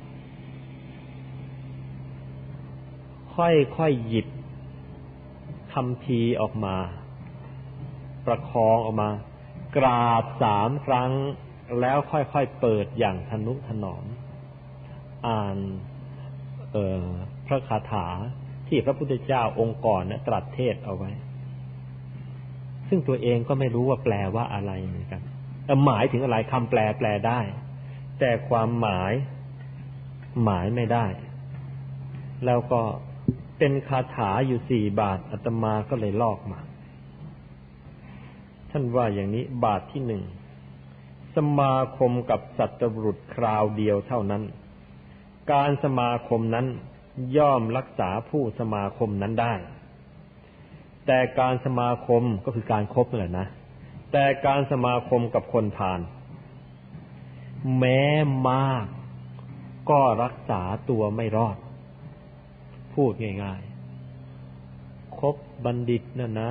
ค่อยๆหยิบคัมภีร์ออกมาประคองออกมากราบ3 ครั้งแล้วค่อยๆเปิดอย่างทนุถนอมอ่านพระคาถาที่พระพุทธเจ้าองค์ก่อนตรัสเทศเอาไว้ซึ่งตัวเองก็ไม่รู้ว่าแปลว่าอะไรเหมือนกันหมายถึงอะไรคำแปลได้แต่ความหมายไม่ได้แล้วก็เป็นคาถาอยู่4 บาทอาตมาก็เลยลอกมาท่านว่าอย่างนี้บาทที่1 สมาคมกับสัตบุรุษคราวเดียวเท่านั้นการสมาคมนั้นย่อมรักษาผู้สมาคมนั้นได้แต่การสมาคมก็คือการคบนั่นแหละนะแต่การสมาคมกับคนพาลแม้มากก็รักษาตัวไม่รอดพูดง่ายๆคบบัณฑิตน่ะนะ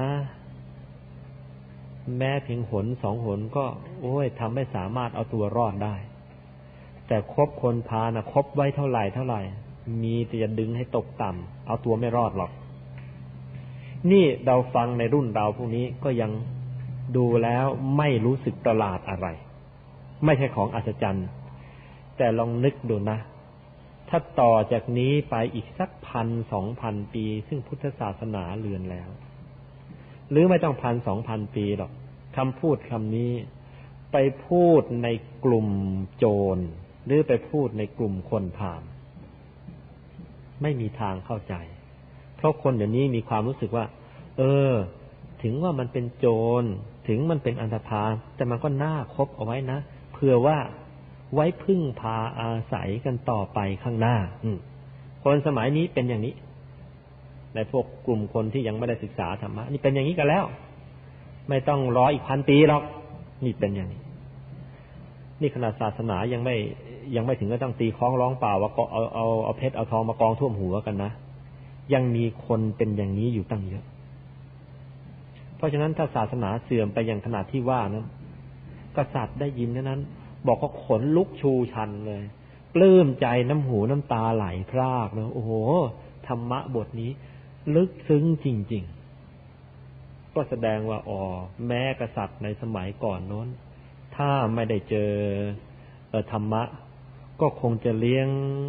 แม้เพียงหนสองหนก็ทำให้สามารถเอาตัวรอดได้แต่คบคนพาลนะคบไว้เท่าไหร่มีแต่จะดึงให้ตกต่ำเอาตัวไม่รอดหรอกนี่เราฟังในรุ่นเราพวกนี้ก็ยังดูแล้วไม่รู้สึกประหลาดอะไรไม่ใช่ของอัศจรรย์แต่ลองนึกดูนะถ้าต่อจากนี้ไปอีกสัก 1,000-2,000 ปีซึ่งพุทธศาสนาเลือนแล้วหรือไม่ต้อง 1,000-2,000 ปีหรอกคำพูดคำนี้ไปพูดในกลุ่มโจรหรือไปพูดในกลุ่มคนพาลไม่มีทางเข้าใจเพราะคนเดี๋ยวนี้มีความรู้สึกว่าถึงว่ามันเป็นโจรถึงมันเป็นอันธพาลแต่มันก็น่าคบเอาไว้นะเผื่อว่าไว้พึ่งพาอาศัยกันต่อไปข้างหน้าคนสมัยนี้เป็นอย่างนี้ในพวกกลุ่มคนที่ยังไม่ได้ศึกษาธรรมะนี่เป็นอย่างนี้กันแล้วไม่ต้องรออีก 1,000 ปีหรอกนี่เป็นอย่างนี้นี่ขนาดศาสนายังไม่ถึงก็ต้องตีคล้องร้องเปล่าว่าก็เอาเพชรเอาทองมากองท่วมหัวกันนะยังมีคนเป็นอย่างนี้อยู่ตั้งเยอะเพราะฉะนั้นถ้าศาสนาเสื่อมไปอย่างขนาดที่ว่านั้นกษัตริย์ได้ยินนั้นบอกว่าขนลุกชูชันเลยปลื้มใจน้ำหูน้ำตาไหลพรากนะโอ้โหธรรมะบทนี้ลึกซึ้งจริงๆก็แสดงว่าแม้กษัตริย์ในสมัยก่อนโน้นถ้าไม่ได้เจอธรรมะก็คงจะเลี้ย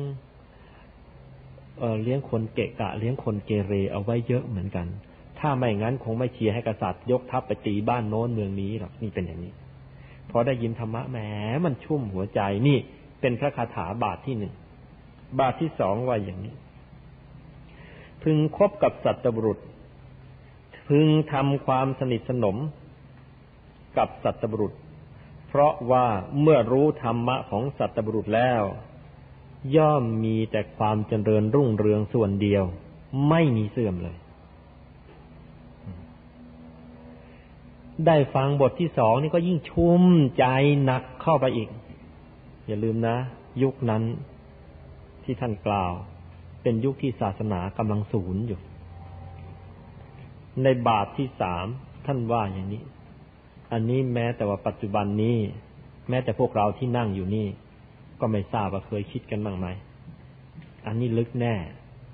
งคนเกะกะเลี้ยงคนเกเรเอาไว้เยอะเหมือนกันถ้าไม่งั้นคงไม่เชียร์ให้กษัตริย์ยกทัพไปตีบ้านโน้นเมืองนี้หรอกนี่เป็นอย่างนี้พอได้ยินธรรมะแหมมันชุ่มหัวใจนี่เป็นพระคาถาบาทที่ 1บาทที่ 2ว่าอย่างนี้พึงคบกับสัตบุรุษพึงทำความสนิทสนมกับสัตบุรุษเพราะว่าเมื่อรู้ธรรมะของสัตบุรุษแล้วย่อมมีแต่ความเจริญรุ่งเรืองส่วนเดียวไม่มีเสื่อมเลยได้ฟังบทที่ 2นี่ก็ยิ่งชุ่มใจหนักเข้าไปอีกอย่าลืมนะยุคนั้นที่ท่านกล่าวเป็นยุคที่ศาสนากำลังสูญอยู่ในบาทที่ 3ท่านว่าอย่างนี้อันนี้แม้แต่ว่าปัจจุบันนี้แม้แต่พวกเราที่นั่งอยู่นี่ก็ไม่ทราบว่าเคยคิดกันบ้างไหมอันนี้ลึกแน่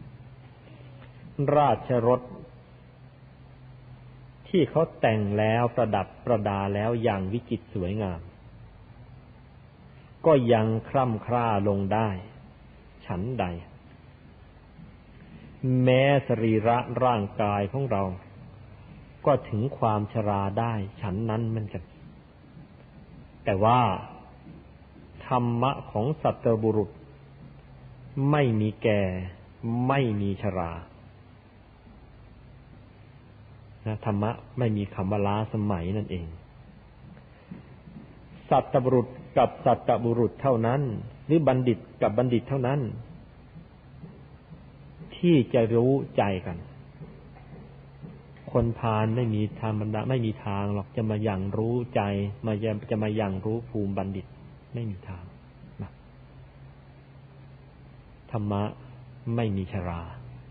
ราชรถที่เขาแต่งแล้วประดับประดาแล้วอย่างวิจิตรสวยงามก็ยังคร่ำคร่าลงได้ฉันใดแม้สรีระร่างกายของเราก็ถึงความชราได้ฉันนั้นเหมือนกันแต่ว่าธรรมะของสัตบุรุษไม่มีแก่ไม่มีชราธรรมะไม่มีคำว่าล้าสมัยนั่นเองสัตบุรุษกับสัตบุรุษเท่านั้นหรือบัณฑิตกับบัณฑิตเท่านั้นที่จะรู้ใจกันคนพาลไม่มีธรรมดาไม่มีทางหรอกจะมาอย่างรู้ใจจะมาอย่างรู้ภูมิบัณฑิตไม่มีทางนะธรรมะไม่มีชรา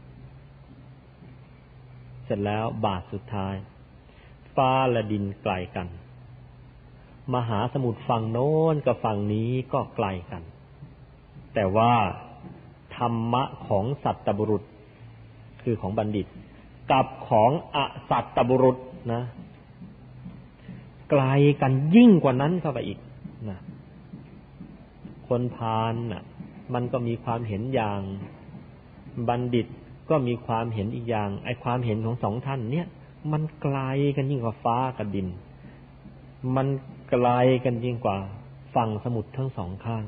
เสร็จแล้วบาทสุดท้ายฟ้าและดินไกลกันมหาสมุทรฝั่งโน้นกับฝั่งนี้ก็ไกลกันแต่ว่าธรรมะของสัตบุรุษคือของบัณฑิตกับของอสัตบุรุษนะไกลกันยิ่งกว่านั้นเข้าไปอีกนะคนพาลน่ะมันก็มีความเห็นอย่างบัณฑิตก็มีความเห็นอีกอย่างไอ้ความเห็นของสองท่านเนี่ยมันไกลกันยิ่งกว่าฟ้ากับดินมันไกลกันยิ่งกว่าฝั่งสมุทรทั้งสองข้าง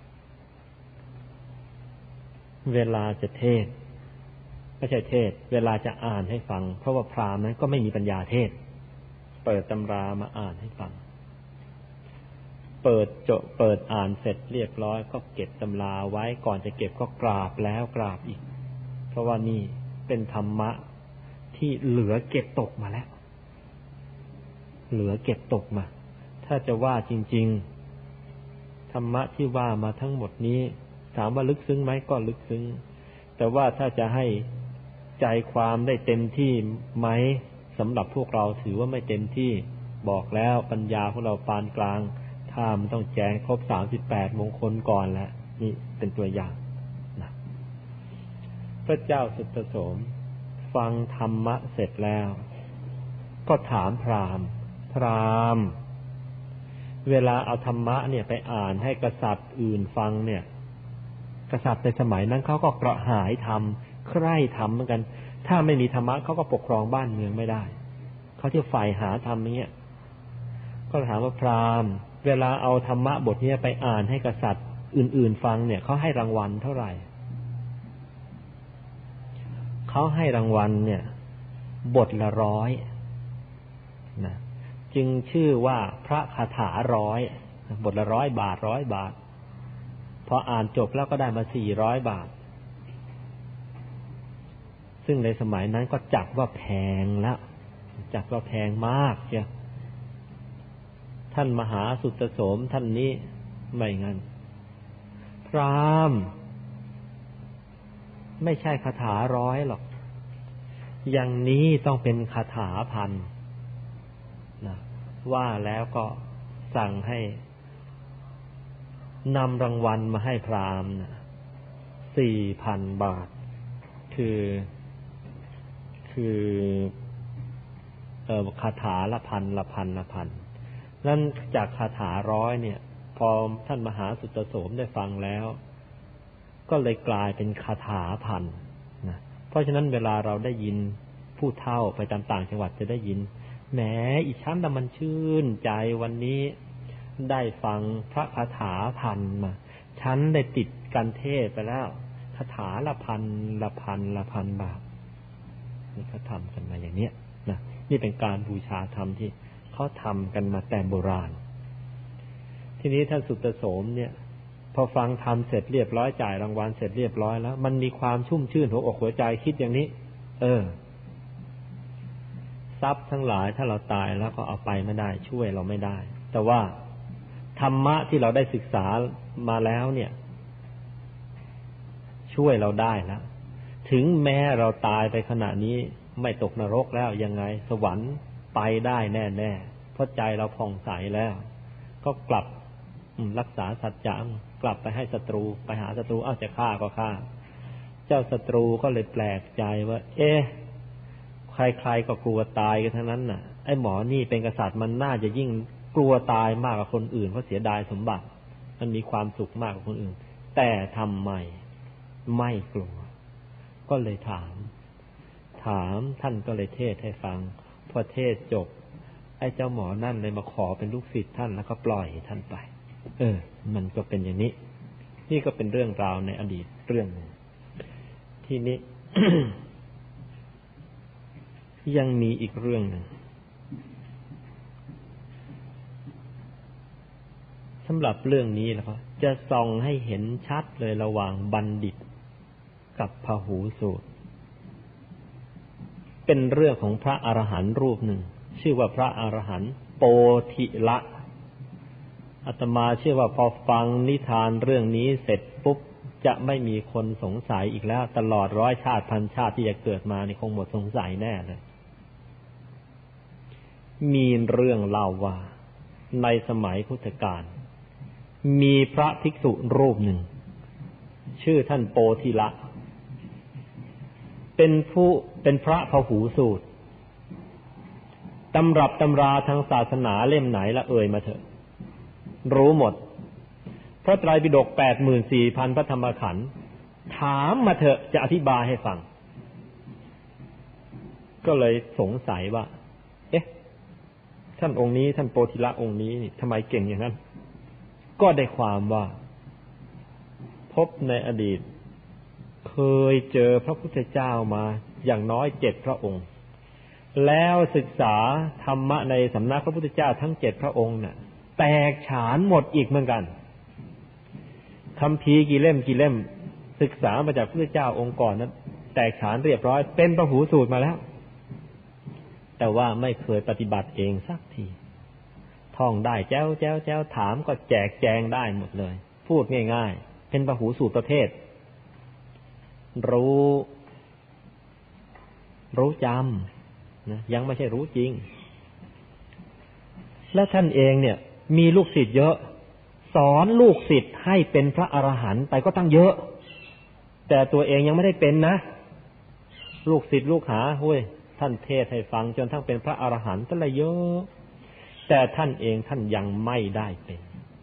เวลาจะเทศไม่ใช่เทศเวลาจะอ่านให้ฟังเพราะว่าพราหมณ์นั้นก็ไม่มีปัญญาเทศเปิดตำรามาอ่านให้ฟังเปิดอ่านเสร็จเรียบร้อยก็เก็บตำราไว้ก่อนจะเก็บก็กราบแล้วกราบอีกเพราะว่านี่เป็นธรรมะที่เหลือเก็บตกมาแล้วเหลือเก็บตกมาถ้าจะว่าจริงๆธรรมะที่ว่ามาทั้งหมดนี้ถามว่าลึกซึ้งไหมก็ลึกซึ้งแต่ว่าถ้าจะให้ใจความได้เต็มที่ไหมสำหรับพวกเราถือว่าไม่เต็มที่บอกแล้วปัญญาของเราปานกลางถ้ามันต้องแจงครบ38มงคลก่อนแล้วนี่เป็นตัวอย่างนะพระเจ้าสุตโสมฟังธรรมะเสร็จแล้วก็ถามพราหมณ์เวลาเอาธรรมะเนี่ยไปอ่านให้กษัตริย์อื่นฟังเนี่ยกษัตริย์ในสมัยนั้นเขาก็กระหายธรรมใคร่ธรรมเหมือนกันถ้าไม่มีธรรมะเขาก็ปกครองบ้านเมืองไม่ได้เขาที่ใฝ่หาธรรมอย่างเงี้ยก็ถามว่าพราหมณ์เวลาเอาธรรมะบทนี้ไปอ่านให้กษัตริย์อื่นๆฟังเนี่ยเขาให้รางวัลเท่าไหร่เขาให้รางวัลเนี่ยบทละ100นะจึงชื่อว่าพระคาถา100บทละ100 บาทพออ่านจบแล้วก็ได้มา400 บาทซึ่งในสมัยนั้นก็จัดว่าแพงแล้วจัดว่าแพงมากเชียวท่านมหาสุตโสมท่านนี้ไม่งั้นพราหมณ์ไม่ใช่คาถา100หรอกอย่างนี้ต้องเป็นคาถาพันนะว่าแล้วก็สั่งให้นำรางวัลมาให้พราหมณ์ 4,000 บาทคือคาถาละพันนั่นจากคาถา100เนี่ยพอท่านมหาสุตโสมได้ฟังแล้วก็เลยกลายเป็นคาถาพันนะเพราะฉะนั้นเวลาเราได้ยินผู้เฒ่าไปตามต่างจังหวัดจะได้ยินแหมอีฉันน่ะมันชื่นใจวันนี้ได้ฟังพระคาถาพันมาฉันได้ติดกันเทศไปแล้วคาถาละพันบาทนี่เขาทำกันมาอย่างเนี้ยนะนี่เป็นการบูชาธรรมที่เขาทำกันมาแต่โบราณทีนี้ท่านสุตโสมเนี่ยพอฟังธรรมเสร็จเรียบร้อยจ่ายรางวัลเสร็จเรียบร้อยแล้วมันมีความชุ่มชื่นหัวอกหัวใจคิดอย่างนี้ทรัพย์ทั้งหลายถ้าเราตายแล้วก็เอาไปไม่ได้ช่วยเราไม่ได้แต่ว่าธรรมะที่เราได้ศึกษามาแล้วเนี่ยช่วยเราได้แล้วถึงแม้เราตายไปขณะนี้ไม่ตกนรกแล้วยังไงสวรรค์ไปได้แน่ๆเพราะใจเราผ่องใสแล้วก็กลับรักษาสัจจะกลับไปให้ศัตรูไปหาศัตรูจะฆ่าก็ฆ่าเจ้าศัตรูก็เลยแปลกใจว่าใครๆก็กลัวตายกันทั้งนั้นน่ะไอ้หมอนี่เป็นกษัตริย์มันน่าจะยิ่งกลัวตายมากกว่าคนอื่นเพราะเสียดายสมบัติมันมีความสุขมากกว่าคนอื่นแต่ทำไมไม่กลัวก็เลยถามท่านก็เลยเทศให้ฟังพอเทศจบไอ้เจ้าหมอนั่นเลยมาขอเป็นลูกศิษย์ท่านแล้วก็ปล่อยท่านไปมันก็เป็นอย่างนี้นี่ก็เป็นเรื่องราวในอดีตเรื่องนึงทีนี้ ยังมีอีกเรื่องนึงสำหรับเรื่องนี้นะครับจะส่องให้เห็นชัดเลยระหว่างบัณฑิตกับพหูสูตรเป็นเรื่องของพระอรหันต์รูปหนึ่งชื่อว่าพระอรหันต์โปธิละอาตมาเชื่อว่าพอฟังนิทานเรื่องนี้เสร็จปุ๊บจะไม่มีคนสงสัยอีกแล้วตลอด100 ชาติพันชาติที่จะเกิดมานี่คงหมดสงสัยแน่เลยมีเรื่องเล่าว่าในสมัยพุทธกาลมีพระภิกษุรูปหนึ่งชื่อท่านโปธิละเป็นพระพหูสูตรตำรับตำราทางศาสนาเล่มไหนละมาเถอะรู้หมดพระไตรปิฎก 84,000 พระธรรมขันธ์ถามมาเถอะจะอธิบายให้ฟังก็เลยสงสัยว่าท่านองค์นี้ท่านโปธิละองค์นี้ทำไมเก่งอย่างนั้นก็ได้ความว่าพบในอดีตเคยเจอพระพุทธเจ้ามาอย่างน้อย7 พระองค์แล้วศึกษาธรรมะในสำนักพระพุทธเจ้าทั้ง7 พระองค์น่ะแตกฉานหมดอีกเหมือนกันคัมภีร์กี่เล่มศึกษามาจากพระเจ้าองค์ก่อนนั้นแตกฉานเรียบร้อยเป็นพหูสูตรมาแล้วแต่ว่าไม่เคยปฏิบัติเองสักทีท่องได้แจ้วถามก็แจกแจงได้หมดเลยพูดง่ายๆเป็นพหูสูตรประเภทรู้จำนะยังไม่ใช่รู้จริงและท่านเองเนี่ยมีลูกศิษย์เยอะสอนลูกศิษย์ให้เป็นพระอรหันต์ไปก็ตั้งเยอะแต่ตัวเองยังไม่ได้เป็นนะลูกศิษย์ลูกหาท่านเทศให้ฟังจนทั้งเป็นพระอรหันต์ตั้งเยอะแต่ท่านเองท่านยังไม่ได้เป็น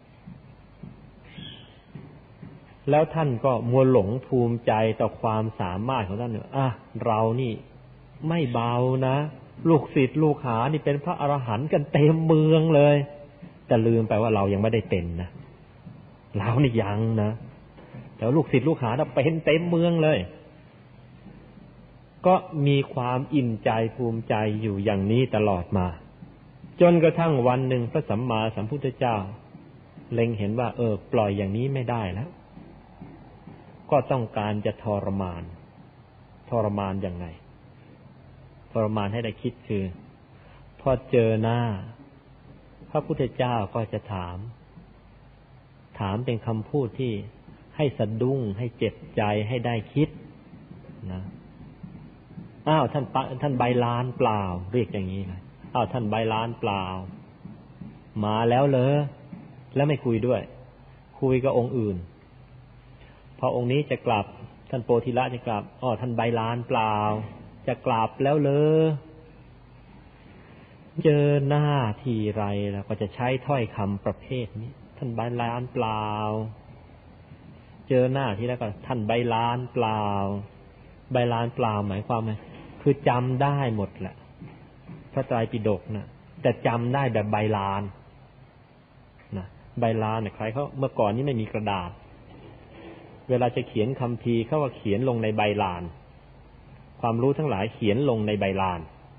แล้วท่านก็มัวหลงภูมิใจต่อความสามารถของท่านเรานี่ไม่เบานะลูกศิษย์ลูกหานี่เป็นพระอรหันต์กันเต็มเมืองเลยแต่ลืมไปว่าเรายังไม่ได้เป็นนะเรานี่ยังนะแต่ลูกศิษย์ลูกหาน่ะเป็นเต็มเมืองเลยก็มีความอิ่มใจภูมิใจอยู่อย่างนี้ตลอดมาจนกระทั่งวันหนึ่งพระสัมมาสัมพุทธเจ้าเล็งเห็นว่าปล่อยอย่างนี้ไม่ได้แล้วก็ต้องการจะทรมานยังไงทรมานให้ได้คิดคือพอเจอหน้าพระพุทธเจ้าก็จะถามเป็นคำพูดที่ให้สะดุ้งให้เจ็บใจให้ได้คิดนะท่านใบลานเปล่าเรียกอย่างนี้เลยท่านใบลานเปล่ามาแล้วเหรอแล้วไม่คุยด้วยคุยกับองค์อื่นพอองค์นี้จะกลับท่านโปธิละจะกลับท่านใบลานเปล่าจะกลับแล้วเหรอเจอหน้าทีไรแล้วก็จะใช้ถ้อยคำประเภทนี้ท่านใบลานเปล่าเจอหน้าทีแล้วก็ท่านใบลานเปล่าใบลานเปล่าหมายความว่าคือจำได้หมดแหละพระไตรปิฎกนะแต่จำได้แบบใบลานนะใบลานเนี่ยใครเขาเมื่อก่อนนี้ไม่มีกระดาษเวลาจะเขียนคัมภีร์เขาว่าเขียนลงในใบลานความรู้ทั้งหลายเขียนลงในใบลาน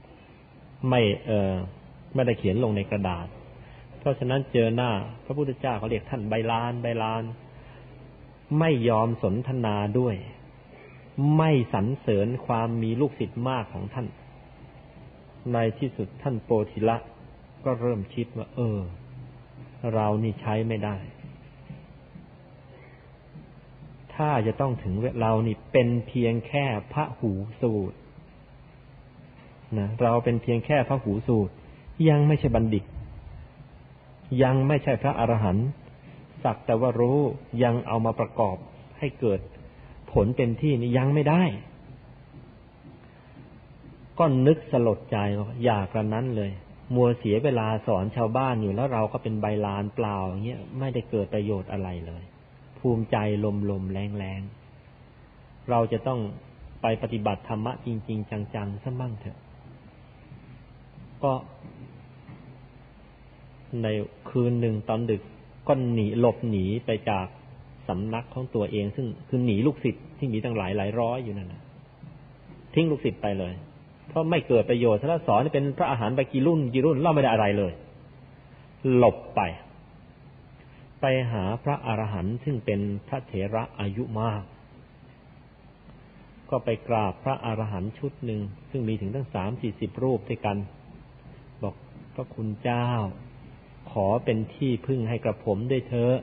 ไม่ได้เขียนลงในกระดาษเพราะฉะนั้นเจอหน้าพระพุทธเจ้าเขาเรียกท่านใบลานไม่ยอมสนทนาด้วยไม่สรรเสริญความมีลูกศิษย์มากของท่านในที่สุดท่านโปธิละก็เริ่มคิดว่าเรานี่ใช้ไม่ได้ถ้าจะต้องถึงเรานี่เป็นเพียงแค่พระหูสูตรนะเราเป็นเพียงแค่พระหูสูตรยังไม่ใช่บัณฑิตยังไม่ใช่พระอรหันต์สักแต่ว่ารู้ยังเอามาประกอบให้เกิดผลเต็มที่นี่ยังไม่ได้ก็นึกสลดใจว่าอย่ากระนั้นเลยมัวเสียเวลาสอนชาวบ้านอยู่แล้วเราก็เป็นใบลานเปล่าอย่างเงี้ยไม่ได้เกิดประโยชน์อะไรเลยภูมิใจลมๆแรงๆเราจะต้องไปปฏิบัติธรรมะจริงๆจังๆซะมั่งเถอะก็ในคืนหนึ่งตอนดึกก็หลบหนีไปจากสำนักของตัวเองซึ่งคือหนีลูกศิษย์ที่มีตั้งหลายร้อยอยู่นั่นนะทิ้งลูกศิษย์ไปเลยเพราะไม่เกิดประโยชน์ถ้าสอนเป็นพระอาหารไปกี่รุ่นเล่าไม่ได้อะไรเลยหลบไปหาพระอรหันต์ซึ่งเป็นพระเถระอายุมากก็ไปกราบพระอรหันต์ชุดหนึ่งซึ่งมีถึงตั้ง 30-40 รูปด้วยกันบอกพระคุณเจ้าขอเป็นที่พึ่งให้กระผมด้วยเถอะ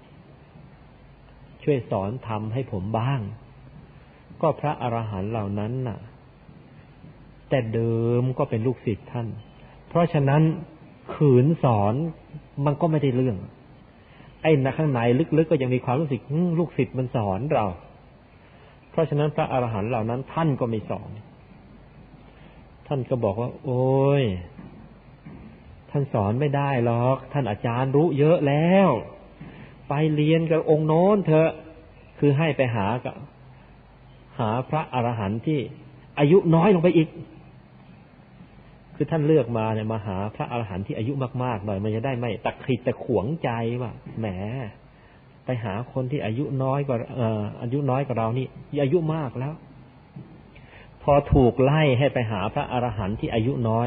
ช่วยสอนธรรมให้ผมบ้างก็พระอรหันต์เหล่านั้นน่ะแต่เดิมก็เป็นลูกศิษย์ท่านเพราะฉะนั้นขืนสอนมันก็ไม่ได้เรื่องข้างในลึกๆก็ยังมีความรู้สึกลูกศิษย์มันสอนเราเพราะฉะนั้นพระอรหันต์เหล่านั้นท่านก็ไม่สอนท่านก็บอกว่าโอ้ยท่านสอนไม่ได้หรอกท่านอาจารย์รู้เยอะแล้วไปเรียนกับองค์โน้นเถอะคือให้ไปหาพระอรหันต์ที่อายุน้อยลงไปอีกคือท่านเลือกมาเนี่ยมาหาพระอรหันต์ที่อายุมากๆหน่อยมันจะได้ไม่ตะขิดตะขวงใจว่าแหมไปหาคนที่อายุน้อยกว่าเรานี่อายุมากแล้วพอถูกไล่ให้ไปหาพระอรหันต์ที่อายุน้อย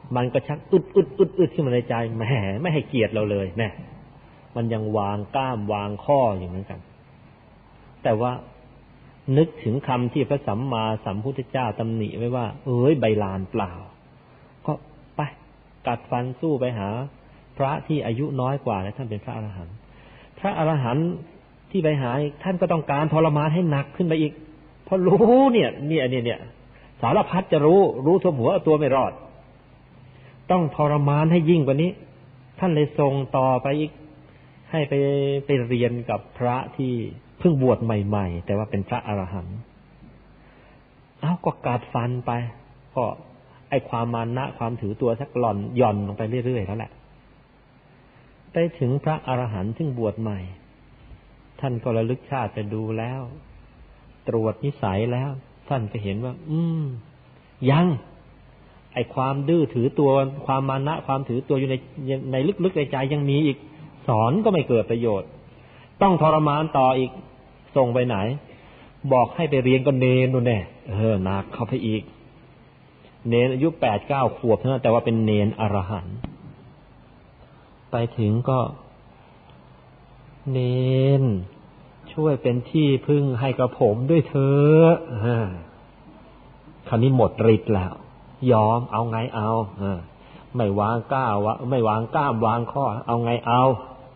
มันก็ชักอึดขึ้นมาในใจแหมไม่ให้เกียรติเราเลยแน่มันยังวางกล้ามวางข้ออยู่เหมือนกันแต่ว่านึกถึงคำที่พระสัมมาสัมพุทธเจ้าตำหนิไว้ว่าใบลานเปล่าก็ไปกัดฟันสู้ไปหาพระที่อายุน้อยกว่าและท่านเป็นพระอรหันต์พระอรหันต์ที่ไปหาท่านก็ต้องการทรมานให้หนักขึ้นไปอีกเพราะรู้เนี่ยสารพัดจะรู้ทั่วหัวเอาตัวไม่รอดต้องทรมานให้ยิ่งกว่านี้ท่านเลยส่งต่อไปอีกให้ไปเรียนกับพระที่เพิ่งบวชใหม่ๆแต่ว่าเป็นพระอรหันต์ก็กัดฟันไปก็ไอ้ความมานะความถือตัวสักหย่อนลงไปเรื่อยๆแล้วแหละไปถึงพระอรหันต์ซึ่งบวชใหม่ท่านก็ระลึกชาติไปดูแล้วตรวจนิสัยแล้วท่านก็เห็นว่ายังไอ้ความดื้อถือตัวความมานะความถือตัวอยู่ในลึกๆในใจยังมีอีกสอนก็ไม่เกิดประโยชน์ต้องทรมานต่ออีกส่งไปไหนบอกให้ไปเรียนก็เนนนู่นแน่หนักเข้าไปอีกเนนอายุ 8-9 ขวบเท่านั้นแต่ว่าเป็นเนนอรหันต์ไปถึงก็เนนช่วยเป็นที่พึ่งให้กับผมด้วยเถอะคราวนี้หมดฤทธิ์แล้วยอมเอาไงเอาไม่วางก้าวไม่วางก้ามวางข้อเอาไงเอา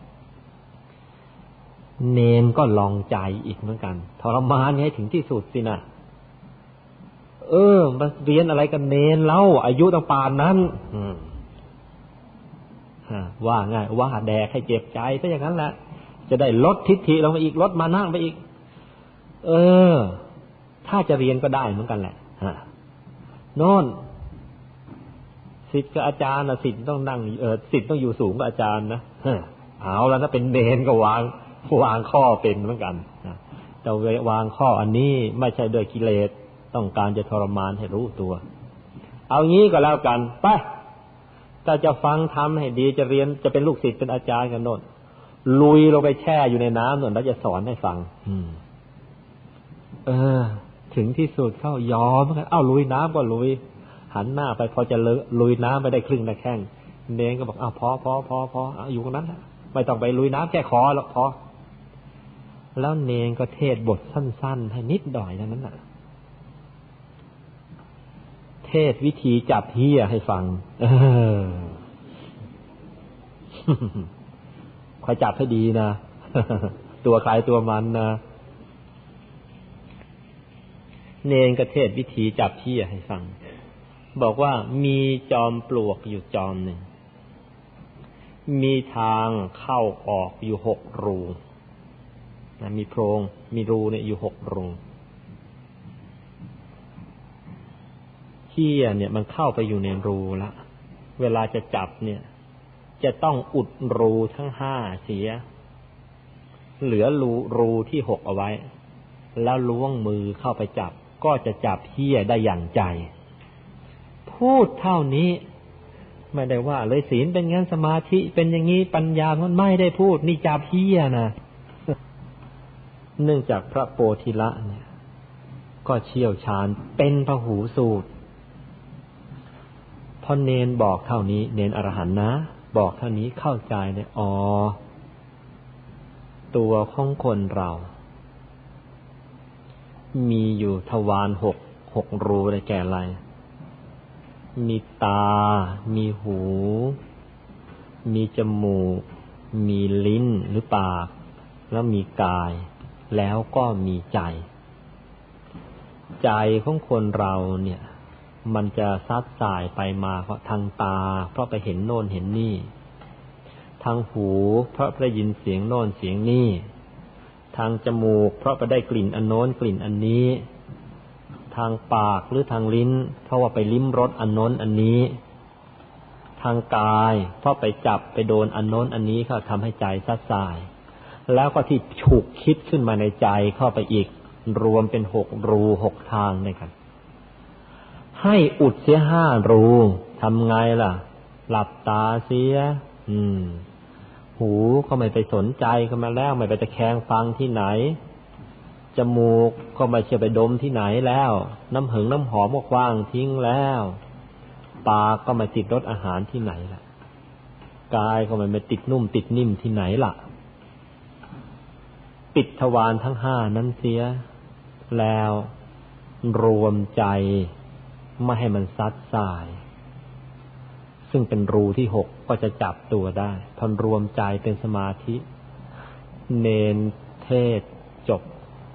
เนนก็ลองใจอีกเหมือนกันทรมานให้ถึงที่สุดสินะมาเรียนอะไรกันเนนเล่าอายุตั้งป่านนั้นว่าง่ายว่าแดกให้เจ็บใจซะอย่างนั้นแหละจะได้ลดทิฏฐิลงไปอีกลดมานั่งไปอีกถ้าจะเรียนก็ได้เหมือนกันแหละโน่นศิษย์กับอาจารย์นะศิษย์ต้องนั่งศิษย์ต้องอยู่สูงกว่าอาจารย์นะเอาแล้วถ้าเป็นเนนก็วางข้อเป็นเหมือนกันแต่วางข้ออันนี้ไม่ใช่ด้วยกิเลสต้องการจะทรมานให้รู้ตัวเอางี้ก็แล้วกันไปถ้าจะฟังทำให้ดีจะเรียนจะเป็นลูกศิษย์เป็นอาจารย์กันโน่นลุยลงไปแช่อยู่ในน้ำโน่นแล้วจะสอนให้ฟังถึงที่สุดเข้ายอมกันลุยน้ำก็ลุยหันหน้าไปพอจะลุยน้ำไปได้ครึ่งหน้าแข้งเนนก็บอกพออยู่ตรงนั้นแหละไม่ต้องไปลุยน้ำแค่คอหรอกพอแล้วเนนก็เทศบทสั้นๆให้นิดหน่อยเท่านั้นน่ะเทศวิธีจับเหี้ยให้ฟังคอยจับให้ดีนะ ตัวใครตัวมันนะเนนก็เทศวิธีจับเหี้ยให้ฟังบอกว่ามีจอมปลวกอยู่จอมหนึ่งมีทางเข้าออกอยู่6 รูนะมีโพรงมีรูเนี่ยอยู่6 รูเหี้ยเนี่ยมันเข้าไปอยู่ในรูละเวลาจะจับเนี่ยจะต้องอุดรูทั้ง5เสียเหลือรูที่6เอาไว้แล้วล้วงมือเข้าไปจับก็จะจับเหี้ยได้อย่างใจพูดเท่านี้ไม่ได้ว่าเลยศีลเป็นงั้นสมาธิเป็นอย่างนี้ปัญญามันไม่ได้พูดนี่จับเหี้ยนะเนื่องจากพระโพธิละเนี่ยก็เชี่ยวชาญเป็นพหูสูตรพอเนนบอกเท่านี้เนนอรหันต์นะบอกเท่านี้เข้าใจเลยตัวของคนเรามีอยู่ทวาร6รูได้แก่อะไรมีตามีหูมีจมูกมีลิ้นหรือปากแล้วมีกายแล้วก็มีใจใจของคนเราเนี่ยมันจะซัดสายไปมาเพราะทางตาเพราะไปเห็นโน่นเห็นนี่ทางหูเพราะได้ยินเสียงโน่นเสียงนี่ทางจมูกเพราะไปได้กลิ่นอันโน้นกลิ่นอันนี้ทางปากหรือทางลิ้นเพราะว่าไปลิ้มรสอันโน้นอันนี้ทางกายเพราะไปจับไปโดนอันโน้นอันนี้เขาทำให้ใจซัดสายแล้วก็ที่ฉุกคิดขึ้นมาในใจเข้าไปอีกรวมเป็น6 รู6 ทางด้วยกันให้อุดเสีย5 รูทำไงล่ะหลับตาเสียหูก็ไม่ไปสนใจก็มาแล้วไม่ไปตะแคงฟังที่ไหนจมูกก็ไม่เชื่อไปดมที่ไหนแล้วน้ำหึงน้ำหอมก็คว้างทิ้งแล้วปากก็ไม่ติดรสอาหารที่ไหนล่ะกายก็ไม่ติดนุ่มติดนิ่มที่ไหนล่ะปิดทวารทั้งห้านั้นเสียแล้วรวมใจไม่ให้มันซัดสายซึ่งเป็นรูที่หกก็จะจับตัวได้พอรวมใจเป็นสมาธิเนนเทศจบ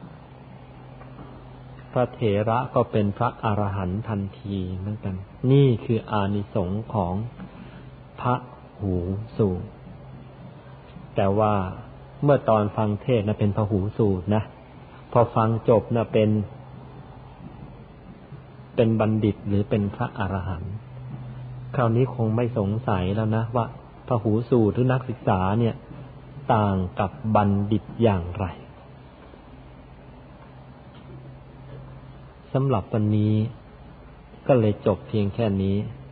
พระเถระก็เป็นพระอรหันต์ทันทีเหมือนกันนี่คืออานิสงส์ของพระหูสูตรแต่ว่าเมื่อตอนฟังเทศน์นะเป็นพหูสูตรนะพอฟังจบนะเป็นบัณฑิตหรือเป็นพระอรหันต์คราวนี้คงไม่สงสัยแล้วนะว่าพหูสูตรหรือนักศึกษาเนี่ยต่างกับบัณฑิตอย่างไรสำหรับวันนี้ก็เลยจบเพียงแค่นี้